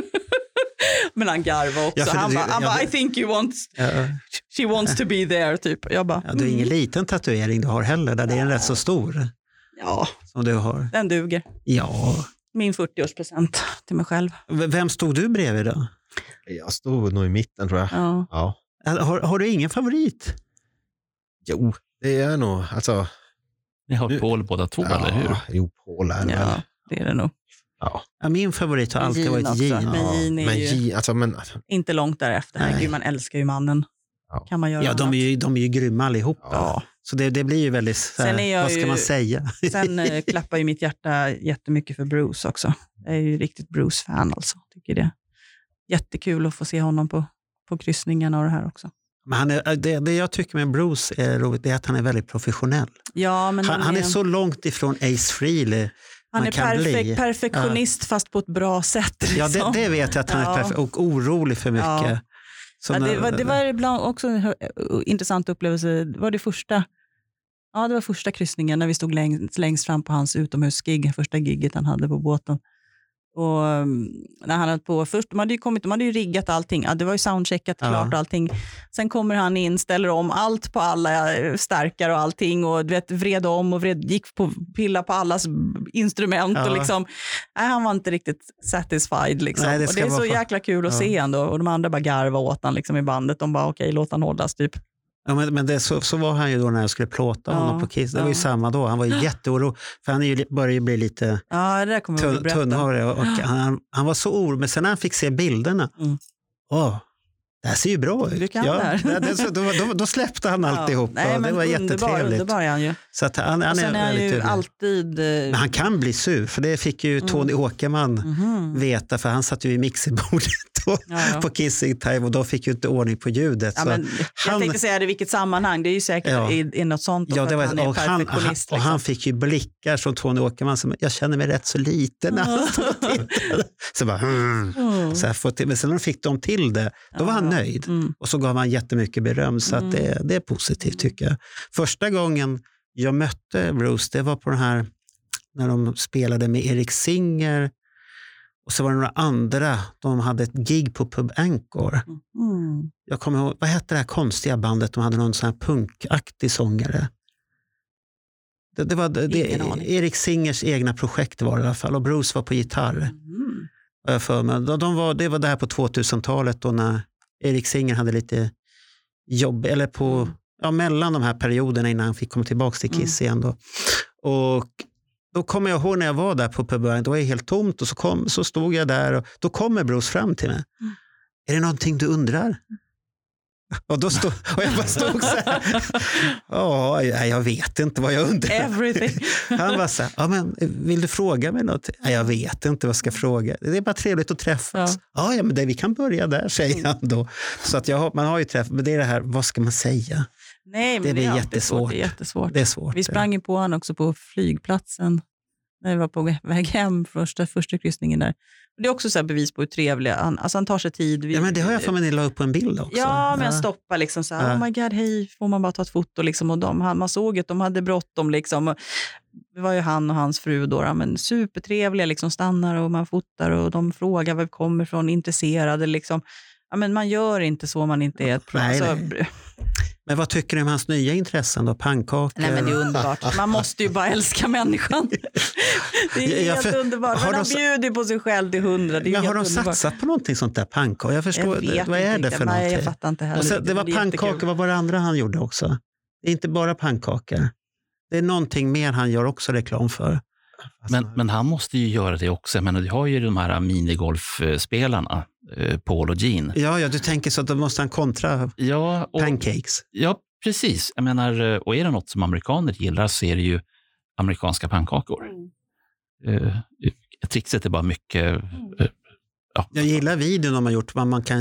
Men han garvade också. Ja, han du, bara, ja, ba, I think you want, ja. she wants to be there, typ. Jag bara, ja, det är ingen mm. liten tatuering du har heller, där det är en rätt så stor. Ja, som du har. Den duger. Ja. Min fyrtioårspresent till mig själv. Vem stod du bredvid då? Jag stod nog i mitten, tror jag. Ja. Ja. Har, har du ingen favorit? Jo, det är nog, alltså... Ni har Paul båda två, ja, eller hur? Jo, Paul är ja, väl. Det är det nog. Ja. Ja, min favorit har alltid Jean varit Jean. Men Jean är men ju Jean, alltså, men... inte långt därefter. Herregud, man älskar ju mannen. Ja, kan man göra ja de, är ju, de är ju grymma allihopa. Ja. Så det, det blir ju väldigt, sen är jag vad ska ju, man säga? Sen äh, klappar ju mitt hjärta jättemycket för Bruce också. Jag är ju riktigt Bruce-fan alltså. Tycker det. Jättekul att få se honom på, på kryssningen och det här också. Men han är, det, det jag tycker med Bruce är roligt, det är att han är väldigt professionell. Ja, men han, han är, är så långt ifrån Ace Frehley. Han är perfek, perfektionist ja. Fast på ett bra sätt. Liksom. Ja, det, det vet jag att han ja. är perfekt och orolig för mycket. Ja. Ja, det, var, det var ibland också en intressant upplevelse. Det var det första, ja, det var första kryssningen när vi stod längst, längst fram på hans utomhusgig, första gigget han hade på båten. Och när han hade på först, de hade ju kommit, de hade ju riggat allting. Ja, det var ju soundcheckat ja. klart och allting. Sen kommer han in, ställer om allt på alla stärkare och allting och du vet, vred om och vred, gick på pilla på allas instrument ja. och liksom, nej, han var inte riktigt satisfied liksom. Nej, det och det är så jäkla kul att ja. se ändå. Och de andra bara garva åt han liksom i bandet. De bara okej, okay, låt han hållas typ. Ja, men men det, så, så var han ju då när jag skulle plåta ja, honom på Kiss. Det ja. var ju samma då. Han var ju jätteorolig. För han är ju, börjar ju bli lite ja, det kommer tun, tunnhårig. Och, och han, han var så orolig. Men sen när han fick se bilderna. Mm. Åh, det här ser ju bra ut. Du kan ja, det det, så, då, då, då släppte han ja. alltihop. Nej, det var underbar, jättetrevligt. Underbar är han ju. Så att han, han är, är ju alltid... Men han kan bli sur. För det fick ju mm. Tony Åkerman mm. veta. För han satt ju i mixerbordet ja, ja. på Kissing Time. Och då fick ju inte ordning på ljudet. Ja, så men, jag han, tänkte säga det i vilket sammanhang. Det är ju säkert ja. i, i något sånt. Ja, det var, han är och, han, han, liksom. och han fick ju blickar som Tony Åkerman. Som, jag känner mig rätt så liten. Mm. så bara... Hmm. Mm. Så här, få till, men sen när de fick de till det. Då ja. var han nöjd. Mm. Och så gav han jättemycket beröm. Så mm. att det, det är positivt tycker jag. Första gången jag mötte Bruce, det var på den här när de spelade med Erik Singer och så var det några andra, de hade ett gig på Pub Anchor. Mm. Jag kommer ihåg, vad hette det här konstiga bandet? De hade någon sån här punkaktig sångare. Det, det var det, Erik Singers egna projekt var det i alla fall och Bruce var på gitarr. Mm. Jag för mig. De, de var, det var där på tvåtusentalet då när Erik Singer hade lite jobb, eller på mm. ja, mellan de här perioderna innan han fick komma tillbaka till Kiss mm. igen då. Och då kommer jag ihåg när jag var där på puben, då var det helt tomt och så, kom, så stod jag där och då kommer Bruce fram till mig. Mm. Är det någonting du undrar? Och då stod, och jag bara stod så här. Ja, jag vet inte vad jag undrar. Everything. Han var så här, ja men vill du fråga mig något? Ja, jag vet inte vad jag ska fråga. Det är bara trevligt att träffas. Ja, ja men det, vi kan börja där, säger han då. Så att jag, man har ju träffat, men det är det här, vad ska man säga? Nej, men det, det är jättesvårt. Det är jättesvårt. Det är svårt. Vi sprang ju på han också på flygplatsen när vi var på väg hem första, första kryssningen där. Det är också så här bevis på hur trevlig han, alltså han tar sig tid. Ja, men det har jag för mig, ni la upp på en bild också. Ja, men ja. stoppar liksom så här, ja. oh my god, hej, får man bara ta ett foto liksom. Och de, man såg att de hade bråttom liksom. Det var ju han och hans fru då, men supertrevliga liksom, stannar och man fotar och de frågar var vi kommer från, intresserade liksom. Ja, men man gör inte så, man inte är ett pro. Nej, så, nej. Men vad tycker du om hans nya intressen då? Pannkakor? Nej, men det är underbart. Man måste ju bara älska människan. Det är helt för, underbart. Men han bjuder på sig själv till hundra. Det är men har de underbart. satsat på någonting sånt där pannkakor? Jag förstår, jag vad är det för någonting? Nej, jag fattar inte heller. Så, det var pannkakor, vad var det andra han gjorde också? Det är inte bara pannkakor. Det är någonting mer han gör också reklam för. Men, men han måste ju göra det också. Men du har ju de här minigolfspelarna, Paul och Jean. Ja, ja, du tänker så att då måste han kontra ja, och, pancakes. Ja, precis. Jag menar, och är det något som amerikaner gillar så är det ju amerikanska pannkakor. Mm. Uh, trixet är bara mycket... Uh, ja. Jag gillar videon de har gjort, vad man kan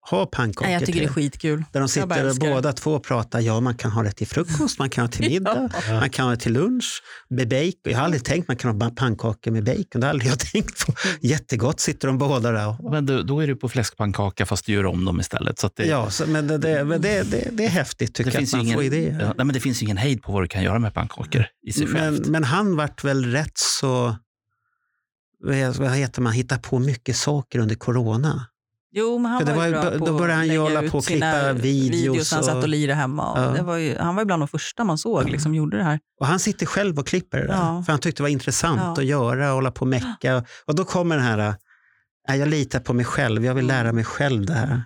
ha pannkakor Nej, jag tycker till. det är skitkul. Där de sitter och båda två och pratar. Ja, man kan ha det till frukost, man kan ha till middag, ja. man kan ha det till lunch med bacon. Jag har aldrig tänkt man kan ha pannkakor med bacon. Det har aldrig jag tänkt på. Jättegott sitter de båda där. Men då, då är du på fläskpannkaka fast du gör om dem istället. Så att det, ja, så, men det, det, det, det, det är häftigt tycker jag att man ingen, får idéer. Ja, nej, men det finns ingen hejd på vad du kan göra med pannkakor i sig men, självt. men han vart väl rätt så... Vad heter man? Hitta på mycket saker under corona. Jo, men han För var, det ju var bra ju, på då började han ju hålla på och klippa videos. videos han och, satt och lirade hemma. Och ja. det var ju, han var ju bland de första man såg ja. liksom gjorde det här. Och han sitter själv och klipper det där. Ja. För han tyckte det var intressant ja. att göra och hålla på och mecka. Och då kommer den här, äh, jag litar på mig själv. Jag vill lära mig själv det här.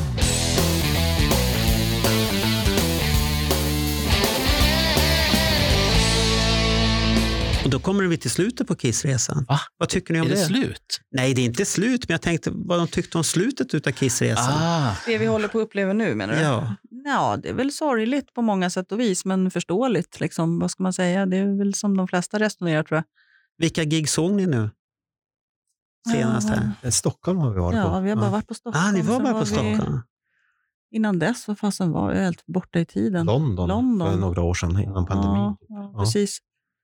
Och då kommer vi till slutet på Kissresan. Va? Vad tycker ni om är det? det? Är det slut? Nej, det är inte slut. Men jag tänkte vad de tyckte om slutet utav Kissresan. Ah. Det vi håller på att uppleva nu, menar du? Ja. Ja, det är väl sorgligt på många sätt och vis, men förståeligt. Liksom. Vad ska man säga? Det är väl som de flesta resonerar, tror jag. Vilka gig såg ni nu? Senast här. Ja. Stockholm har vi varit ja, på. Ja, vi har bara varit på Stockholm. Ah, ni var Sen bara på vi, Stockholm? Innan dess, vad fasen var jag helt borta i tiden. London, London. för några år sedan innan pandemin. Ja, ja, precis.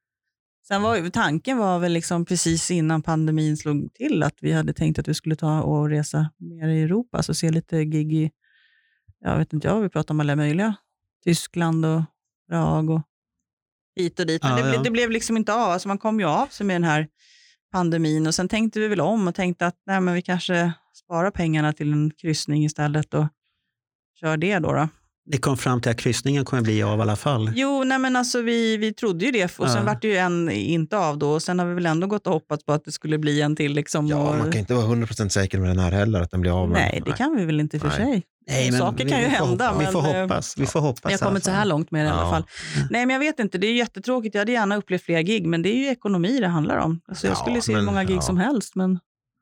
Sen var tanken var väl liksom precis innan pandemin slog till att vi hade tänkt att vi skulle ta och resa mer i Europa, så se lite gig i, jag vet inte jag, vi pratar om alla möjliga. Tyskland och Prag och hit och dit. Men ja, det, ja. det blev liksom inte av. Alltså man kom ju av sig med den här pandemin och sen tänkte vi väl om och tänkte att nej, men vi kanske sparar pengarna till en kryssning istället och kör det då. då. Ni kom fram till att kryssningen kommer bli av i alla fall. Jo, nej men alltså vi, vi trodde ju det och sen Ja. vart det ju en inte av då och sen har vi väl ändå gått och hoppats på att det skulle bli en till liksom. Ja, och... man kan inte vara hundra procent säker med den här heller att den blir av. Nej, det kan vi väl inte för Nej. sig. Nej, men Saker vi, kan ju vi får hända. hoppas. Vi får men, eh, hoppas. Vi får hoppas. Jag har i alla kommit så fall. här långt med det i alla Ja. fall. Nej, men jag vet inte. Det är jättetråkigt. Jag hade gärna upplevt fler gig, men det är ju ekonomi det handlar om. Alltså, jag Ja, skulle se hur men, många gig ja. som helst, men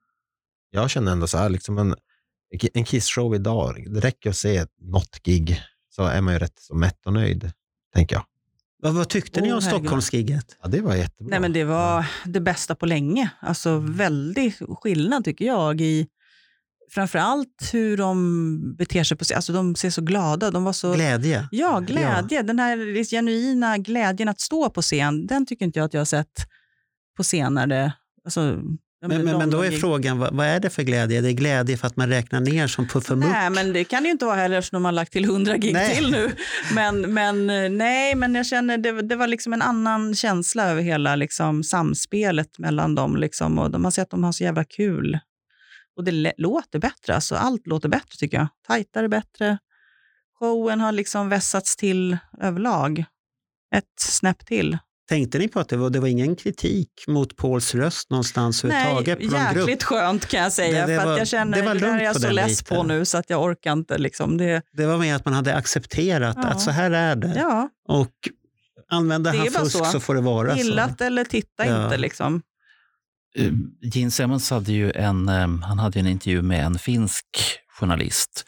Jag känner ändå så här, liksom en, en Kiss-show idag, det räcker att se något gig så är man ju rätt så mätt och nöjd, tänker jag. Vad, vad tyckte ni Åh, om herregud. Stockholmsgigget? Ja, det var jättebra. nej, men det var det bästa på länge. Alltså väldigt skillnad tycker jag i framförallt hur de beter sig på scen. Alltså de ser så glada. De var så... Glädje. Ja, glädje. Den här genuina glädjen att stå på scen, den tycker inte jag att jag har sett på scener. Alltså, Men, men, men då är frågan, vad, vad är det för glädje? Är det glädje för att man räknar ner som på för muck? Nej, men det kan det ju inte vara heller eftersom de har lagt till hundra gig Nej. till nu. Men, men nej, men jag känner det, det var liksom en annan känsla över hela liksom, samspelet mellan dem. Liksom, och de har sett att de har så jävla kul. Och det lä- låter bättre. Alltså, allt låter bättre tycker jag. Tajtare bättre. Showen har liksom vässats till överlag. Ett snäpp till. Tänkte ni på att det var, det var ingen kritik mot Pauls röst någonstans överhuvudtaget på någon jäkligt grupp? skönt kan jag säga. Det- det för var- att jag känner, det var det där lugnt är jag på så den less biten. på nu så att jag orkar inte. Liksom. Det, Det var med att man hade accepterat Ja. att så här är det. ja, Och använder Det är han bara fusk så. så. får det vara gillat så. eller titta Ja. inte liksom. Uh, Gene Simmons hade ju en, um, han hade en intervju med en finsk journalist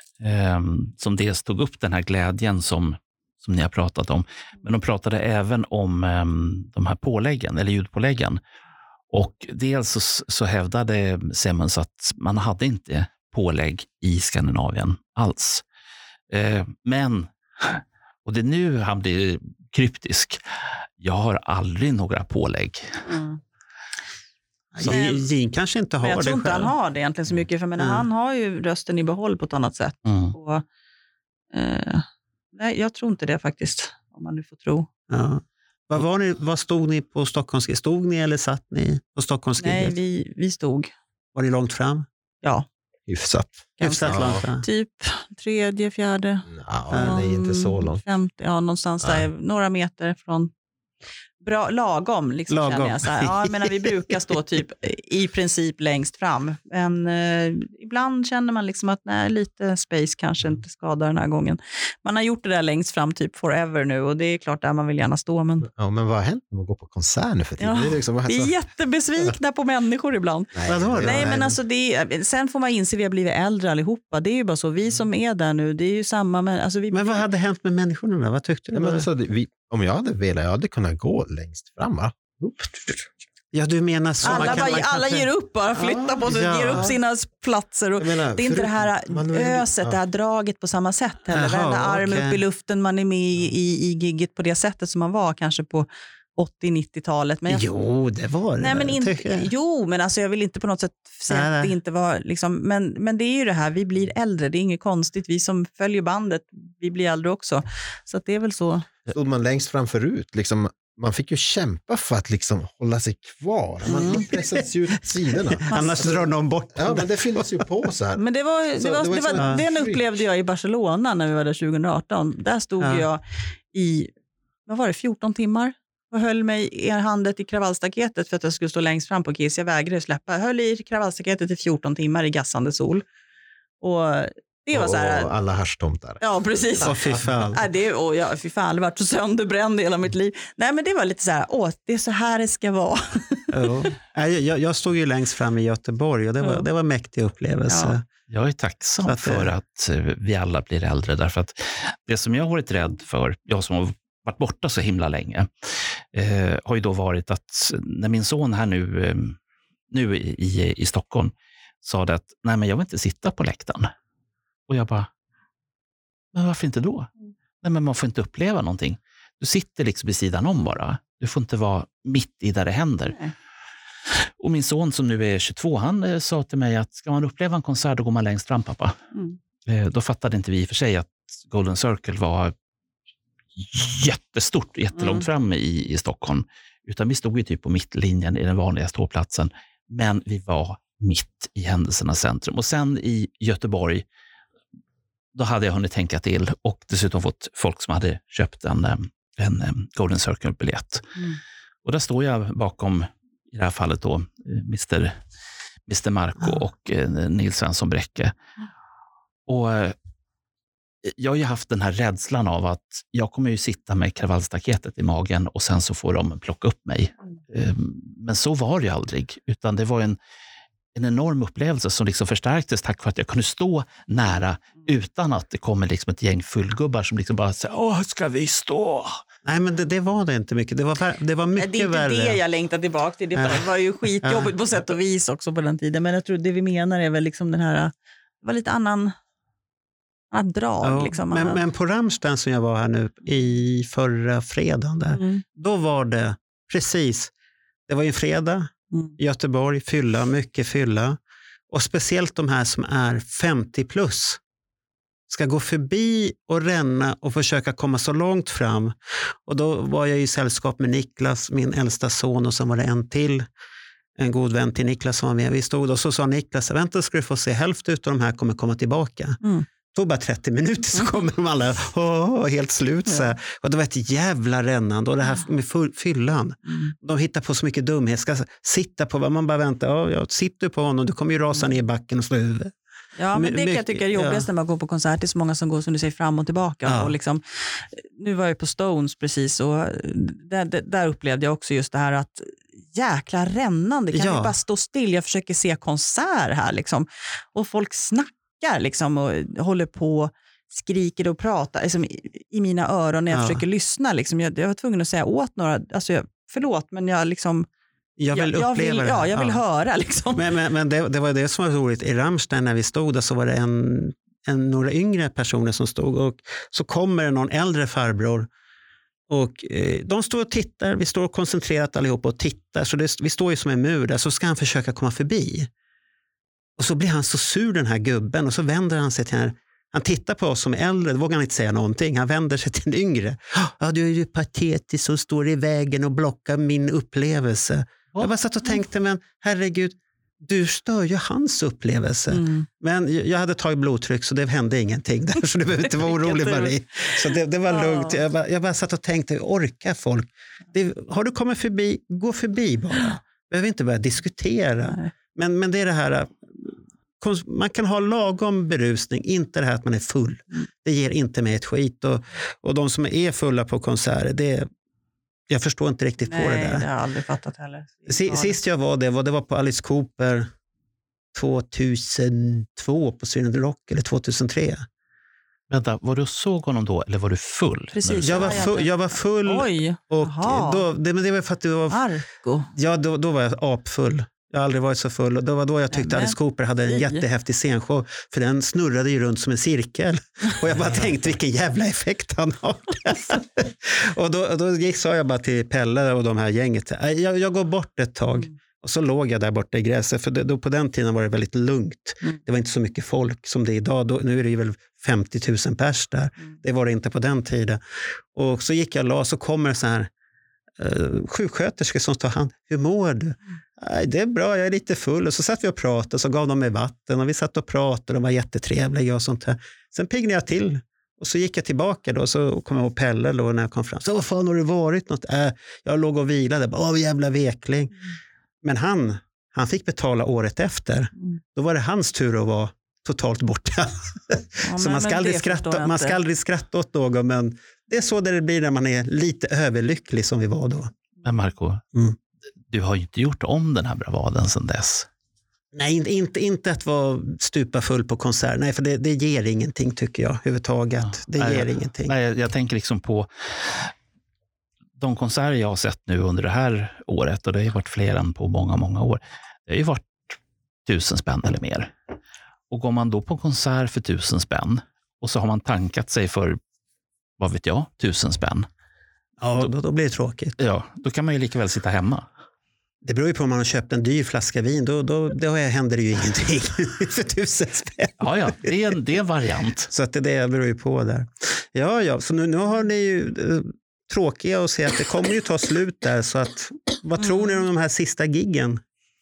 um, som dels tog upp den här glädjen som, som ni har pratat om. Men de pratade även om um, de här påläggen, eller ljudpåläggen. Och dels så, så hävdade Simmons att man hade inte pålägg i Skandinavien alls. Uh, men, och det är nu han blir kryptisk, jag har aldrig några pålägg. Mm. Så Men- Gene kanske inte har Men jag det tror inte själv. han har det egentligen så mycket. För men Mm. han har ju rösten i behåll på ett annat sätt. Mm. Och, eh, nej, jag tror inte det faktiskt. Om man nu får tro. Ja. Vad, var ni, vad stod ni på Stockholmsgigget? Stod ni eller satt ni på Nej, Stockholmsgigget? vi, vi stod. Var ni långt fram? Ja, Hyfsat. Hyfsat Ja. långt fram. typ tredje, fjärde. Ja, det är inte så långt. Femte, ja, någonstans där. Några meter från... Bra, lagom, liksom, Lagom. känner jag. Så här. Ja, jag menar, vi brukar stå typ i princip längst fram. Men eh, ibland känner man liksom att nej, lite space kanske inte skadar den här gången. Man har gjort det där längst fram typ forever nu och det är klart där man vill gärna stå. Men Ja, men vad har hänt när man går på konsert nu för tiden? Ja, det är liksom, vi är alltså, jättebesvikna på människor ibland. nej, Vadå då? Nej, men alltså det är, sen får man inse att vi har blivit äldre allihopa. Det är ju bara så. Vi som är där nu, det är ju samma. Men, alltså vi, Men vad hade hänt med människorna då? Vad tyckte du? Nej, men alltså, det- vi, om jag hade velat, jag hade kunnat gå längst fram. Va? Ja, du menar så. Alla, man kan, bara, man alla kanske... ger upp bara, flyttar på sig, ja. ger upp sina platser. Och menar, det är inte det här man, öset, ja. det här draget på samma sätt heller. Jaha, Varenda arm okay. upp i luften, man är med i, i, i gigget på det sättet som man var kanske på åttio-nittiotalet. Men jag, Jo, det var det. nej, men inte, jo, men alltså jag vill inte på något sätt säga nej, nej. att det inte var liksom, men, men det är ju det här, vi blir äldre, det är inget konstigt, vi som följer bandet, vi blir äldre också. Så att det är väl så. Stod man längst fram förut, liksom, man fick ju kämpa för att liksom hålla sig kvar. Man mm. pressades ut sidorna. Annars drar någon bort. Ja, men det fylldes ju på så här. Men det var, det var, det var, det var den upplevde jag i Barcelona när vi var där tjugo arton. Där stod ja. jag i, vad var det, fjorton timmar och höll mig i handet i kravallstaketet för att jag skulle stå längst fram på Kiss. Jag vägrade släppa. Jag höll i kravallstaketet i fjorton timmar i gassande sol. Och det var så här, och alla haschtomtar. Ja, precis. Åh, fy fan. Nej, det, åh, ja, fy fan, jag har varit så sönderbränd hela mitt liv. Nej, men det var lite så här, åh, det är så här det ska vara. Ja. Jag, jag stod ju längst fram i Göteborg och det var, ja. det var en mäktig upplevelse. Ja. Jag är tacksam att för att vi alla blir äldre, därför att det som jag har varit rädd för, jag som har varit borta så himla länge, eh, har ju då varit att när min son här nu, eh, nu i, i, i Stockholm sa det att nej, men jag vill inte sitta på läktaren. Och jag bara, men varför inte då? Mm. Nej, men man får inte uppleva någonting. Du sitter liksom vid sidan om bara. Du får inte vara mitt i där det händer. Nej. Och min son som nu är tjugotvå, han eh, sa till mig att ska man uppleva en konsert då går man längst fram, pappa. Mm. Eh, då fattade inte vi i och för sig att Golden Circle var jättestort, jättelångt mm. fram i, i Stockholm. Utan vi stod ju typ på mittlinjen i den vanliga ståplatsen. Men vi var mitt i händelsernas centrum. Och sen i Göteborg, då hade jag hunnit tänka till och dessutom fått folk som hade köpt en, en, en Golden Circle-biljett. Mm. Och där står jag bakom, i det här fallet då, Mister Mister Marco mm. och eh, Nils Svensson Bräcke. Mm. Och eh, jag har ju haft den här rädslan av att jag kommer ju sitta med kravallstaketet i magen och sen så får de plocka upp mig. Mm. Eh, men så var det ju aldrig, utan det var en en enorm upplevelse som liksom förstärktes tack vare att jag kunde stå nära utan att det kommer liksom ett gäng fullgubbar som liksom bara säger, åh, ska vi stå? Nej, men det, det var det inte mycket. Det var, det var mycket värre. Det är inte värre. det jag längtar tillbaka till. Det var, det var ju skitjobbigt på sätt och vis också på den tiden. Men jag tror det vi menar är väl liksom den här, det var lite annan, annan drag. Ja, liksom. men, men på Rammstein som jag var här nu i förra fredagen där, mm. då var det precis, det var ju en fredag. Mm. Göteborg, fylla, mycket fylla. Och speciellt de här som är femtio plus ska gå förbi och ränna och försöka komma så långt fram. Och då var jag i sällskap med Niklas, min äldsta son, och så var det en till, en god vän till Niklas som var med. Vi stod och så sa Niklas, vänta ska du få se, hälften av de här kommer komma tillbaka. Mm. Det tog bara trettio minuter så kommer de alla åh, helt slut. Så ja. Och det var ett jävla rännande och det här med fyllan. Mm. De hittar på så mycket dumhet. Ska sitta på vad man bara väntar. Ja, jag sitter på honom. Du kommer ju rasa ner i backen och slå huvudet. Ja, men det kan jag tycka är jobbigast ja. när man går på konsert. Det är så många som går som du säger fram och tillbaka. Ja. Och liksom, nu var jag på Stones precis och där, där upplevde jag också just det här att jäkla rännande. Kan ja. vi bara stå still? Jag försöker se konsert här liksom. Och folk snackar. Liksom, och håller på, skriker och pratar liksom, i, i mina öron när jag ja. försöker lyssna. Liksom. Jag, jag var tvungen att säga åt några, alltså jag, förlåt men jag liksom jag vill jag, uppleva jag vill, det. Ja, jag vill ja. höra. Liksom. Men, men, men det, det var det som var roligt. I Rammstein när vi stod där så var det en, en, några yngre personer som stod och så kommer det någon äldre farbror och eh, de står och tittar, vi står och koncentrerat allihop och tittar så det, vi står ju som en mur där så ska han försöka komma förbi. Och så blir han så sur den här gubben och så vänder han sig till den här, han tittar på oss som är äldre, det vågar han inte säga någonting, han vänder sig till den yngre. Ja, du är ju patetisk och står i vägen och blockar min upplevelse. Oh. Jag bara satt och tänkte, men herregud, du stör ju hans upplevelse. Mm. Men jag hade tagit blodtryck så det hände ingenting där, så du behöver inte vara orolig Marie. Så det, det var oh. lugnt. Jag bara, jag bara satt och tänkte, orkar folk? Det, har du kommit förbi, gå förbi bara. Behöver inte börja diskutera. Men, men det är det här, man kan ha lagom berusning, inte det här att man är full. Det ger inte mig ett skit. Och, och de som är fulla på konserter, det, jag förstår inte riktigt Nej, på det där. Nej, det har jag aldrig fattat heller. Sist jag var det, var, det var på Alice Cooper tjugohundratvå på Sweden Rock, eller tjugohundratre. Vänta, var du såg honom då eller var du full? Precis. Jag var, full, jag var full Oj, och Jaha. då, det, men det var för att du var, Marco. ja, då, då var jag apfull. Jag har aldrig varit så full. Och det var då jag tyckte Nämen. Alice Cooper hade en Nej. jättehäftig scenshow. För den snurrade ju runt som en cirkel. Och jag bara tänkte vilken jävla effekt han har. och då, och då gick, sa jag bara till Pelle och de här gänget. Jag, jag går bort ett tag. Mm. Och så låg jag där borta i gräset. För det, då på den tiden var det väldigt lugnt. Mm. Det var inte så mycket folk som det är idag. Då, nu är det ju väl femtio tusen pers där. Mm. Det var det inte på den tiden. Och så gick jag och la, så kommer det så här uh, sjuksköterskor som tar hand. Hur mår du? Nej, det är bra, jag är lite full. Och så satt vi och pratade, så gav de mig vatten och vi satt och pratade, de var jättetrevliga och sånt här. Sen piggade jag till och så gick jag tillbaka då, så kom jag ihåg Pelle då när jag kom fram. Så vad fan har det varit något? Äh, jag låg och vilade, bara, åh jävla vekling. Mm. Men han, han fick betala året efter. Mm. Då var det hans tur att vara totalt borta. Ja, så man ska, aldrig skratta, man ska aldrig skratta åt någon, men det är så där det blir när man är lite överlycklig som vi var då. Men Marco, mm. du har ju inte gjort om den här bravaden sedan dess. Nej, inte, inte, inte att vara stupa full på konsert. Nej, för det, det ger ingenting tycker jag överhuvudtaget. Ja, det nej, ger jag, ingenting. Nej, jag, jag tänker liksom på de konserter jag har sett nu under det här året, och det har ju varit fler än på många, många år. Det har ju varit tusen spänn eller mer. Och går man då på konsert för tusen spänn och så har man tankat sig för, vad vet jag, tusen spänn. Ja, då, då blir det tråkigt. Ja, då kan man ju lika väl sitta hemma. Det beror ju på om man har köpt en dyr flaska vin. Då, då, då händer det ju ingenting för tusen spänn. Ja, ja, det är en, det är en variant. Så att det, det beror ju på där. Ja, ja, så nu, nu har ni ju eh, tråkiga att se att det kommer ju ta slut där. Så att, vad mm. tror ni om de här sista giggen?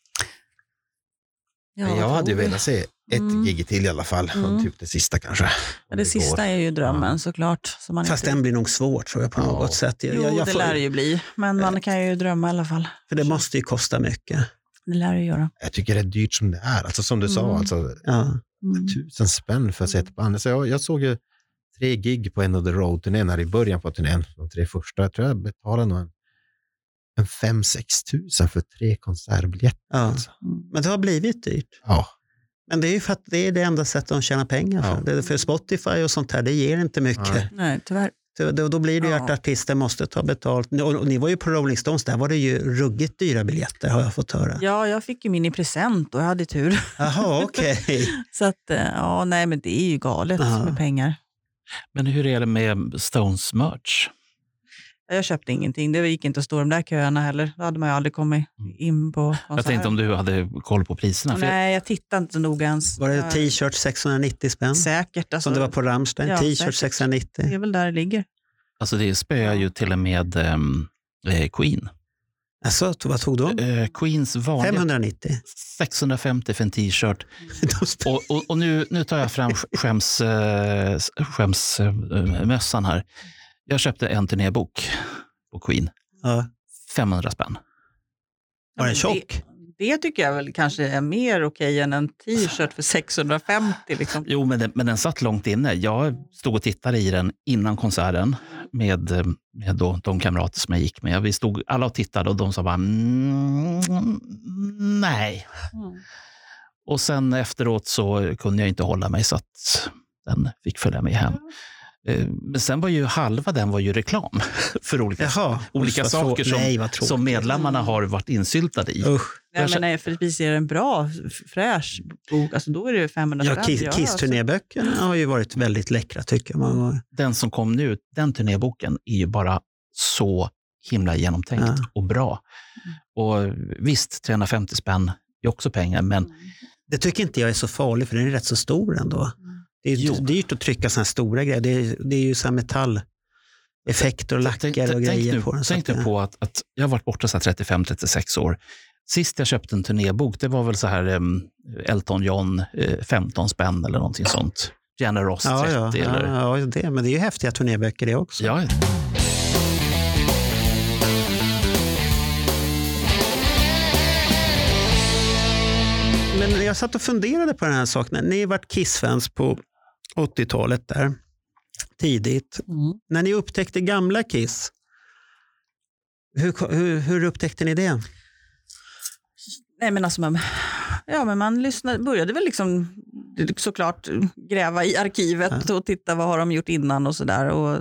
Ja, jag hade ju velat se ett mm. gig till i alla fall. Mm. Typ det sista kanske. Ja, det, det sista går. Är ju drömmen ja. Såklart. Så man Fast inte... den blir nog svårt tror jag på något ja. sätt. Jag, jo, jag, jag det får... lär ju bli. Men man kan ju drömma i alla fall. För det måste ju kosta mycket. Det lär det göra. Jag tycker det är dyrt som det är. Alltså som du mm. sa, alltså, ja. mm. tusen spänn för att se ett band. Så jag, jag såg ju tre gig på en of the road-turnén här i början på turnén. De tre första. Jag tror jag betalade nog en, en fem sex tusen för tre konsertbiljetter. Ja. Alltså. Men det har blivit dyrt. Ja. Men det är ju för att det är det enda sättet de tjänar pengar för. Ja. Det är för Spotify och sånt här, det ger inte mycket. Nej, Nej tyvärr. Då, då blir det ju ja. att artister måste ta betalt. Och, och ni var ju på Rolling Stones, där var det ju ruggigt dyra biljetter har jag fått höra. Ja, jag fick ju min i present och jag hade tur. Jaha, okej. Okay. Så att, ja, nej men det är ju galet ja. med pengar. Men hur är det med Stones merch? Jag köpte ingenting. Det gick inte att stå de där köerna heller. Då hade man ju aldrig kommit in på konsert. Jag tänkte om du hade koll på priserna. Nej, jag tittade inte noga ens. Var det t-shirt sexhundranittio spänn? Säkert. Alltså, som det var på Rammstein. Ja, t-shirt sexhundranittio. Det är väl där det ligger. Alltså det spöar ju till och med um, Queen. Alltså, vad tog de? Uh, Queens vanliga... femhundranittio. sexhundrafemtio för en t-shirt. och och, och nu, nu tar jag fram skäms, uh, skämsmössan uh, här. Jag köpte en turnébok på Queen. Ja. femhundra spänn. Var den tjock? Det, det tycker jag väl kanske är mer okej än en t-shirt för sexhundrafemtio. Liksom. Jo, men den, men den satt långt inne. Jag stod och tittade i den innan konserten med, med då, de kamrater som jag gick med. Vi stod alla och tittade och de sa bara mm, nej. Mm. Och sen efteråt så kunde jag inte hålla mig så att den fick följa med hem. Men sen var ju halva den var ju reklam för olika, Jaha, olika saker som, nej, som medlemmarna har varit insyltade i. Usch. Nej, men nej, för det är en bra, fräsch bok. Alltså då är det femhundra ja, Kiss, Kiss-turnéböckerna alltså. Har ju varit väldigt läckra tycker man. Den som kom nu, den turnéboken är ju bara så himla genomtänkt ja. och bra. Och visst, trehundrafemtio spänn är också pengar, men... Det tycker inte jag är så farligt för den är rätt så stor ändå. Det är ju dyrt att trycka såna här stora grejer. Det är, det är ju så här metalleffekter och lackar tänk, och grejer tänk nu, på den. Tänk nu på att, att jag har varit borta så här trettiofem till trettiosex år. Sist jag köpte en turnébok, det var väl så här um, Elton John uh, femton spänn eller någonting sånt. Diana Ross trettio. Ja, ja, eller... ja, ja det, men det är ju häftiga turnéböcker det också. Ja. Men jag satt och funderade på den här saken. Ni har varit Kiss-fans på åttiotalet där, tidigt. Mm. När ni upptäckte gamla Kiss, hur, hur, hur upptäckte ni det? Nej men alltså man, ja, men man lyssnade, började väl liksom såklart gräva i arkivet och titta vad har de gjort innan och sådär. Och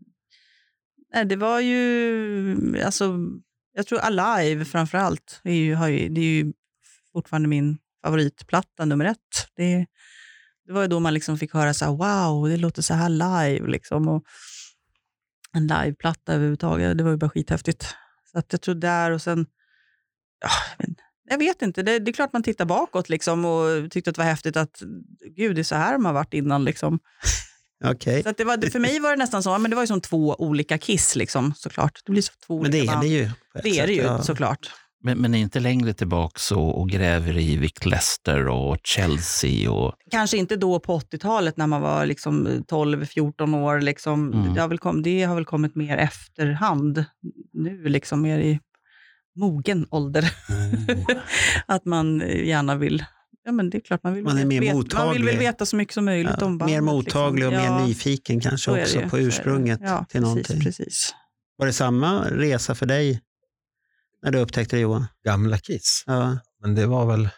nej, det var ju, alltså, jag tror Alive framförallt, är ju, har ju, det är ju fortfarande min favoritplatta nummer ett. Det, det var ju då man liksom fick höra så här, wow, det låter så här live liksom. Och en liveplatta överhuvudtaget, det var ju bara skithäftigt. Så att jag tror där och sen, ja, men, jag vet inte, det, det är klart man tittar bakåt liksom och tyckte att det var häftigt att gud, det är så här man har varit innan liksom. Okay. Så att det var, för mig var det nästan så, men det var ju som två olika Kiss liksom, såklart. Det blir så två men det är band. det ju. Det är det ju, ja. Såklart. Men, men är inte längre tillbaka och, och gräver i Vic Lester och Chelsea? Och... Kanske inte då på åttiotalet när man var liksom tolv fjorton år. Liksom. Mm. Det, har väl kom, det har väl kommit mer efterhand. Nu liksom mer i mogen ålder. Mm. Att man gärna vill... Ja, men det är klart man vill, man är mer veta, mottaglig. Man vill väl veta så mycket som möjligt ja, om bandet. Mer mottaglig liksom. och Ja, mer nyfiken kanske också på ursprunget ja, till någonting. Precis, precis. Var det samma resa för dig när du upptäckte det, Johan? Gamla Kiss? Ja. Men det var väl...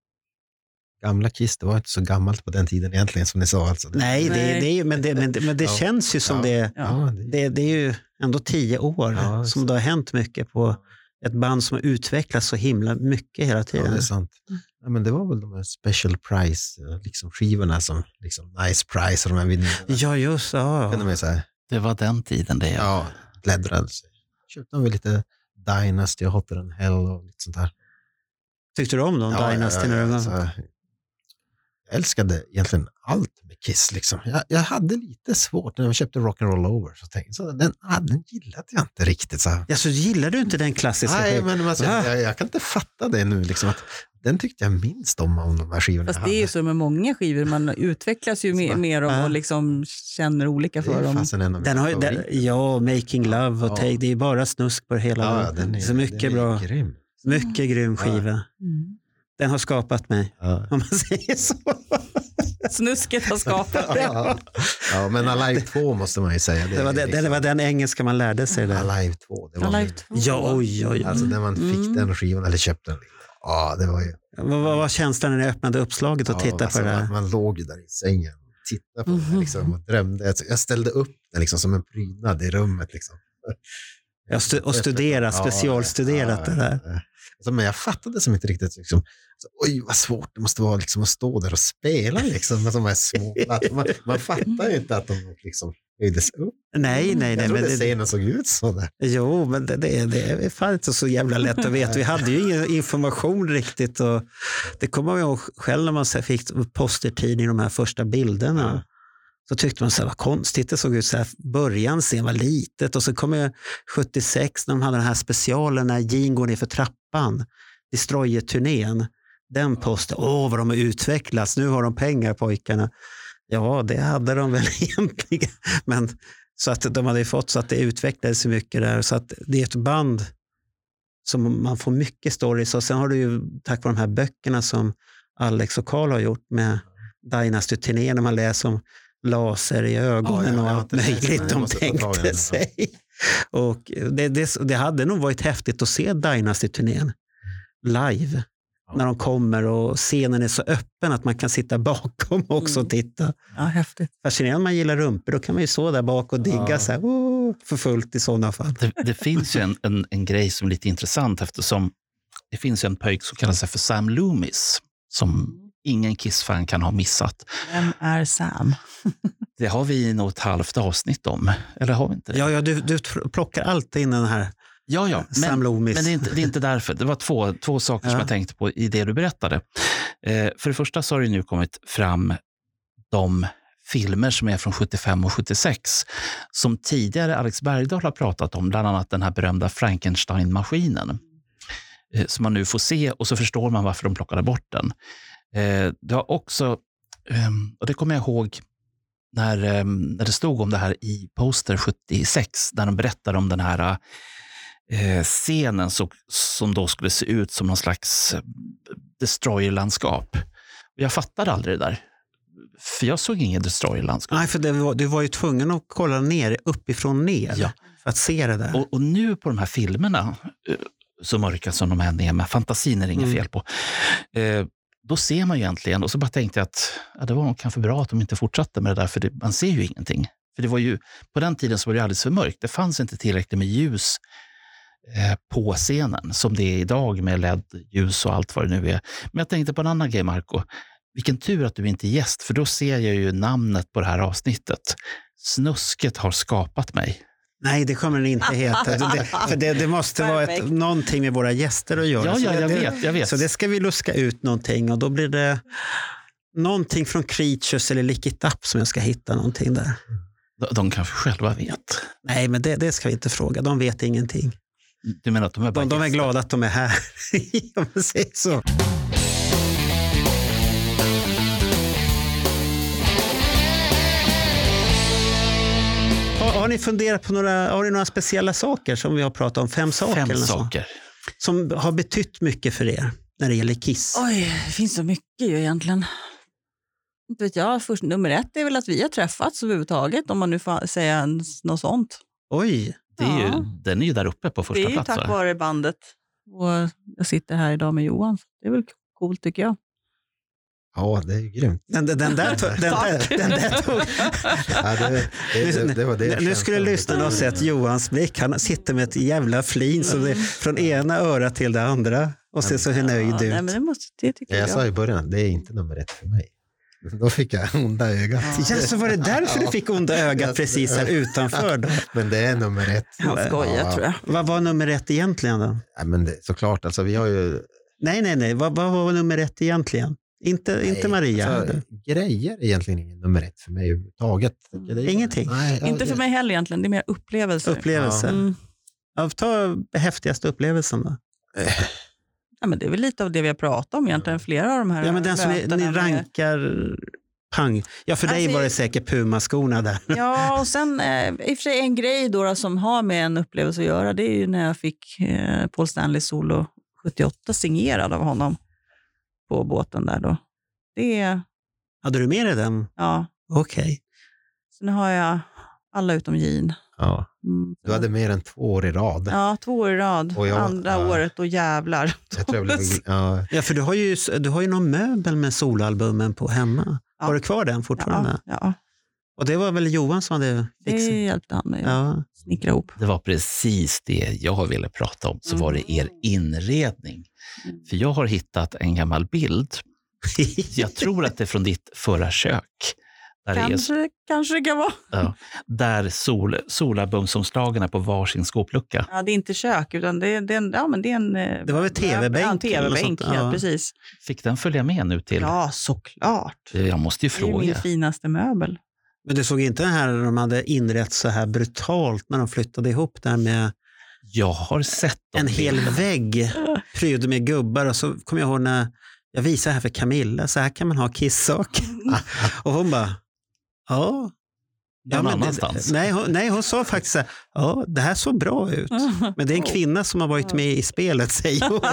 Gamla Kiss, det var inte så gammalt på den tiden egentligen som ni sa. Alltså. Nej, det, det är ju, men det, men det, men det ja. känns ju som ja. det, ja, det... det... Det är ju ändå tio år ja, som det har hänt mycket på ett band som har utvecklats så himla mycket hela tiden. Ja, det är sant. Ja, men det var väl de här special price liksom skivorna som liksom nice price och de här vinylerna. Ja, just ja. Kunde man säga. Det var den tiden det. Ja, bläddrade sig. Köpte de väl lite Dynasty och Hotter than Hell och lite sånt här. Tyckte du om dem, ja, Dynasty? Ja, när ja, du alltså, jag älskade egentligen allt med Kiss. Liksom. Jag, jag hade lite svårt när jag köpte Rock'n'Roll Over. Så tänkte, så den, ah, den gillade jag inte riktigt. Så. Ja, så gillar du inte den klassiska? Nej, men alltså, jag, jag kan inte fatta det nu. Liksom, att den tyckte jag minst om av de här skivorna. Fast det är ju så med många skivor. Man utvecklas ju mer, mer om och liksom känner olika för dem. Den har ju, den, ja, Making Love och ja. Take, det är bara snusk på det hela. Ja, den är, så mycket den är bra. Grym. Mycket grym skiva. Mm. Den har skapat mig, ja. Om man säger så. Snusket har skapat det. Ja, ja, men Alive två måste man ju säga. Det, det, var, det, liksom, det var den engelska man lärde sig. Där. Alive två. Det var Alive två. Ja, oj, oj. Alltså när man fick mm. den skivan, eller köpte den. Ja, det var ju... Vad var, var känslan när ni öppnade uppslaget och ja, tittade alltså, på det där? Man, man låg ju där i sängen och tittade på mm. det liksom, och drömde. Jag ställde upp den liksom, som en prydnad i rummet. Liksom. Ja, stu- och studerat, ja, specialstuderat ja, det där. Ja, ja. Alltså, men jag fattade som inte riktigt liksom, så, oj vad svårt det måste vara liksom, att stå där och spela liksom, med de här små man, man fattar ju inte att de liksom höjdes upp. Nej, nej, nej. Jag trodde men scenen såg ut så där. Jo, men det, det, det är fan inte så jävla lätt att veta. Vi hade ju ingen information riktigt och det kommer jag ihåg själv när man fick postertid i de här första bilderna. Ja. Så tyckte man så här, vad konstigt det såg ut. Så här, början sen var litet och så kom jag sjuttiosex när de hade den här specialen när Gene går ner för trappan. Destroyer-turnén. Den posten, åh vad de har utvecklats. Nu har de pengar pojkarna. Ja, det hade de väl egentligen. Men så att de hade fått så att det utvecklades så mycket där. Så att det är ett band som man får mycket stories. Och sen har du ju tack vare de här böckerna som Alex och Carl har gjort med Dynasty-turnén när man läser om laser i ögonen ja, ja, och allt möjligt de tänkte sig. Och det, det, det hade nog varit häftigt att se Dynasty-turnén live. Ja. När de kommer och scenen är så öppen att man kan sitta bakom också och titta. Ja, häftigt. Fascinerande, man gillar rumpor, då kan man ju stå där bak och digga ja. Så här, oh, för fullt i sådana fall. Det, det finns ju en, en, en grej som är lite intressant eftersom det finns en pojk som kallar sig för Sam Loomis som ingen Kiss-fan kan ha missat. Vem är Sam? Det har vi nog ett halvt avsnitt om. Eller har vi inte det? Ja, ja du, du plockar alltid in den här ja, ja. Men, Sam Loomis. Men det är, inte, det är inte därför. Det var två, två saker ja. som jag tänkte på i det du berättade. Eh, för det första så har det nu kommit fram de filmer som är från sjuttiofem och sjuttiosex som tidigare Alex Bergdahl har pratat om. Bland annat den här berömda Frankenstein-maskinen. Eh, som man nu får se och så förstår man varför de plockade bort den. Eh, det har också, eh, och det kommer jag ihåg när, eh, när det stod om det här i Poster sjuttiosex, där de berättade om den här eh, scenen så, som då skulle se ut som någon slags destroyer-landskap. Och jag fattade aldrig det där. För jag såg ingen destroyer-landskap. Nej, för det var, du var ju tvungen att kolla ner, uppifrån ner ja. För att se det där. Och, och nu på de här filmerna, så mörka som de än är med, fantasin är det inga mm. fel på. Eh, då ser man ju egentligen, och så bara tänkte jag att ja, det var nog kanske bra att de inte fortsatte med det där, för det, man ser ju ingenting. För det var ju, på den tiden så var det alldeles för mörkt. Det fanns inte tillräckligt med ljus eh, på scenen som det är idag med L E D-ljus och allt vad det nu är. Men jag tänkte på en annan grej, Marco. Vilken tur att du inte är gäst, för då ser jag ju namnet på det här avsnittet. Snusket har skapat mig. Nej, det kommer den inte heta. Det, för det, det måste vara ett, någonting med våra gäster att göra. Ja, ja, jag det, vet, jag vet. Så det ska vi luska ut någonting, och då blir det någonting från Creatures eller Lick It Up som jag ska hitta någonting där. De, de kanske själva vet. Nej, men det, det ska vi inte fråga. De vet ingenting. Du menar att de är bara de, de är glada att de är här. Om man säger så. Har ni funderat på några, har ni några speciella saker som vi har pratat om? Fem saker? Fem eller saker. Så, som har betytt mycket för er när det gäller Kiss? Oj, det finns så mycket ju egentligen. Inte vet jag, först, nummer ett är väl att vi har träffats överhuvudtaget, om man nu får säga något sånt. Oj. Det är ju, Ja. Den är ju där uppe på första plats. Det är ju plats. tack vare bandet. Och jag sitter här idag med Johan. Det är väl coolt tycker jag. Ja, det är ju grymt. Den, den, den där tog... Den där, den där tog. Ja, det, det, det, det var det nu skulle lyssnarna ha sett Johans blick. Han sitter med ett jävla flin så det, från ena örat till det andra. Och ser så nöjd ut. Ja, nej, men det måste, det tycker jag, jag. jag sa i början, det är inte nummer ett för mig. Då fick jag onda ögat. Ja, så var det därför du fick onda ögat precis här utanför då. Men det är nummer ett. Jag skojar, ja. Tror jag. Vad var nummer ett egentligen då? Ja, men det, såklart, alltså vi har ju... Nej, nej, nej. Vad, vad var nummer ett egentligen? Inte, nej, inte Maria. Alltså, grejer är egentligen ingen nummer ett för mig överhuvudtaget. Mm. Ingenting? Nej, inte för mig heller egentligen, det är mer upplevelser. Upplevelser. Mm. Ja, ta häftigaste upplevelsen då. Ja, men det är väl lite av det vi har pratat om egentligen, flera av de här. Ja, men den som ni, ni rankar pang. Ja, för dig alltså, var det säkert Puma-skorna där. Ja, och sen eh, i och för sig en grej då, då som har med en upplevelse att göra, det är ju när jag fick eh, Paul Stanley solo sjuttioåtta signerad av honom på båten där då. Det... Hade du med dig den? Ja. Okej. Okay. Så nu har jag alla utom Jean. Ja. Mm, du hade mer än två år i rad. Ja, två år i rad. Och jag, Andra ja. året och jävlar. Jag tror jag blev, ja. ja, för du har ju, du har ju någon möbel med soloalbumen på hemma. Ja. Har du kvar den fortfarande? Ja, ja. Och det var väl Johan som hade fixat? Det hjälpte han mig ja. att snickra ihop. Det var precis det jag ville prata om. Så mm. var det er inredning. Mm. För jag har hittat en gammal bild. Jag tror att det är från ditt förra kök. Där kanske, är, kanske det kan vara. Ja, där sol, solalbumsomslagen är på varsin skåplucka. Ja, det är inte kök, utan det är, det är en... Ja, men det, är en det var väl tv-bänk? Ja, en tv-bänk, ja. ja, precis. Fick den följa med nu till? Ja, såklart. Jag måste ju fråga. Det är min finaste möbel. Men du såg inte här när de hade inrett så här brutalt när de flyttade ihop där med... Jag har sett en bilder. Hel vägg prydd med gubbar, och så kommer jag ihåg när jag visade här för Camilla, så här kan man ha kissak. Och hon bara, ja. Ja, men det, nej, hon, nej, hon sa faktiskt så här, ja, det här såg bra ut. Men det är en kvinna som har varit med i spelet, säger hon.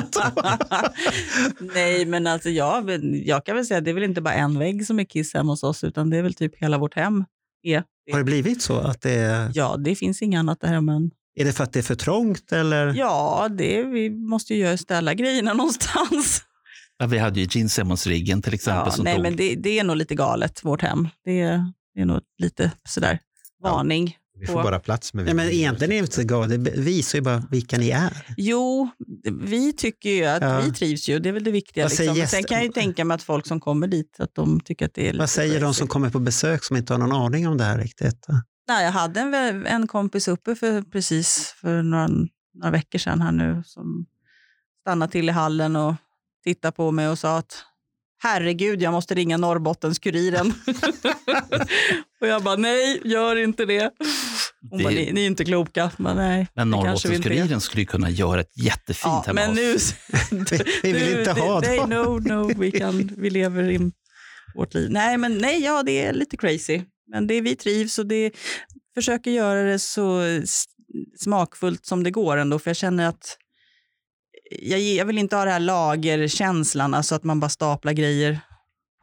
Nej, men alltså jag, jag kan väl säga att det är väl inte bara en vägg som är Kiss hemma hos oss, utan det är väl typ hela vårt hem. Är. Har det blivit så? Att det är... Ja, det finns inget annat där hemma än... Är det för att det är för trångt? Eller? Ja, det, vi måste ju göra ställa grejerna någonstans. Ja, vi hade ju Gene Simmons-riggen till exempel. Ja, som nej, tog... men det, det är nog lite galet, vårt hem. Det är, det är nog lite sådär varning. Ja, vi får på... bara plats med... Ja, men egentligen är det inte så galet. Det visar ju bara vilka ni är. Jo, vi tycker ju att ja. vi trivs ju. Det är väl det viktiga. Liksom. Gäst... Sen kan jag ju tänka mig att folk som kommer dit, att de tycker att det är lite... Vad säger crazy. De som kommer på besök som inte har någon aning om det här riktigt? Nej, jag hade en, en kompis uppe för precis för några, några veckor sedan här nu som stannade till i hallen och tittade på mig och sa att herregud, jag måste ringa Norrbottens-Kuriren. Och jag bara, nej, gör inte det. Hon det... bara, ni, ni är inte kloka. Men, nej, men Norrbottens-Kuriren skulle ju kunna göra ett jättefint ja, hemma men nu, vi vill nu, inte ha det. dem. No, no, vi, kan, vi lever i vårt liv. Nej, men nej, ja, det är lite crazy. Men det är vi trivs och det försöker göra det så smakfullt som det går ändå. För jag känner att jag, jag vill inte ha det här lagerkänslan, alltså att man bara staplar grejer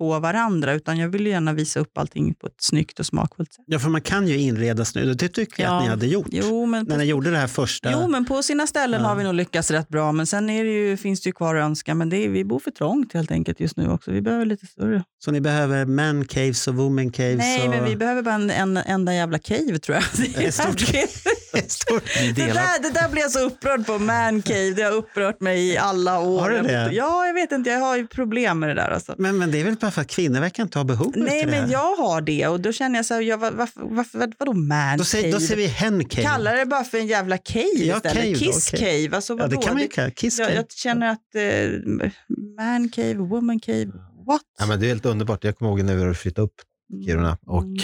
på varandra, utan jag vill gärna visa upp allting på ett snyggt och smakfullt sätt. Ja, för man kan ju inreda snö. Det tycker jag Ja. att ni hade gjort. Jo, men när ni gjorde det här första. Jo, men på sina ställen Ja. har vi nog lyckats rätt bra. Men sen är det ju, finns det ju kvar att önska. Men det är, vi bor för trångt helt enkelt just nu också. Vi behöver lite större. Så ni behöver man caves och woman caves? Nej, och... men vi behöver bara en, en enda jävla cave, tror jag. Det, är stort. stort. Ni Det, delar... där, det där blir jag så upprörd på, man cave. Det har upprört mig i alla år. Har du det? Ja, jag vet inte. Jag har ju problem med det där. Alltså. Men, men det är väl bara för att kvinnor verkar inte ha behov av Nej, det här. men jag har det. Och då känner jag så här, jag, var, varför, varför, vad, vadå man Då cave? säger, då säger vi hen cave. Kallar det bara för en jävla cave Ja, istället. cave då, Kiss okej. cave. Alltså, Ja, det vadå? kan man ju kalla. Kiss jag, cave. jag känner att eh, man cave, woman cave, what? Ja, men det är helt underbart. Jag kommer ihåg när vi flyttade upp till Kiruna och Mm.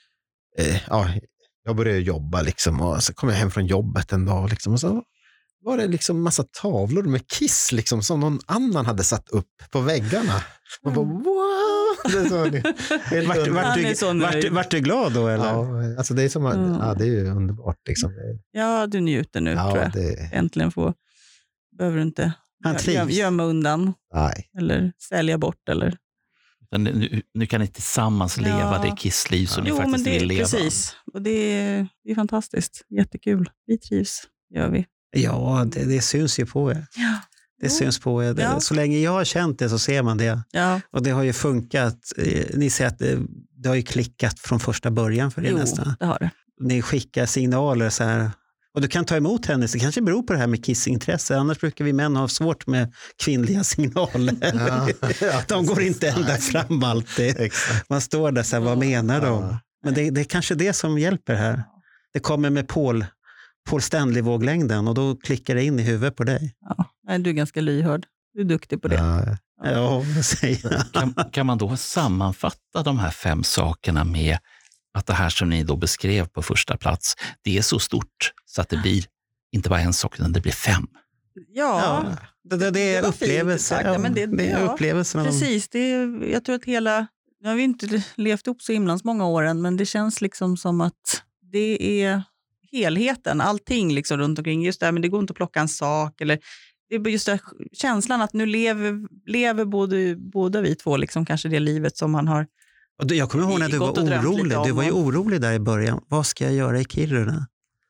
eh, ja, jag började jobba liksom, och så kom jag hem från jobbet en dag liksom, och så var det liksom massa tavlor med Kiss liksom, som någon annan hade satt upp på väggarna. Man bara, wow! Det är så, helt Vart, underbart. vart, Han är du, så vart, nöjd. du, vart du glad då? Eller? Ja, alltså det är som, Mm. ja, det är ju underbart liksom. Det- Ja, du njuter nu, tror Ja, jag. det, Äntligen få. Behöver du inte Han gö- trivs. gö- gömma undan nej. eller sälja bort. Eller. Utan Nu, nu kan ni tillsammans leva Ja. det Kiss-liv som Jo, ni men faktiskt det vill leva. precis. Och det är, det är fantastiskt. Jättekul. Vi trivs, gör vi. Ja, det, det syns ju på er. Ja. Det Jo. syns på er. Det, Ja. Så länge jag har känt det så ser man det. Ja. Och det har ju funkat. Eh, Ni ser att det, det har ju klickat från första början för er Jo, nästan. det har det. Ni skickar signaler så här. Och du kan ta emot henne, så det kanske beror på det här med kissintresse. Annars brukar vi män ha svårt med kvinnliga signaler. Ja. Ja, De går precis. inte ända fram alltid. Exakt. Man står där så här, vad menar de? Ja. Men det, det är kanske det som hjälper här. Det kommer med Paul, Paul Stanley-våglängden och då klickar det in i huvudet på dig. Ja. Nej, du är ganska lyhörd. Du är duktig på det. Ja. Ja, vad säger jag? Kan, kan man då sammanfatta de här fem sakerna med att det här som ni då beskrev på första plats, det är så stort så att det blir inte bara en sak, utan det blir fem. Ja, Ja, det, det, det är Det var fint upplevelser. sagt. Ja, men det- det är ja, upplevelsen av dem. precis. Det är, jag tror att hela... Nu har vi inte levt upp så himlans många år än, men det känns liksom som att det är helheten, allting liksom runt omkring. Just det här, men det går inte att plocka en sak. Eller, det är just det här, känslan att nu lever, lever både, båda vi två liksom kanske det livet som man har. Och du, jag kommer ihåg när du Gått var och drömt orolig. lite om Du var ju och- orolig där i början. Vad ska jag göra i Kiruna?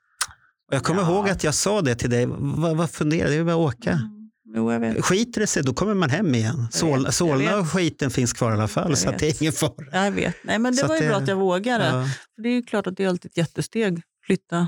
Och jag kommer Ja. ihåg att jag sa det till dig. Vad, vad funderar du? Det är bara att åka. Jo, jag vet. Skiter det sig, då kommer man hem igen. Jag Sol, vet, jag Solna vet. och skiten finns kvar i alla fall, Jag så att vet. det är ingen fara. Jag vet. Nej, men det Så var att ju det- bra att jag vågade. Ja. För det är ju klart att det är alltid ett jättesteg. Flytta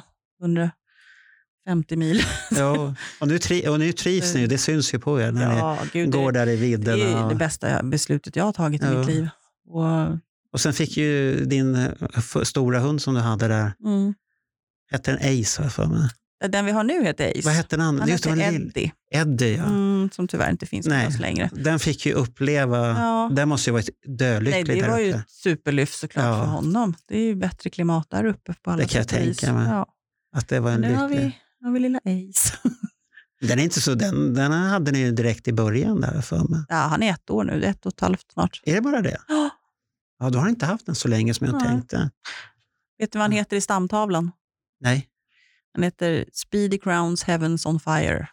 hundrafemtio mil. Ja. Och, nu tri, och nu trivs ni ju, det syns ju på er när Ja, ni gud, går det, där i det vidden. är Och, det bästa beslutet jag har tagit i Ja. mitt liv. Och, och sen fick ju din eh, f- stora hund som du hade där, mm. hette den Ace har jag för mig. Den vi har nu heter Ace. Vad hette den andra? Han Just det, heter var en lill- Eddie, Eddie, ja. mm, som tyvärr inte finns med Nej. oss längre. Den fick ju uppleva, Ja. den måste ju varit Nej, dölycklig det där var ju uppe. ett superlyft såklart Ja. för honom. Det är ju bättre klimat där uppe på alla Det kan jag sätt och vis. tänka mig. Ja. Att det var en Nu har lycklig. vi, har vi lilla Ace. Den är inte så, den, den hade ni ju direkt i början där för mig. Ja, han är ett år nu, ett och ett halvt snart. Är det bara det? Ja. Ja, då har ni inte haft den så länge som jag Nej. tänkte. Vet du vad han heter i stamtavlan? Nej. Han heter Speedy Crowns Heavens on Fire.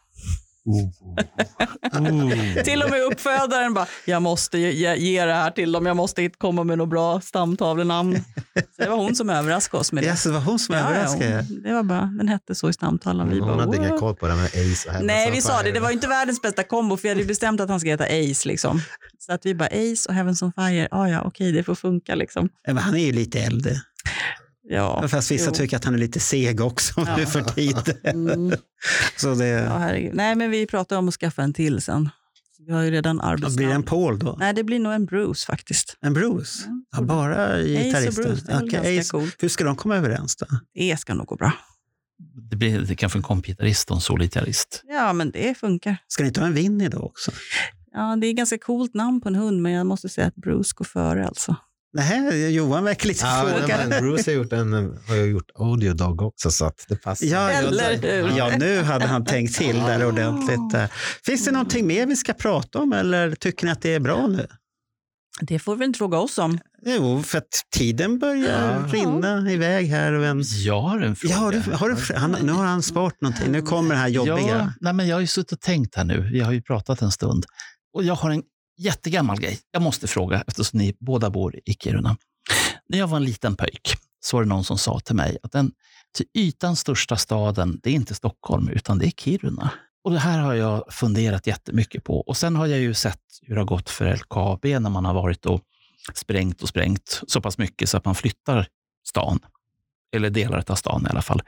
Till och med uppfödaren bara, jag måste ge, ge det här till dem, jag måste inte komma med något bra stamtavlenamn. Så det var hon som överraskade oss med det. Ja, så det var hon som Ja, ja, överraskade er. hon- det var bara, den hette så i stamtavlan. Vi Hon bara, hade ingen "What?" koll på det med Ace och Heavens Nej, on vi sa det. Fire. Det var ju inte världens bästa kombo, för jag hade bestämt att han ska heta Ace. Liksom. Så att vi bara, Ace och Heavens on Fire, ah, ja, okej, det får funka. Liksom. Men han är ju lite äldre. Ja, Fast vissa jo. tycker att han är lite seg också Ja. nu för tiden. Mm. Så det, Ja, herregud. Nej, men vi pratade om att skaffa en till sen. Vi har ju redan vad arbetsnamn. blir det en Paul då? Nej, det blir nog en Bruce faktiskt. En Bruce? Mm. Ja, bara Ace och gitarrister. Bruce, det är väl Okej, ganska Ace. coolt. Hur ska de komma överens då? Det ska nog gå bra. Det blir det kanske en kompgitarrist och en solgitarrist. Ja, men det funkar. Ska ni ta en Winnie då också? Ja, det är ganska coolt namn på en hund, men jag måste säga att Bruce går före alltså. Nej, Johan verkar lite Ja, frågad. men Bruce har gjort, en, har ju gjort Audio Dog också, så att det passar. Ja, Eller ja, hur? ja, nu hade han tänkt till där ordentligt. Där. Finns det någonting mer vi ska prata om eller tycker ni att det är bra nu? Det får vi inte fråga oss om. Jo, för att tiden börjar Ja. rinna iväg här. Men... Jag har en fråga. Ja, har du, har du, han, nu har han sparat någonting. Nu kommer det här jobbiga. Ja, nej, men jag har ju suttit och tänkt här nu. Vi har ju pratat en stund. Och jag har en jättegammal grej. Jag måste fråga eftersom ni båda bor i Kiruna. När jag var en liten pöjk så var det någon som sa till mig att den till ytan största staden, det är inte Stockholm utan det är Kiruna. Och det här har jag funderat jättemycket på. Och sen har jag ju sett hur det har gått för L K A B när man har varit och sprängt och sprängt så pass mycket så att man flyttar stan. Eller delar av stan i alla fall.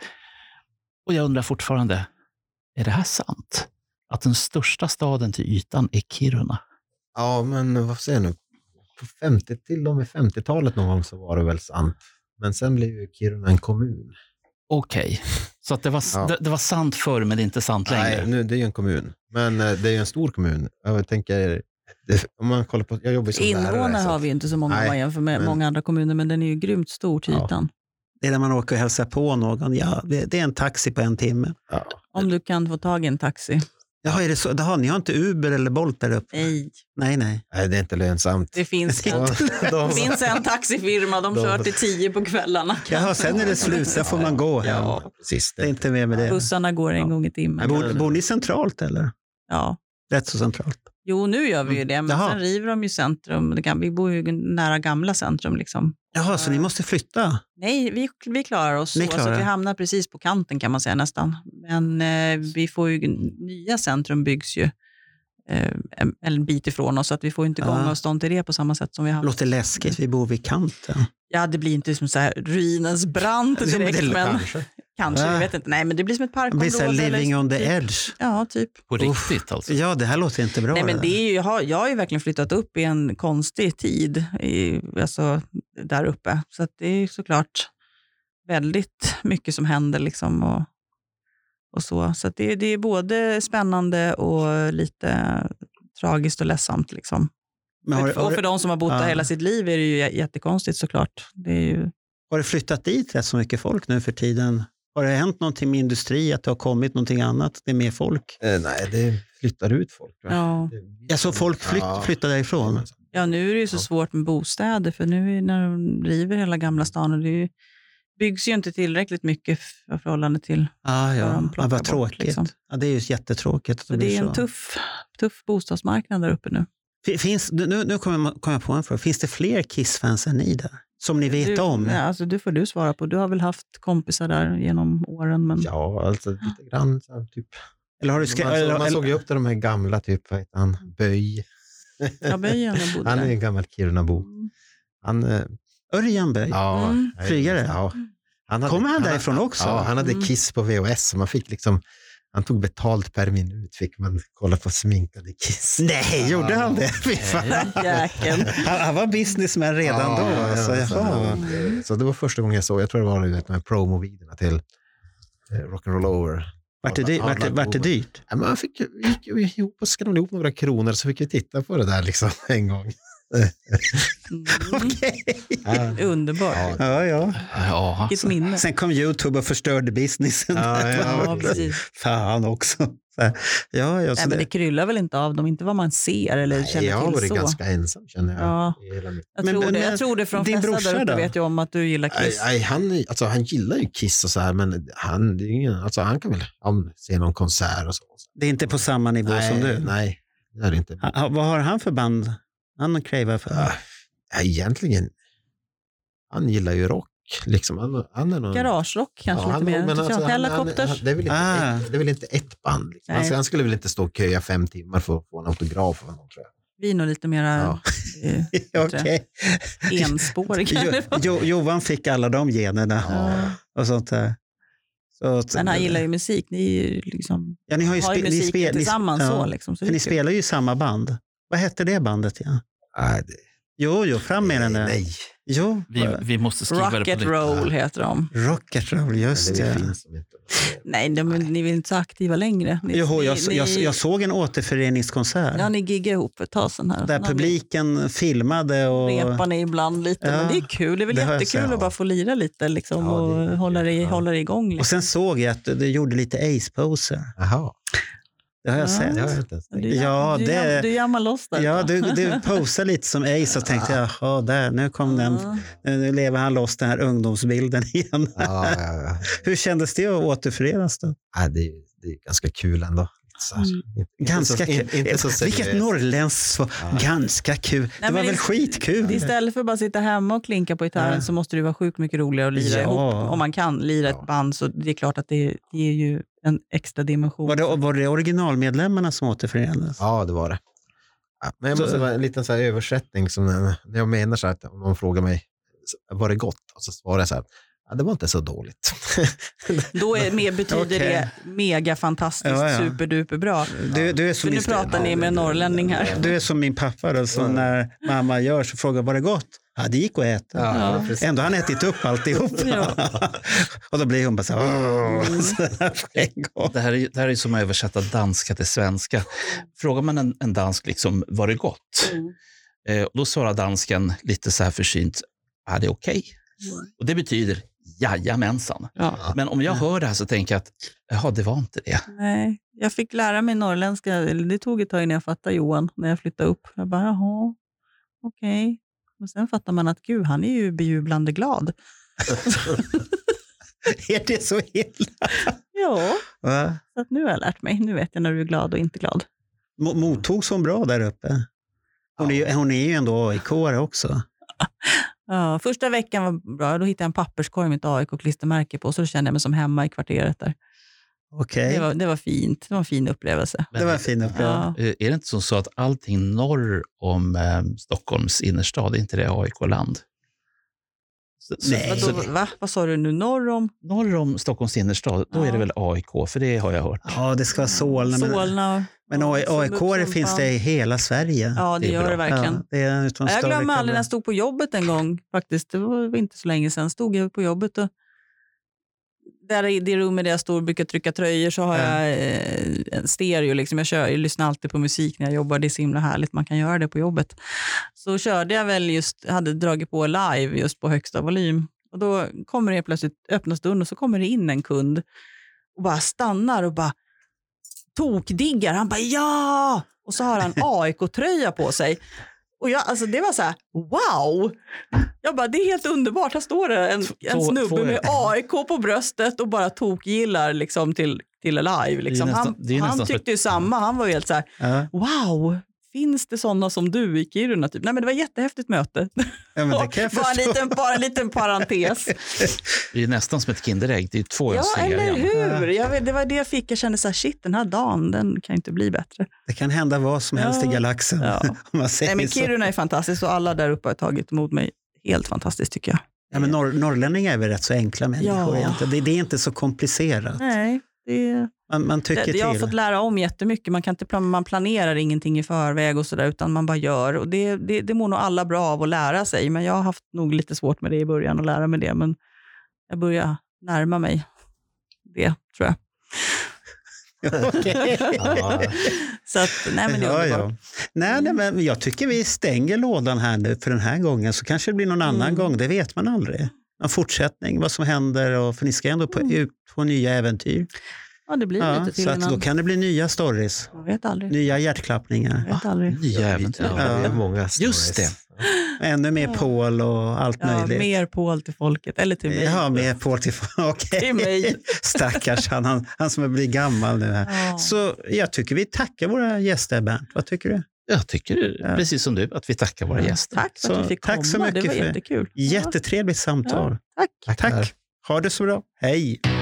Och jag undrar fortfarande, är det här sant? Att den största staden till ytan är Kiruna? Ja, men vad säger jag nu? På femtio, till och med femtiotalet någon gång så var det väl sant. Men sen blev ju Kiruna en kommun. Okej, okay. Så att det, var, ja. det, det var sant förr men det är inte sant längre? Nej, nu, det är ju en kommun. Men det är ju en stor kommun. Jag tänker, det, om man kollar på, jag jobbar som lärare. Invånare har vi inte så många nej, jämför med men, många andra kommuner, men den är ju grymt stor till ytan. Ja. Det är när man åker och hälsar på någon. Ja, det, det är en taxi på en timme. Ja. Om du kan få tag i en taxi. Jaha, är det så? Jaha, ni har inte Uber eller Bolt där uppe? Nej. Nej, nej. Nej, det är inte lönsamt. Det finns en, det finns en taxifirma, de, de kör till tio på kvällarna. Jaha, sen är det slut, där får man gå. Ja, ja precis. Det är inte mer med det. Bussarna går en ja. gång i timmen. Bor, bor ni centralt eller? Ja. Rätt så centralt. Jo, nu gör vi ju det, men Jaha. sen river de ju centrum. Vi bor ju nära gamla centrum liksom. Jaha, så ni måste flytta? Nej, vi, vi klarar oss så, klarar. så att vi hamnar precis på kanten kan man säga nästan. Men eh, vi får ju, nya centrum byggs ju eh, en bit ifrån oss så att vi får inte ja. gånga och stånd till det på samma sätt som vi har. Låter läskigt, vi bor vid kanten. Ja, det blir inte som så här ruinens brant direkt, men... Kanske. Kanske, jag vet inte. Nej, men det blir som ett parkområde. Det blir så living eller, on the typ, edge. Ja, typ. På riktigt alltså. Ja, det här låter inte bra. Nej, men det är ju, jag, har, jag har ju verkligen flyttat upp i en konstig tid i, alltså, där uppe. Så att det är såklart väldigt mycket som händer liksom och, och så. Så att det, det är både spännande och lite tragiskt och ledsamt liksom. Men har, och för de som har bott ja. där hela sitt liv är det ju jättekonstigt såklart. Det är ju... Har det flyttat dit rätt så mycket folk nu för tiden? Har det hänt någonting med industri, att det har kommit någonting annat? Det är mer folk? Eh, nej, det flyttar ut folk. Ja. Ja, så folk flytt, ja. flyttar därifrån? Ja, nu är det ju så ja. svårt med bostäder, för nu när de river hela gamla stan, och det är ju, byggs ju inte tillräckligt mycket för förhållande till ah, ja. de ja, vad tråkigt. Bort, liksom. Ja, det är ju jättetråkigt. Att så det, det är en så. tuff, tuff bostadsmarknad där uppe nu. Finns, nu nu kommer jag, kom jag på en fråga. Finns det fler Kiss-fans än ni där? Som ni vet du, om? Ja, alltså, det får du svara på. Du har väl haft kompisar där genom åren? Men... Ja, alltså lite grann. Så här, typ. Eller har du skri- man, så, eller, man såg ju upp till de här gamla, typ, vad heter han? Böj. Ja, Böj bodde han är en gammal Kirunabo. Mm. Han, eh, Örjan Böj? Ja. Mm. Flygare? Ja. Han hade, kommer han, han därifrån hade, också? Ja, han hade Kiss på V H S. Så man fick liksom... Han tog betalt per minut, fick man kolla på sminkade Kiss. Nej, gjorde ja. han det? Fy fan. han, han var businessman redan ja, då. Alltså. Ja, så, så det var första gången jag såg, jag tror det var vet, de här promo-videorna till eh, Rock'n'Roll Over. Vart det, dy- vart det, vart det dyrt? Ja, man fick, gick ju ihop och skrev ihop några kronor så fick vi titta på det där liksom en gång. Mm. Okej. Ja. Underbart. Ja, ja. ja. Vilket minne. Sen kom YouTube och förstörde businessen. Ja, ja, precis. Fan också. Ja, ja, Nej, men det kryllar väl inte av dem, inte vad man ser eller Nej, känner jag till så. Jag var ganska ensam, känner jag. Ja. Jag, tror men, det. jag tror det från din flesta där uppe vet jag om att du gillar Kiss. Nej, han, alltså, han gillar ju Kiss och så här, men han, det är ingen, alltså, han kan väl om, se någon konsert och så. Det är inte på samma nivå nej, som du? Nej, det är det inte. Ha, vad har han för band? Han kräver för? Ja, egentligen, han gillar ju rock. Liksom, han, han är någon... Garagerock kanske ja, lite mer. Men alltså, Helikopters. Han, han, det, är väl inte, ah. ett, det är väl inte ett band. Liksom. Alltså, han skulle väl inte stå och köja fem timmar för att få en autograf av någon, tror jag. Vi är nog lite mer ja. eh, okay. enspåriga. jo, jo, Johan fick alla de generna ja. och sånt där. Så, men han gillar ju musik. Ni, är ju liksom, ja, ni har ju, har ju spe, musiken ni spel, tillsammans. Ni, så, ja, liksom, så för ni spelar ju i samma band. Vad hette det bandet? Ja? Ah, det... Jo, jo, fram med den där. Nej. Jo. Vi, vi måste skriva Rocket det på Roll heter de. Rocket Roll, just ja, det. det. Nej, de, ni vill inte så aktiva längre. Ni, jo, jag, ni, jag, jag såg en återföreningskonsert. Ja, ni giggade ihop ett tag sen här. Där publiken ni, filmade. Och repar ni ibland lite, ja, men det är kul. Det är väl det jättekul att bara få lira lite liksom, ja, och det, hålla, det, ja. hålla det igång. Liksom. Och sen såg jag att du gjorde lite Ace-poser. Jaha. Det har jag ja, sett. Jag vet inte. Du, ja, du, det, du jammar loss där. Ja, du, du posade lite som Ace och tänkte, ja. jaha, där, nu kom ja. den. Nu lever han loss den här ungdomsbilden igen. Ja, ja, ja. Hur kändes det att återförenas då? Ja, det, det är ganska kul ändå. så här. Mm. Inte Ganska så, kul. inte, inte så seriöst. Vilket norrländskt svar. Ja. Ganska kul. Det Nej, var men väl det- skitkul. Istället för att bara sitta hemma och klinka på gitarren Ja. så måste det vara sjukt mycket roligare att lira Ja. ihop. Om man kan lira Ja. ett band så det är klart att det ger ju en extra dimension. Var det, var det originalmedlemmarna som återförenades? Ja, det var det. Ja, men jag Så- måste vara en liten så här översättning som när jag menar så här att om någon frågar mig var det gott? Och så svarar jag så här, ja, det var inte så dåligt. Då är, med, betyder Okej. det mega fantastiskt, Ja, ja. superduper bra. Du, du, är För som nu min, pratar ni med en norrlänning här. du är som min pappa då, så när mamma gör så frågar var det gott? Ja, det gick att äta. Ja. precis. Ändå har han ätit upp alltihop. Ja. Och då blir hon bara så här, så här på en gång. Det här är, det här är som att översätta danska till svenska. Frågar man en, en dansk liksom, var det gott? Mm. Eh, och då svarar dansken lite så här försynt, ja det är okej. Och det betyder jajamensan. Ja. Men om jag hör det här så tänker jag att jaha, det var inte det. Nej, jag fick lära mig norrländska, eller det tog ett tag innan jag fattade Johan, när jag flyttade upp. Jag bara, jaha, okej. Okay. Och sen fattar man att gud, han är ju bejublande glad. Är det så illa? Ja, Va? så att nu har jag lärt mig. Nu vet jag när du är glad och inte glad. Mo- Mottogs hon bra där uppe? Hon är ju, hon är ju ändå A I K-are också. Ja, första veckan var bra. Då hittade jag en papperskorg med ett A I K-klistermärke på. Så då kände jag mig som hemma i kvarteret där. Okej, Det, var, det var fint. Det var en fin upplevelse. det var en fin upplevelse. Ja. Eh, Är det inte som så att allting norr om eh, Stockholms innerstad, är inte det A I K-land? Så, så, Nej. så, Vadå, va? Vad sa du nu? Norr om norr om Stockholms innerstad, då Ja. är det väl A I K, för det har jag hört. Ja, det ska vara Solna. Men, Solna? men Ja, A I K-are Sundsvall. finns det i hela Sverige. Ja, det, Det är gör bra. det verkligen. Ja, det är en utav de Jag större glömmer aldrig när klubbarna. jag stod på jobbet en gång. Faktiskt. Det var inte så länge sedan. Stod jag på jobbet och där i det rummet där jag står och brukar trycka tröjor så har Ja. jag eh, en stereo. Liksom. Jag, kör, jag lyssnar alltid på musik när jag jobbar. Det är så himla härligt. Man kan göra det på jobbet. Så körde jag väl just, hade dragit på live just på högsta volym. Och då kommer det helt plötsligt, öppnas dörren och så kommer det in en kund och bara stannar och bara tokdiggar. Han bara ja! Och så har han A I K-tröja på sig. Och jag, alltså det var så här, wow! Jag bara, det är helt underbart. Här står det en, en Två- snubbe två- med A I K på bröstet och bara tokgillar liksom till, till live. Liksom. nästan- Han, det är han nästan som tyckte ju samma. Han var ju helt så här, Ja. wow! Finns det sådana som du i Kiruna? Typ? Nej, men det var ett jättehäftigt möte. Ja, men det kan jag bara, en förstå. liten, bara en liten parentes. Det är nästan som ett Kinderägg, det är två Ja, önskningar eller igen. hur? Jag, vet- det var det jag fick. Jag kände så här, shit, den här dagen, den kan inte bli bättre. Det kan hända vad som helst Ja. i galaxen. Ja. Om man säger Nej, men så. Kiruna är fantastiskt och alla där uppe har tagit emot mig helt fantastiskt tycker jag. Ja, men norr, norrlänningar är väl rätt så enkla människor Ja. egentligen. Det, det är inte så komplicerat. Nej, det, Man, man tycker det, jag har till. fått lära om jättemycket. Man, kan inte, plan- man planerar ingenting i förväg och sådär, utan man bara gör. Och det, det, det mår nog alla bra av att lära sig. Men jag har haft nog lite svårt med det i början att lära mig det. Men jag börjar närma mig det, tror jag. Okej. Ja. Så att, nej men det är Ja, underbart. ja. Nej, nej, men jag tycker vi stänger lådan här nu för den här gången. Så kanske det blir någon annan Mm. gång. Det vet man aldrig. En fortsättning, vad som händer. Och, för ni ska ändå på, Mm. ut på nya äventyr. Ja, det blir Ja, lite till så att innan. då kan det bli nya stories. Jag vet aldrig. Nya hjärtklappningar. Jag vet aldrig. Nya äventyr. Ja, det är många stories. Just det. Ännu mer Ja. Paul och allt Ja, möjligt. mer Paul till folket. Eller till mig. Ja, mer Paul till Okej. Till mig. Stackars han, han, han som blir gammal nu här. Ja. Så jag tycker vi tackar våra gäster, Bernt. Vad tycker du? Jag tycker, Ja. precis som du, att vi tackar våra Ja. gäster. Tack för att Så, vi fick tack komma. så mycket det var för- jättekul. Ja. Jättetrevligt samtal. Tack. Tack. Ha det så bra. Hej.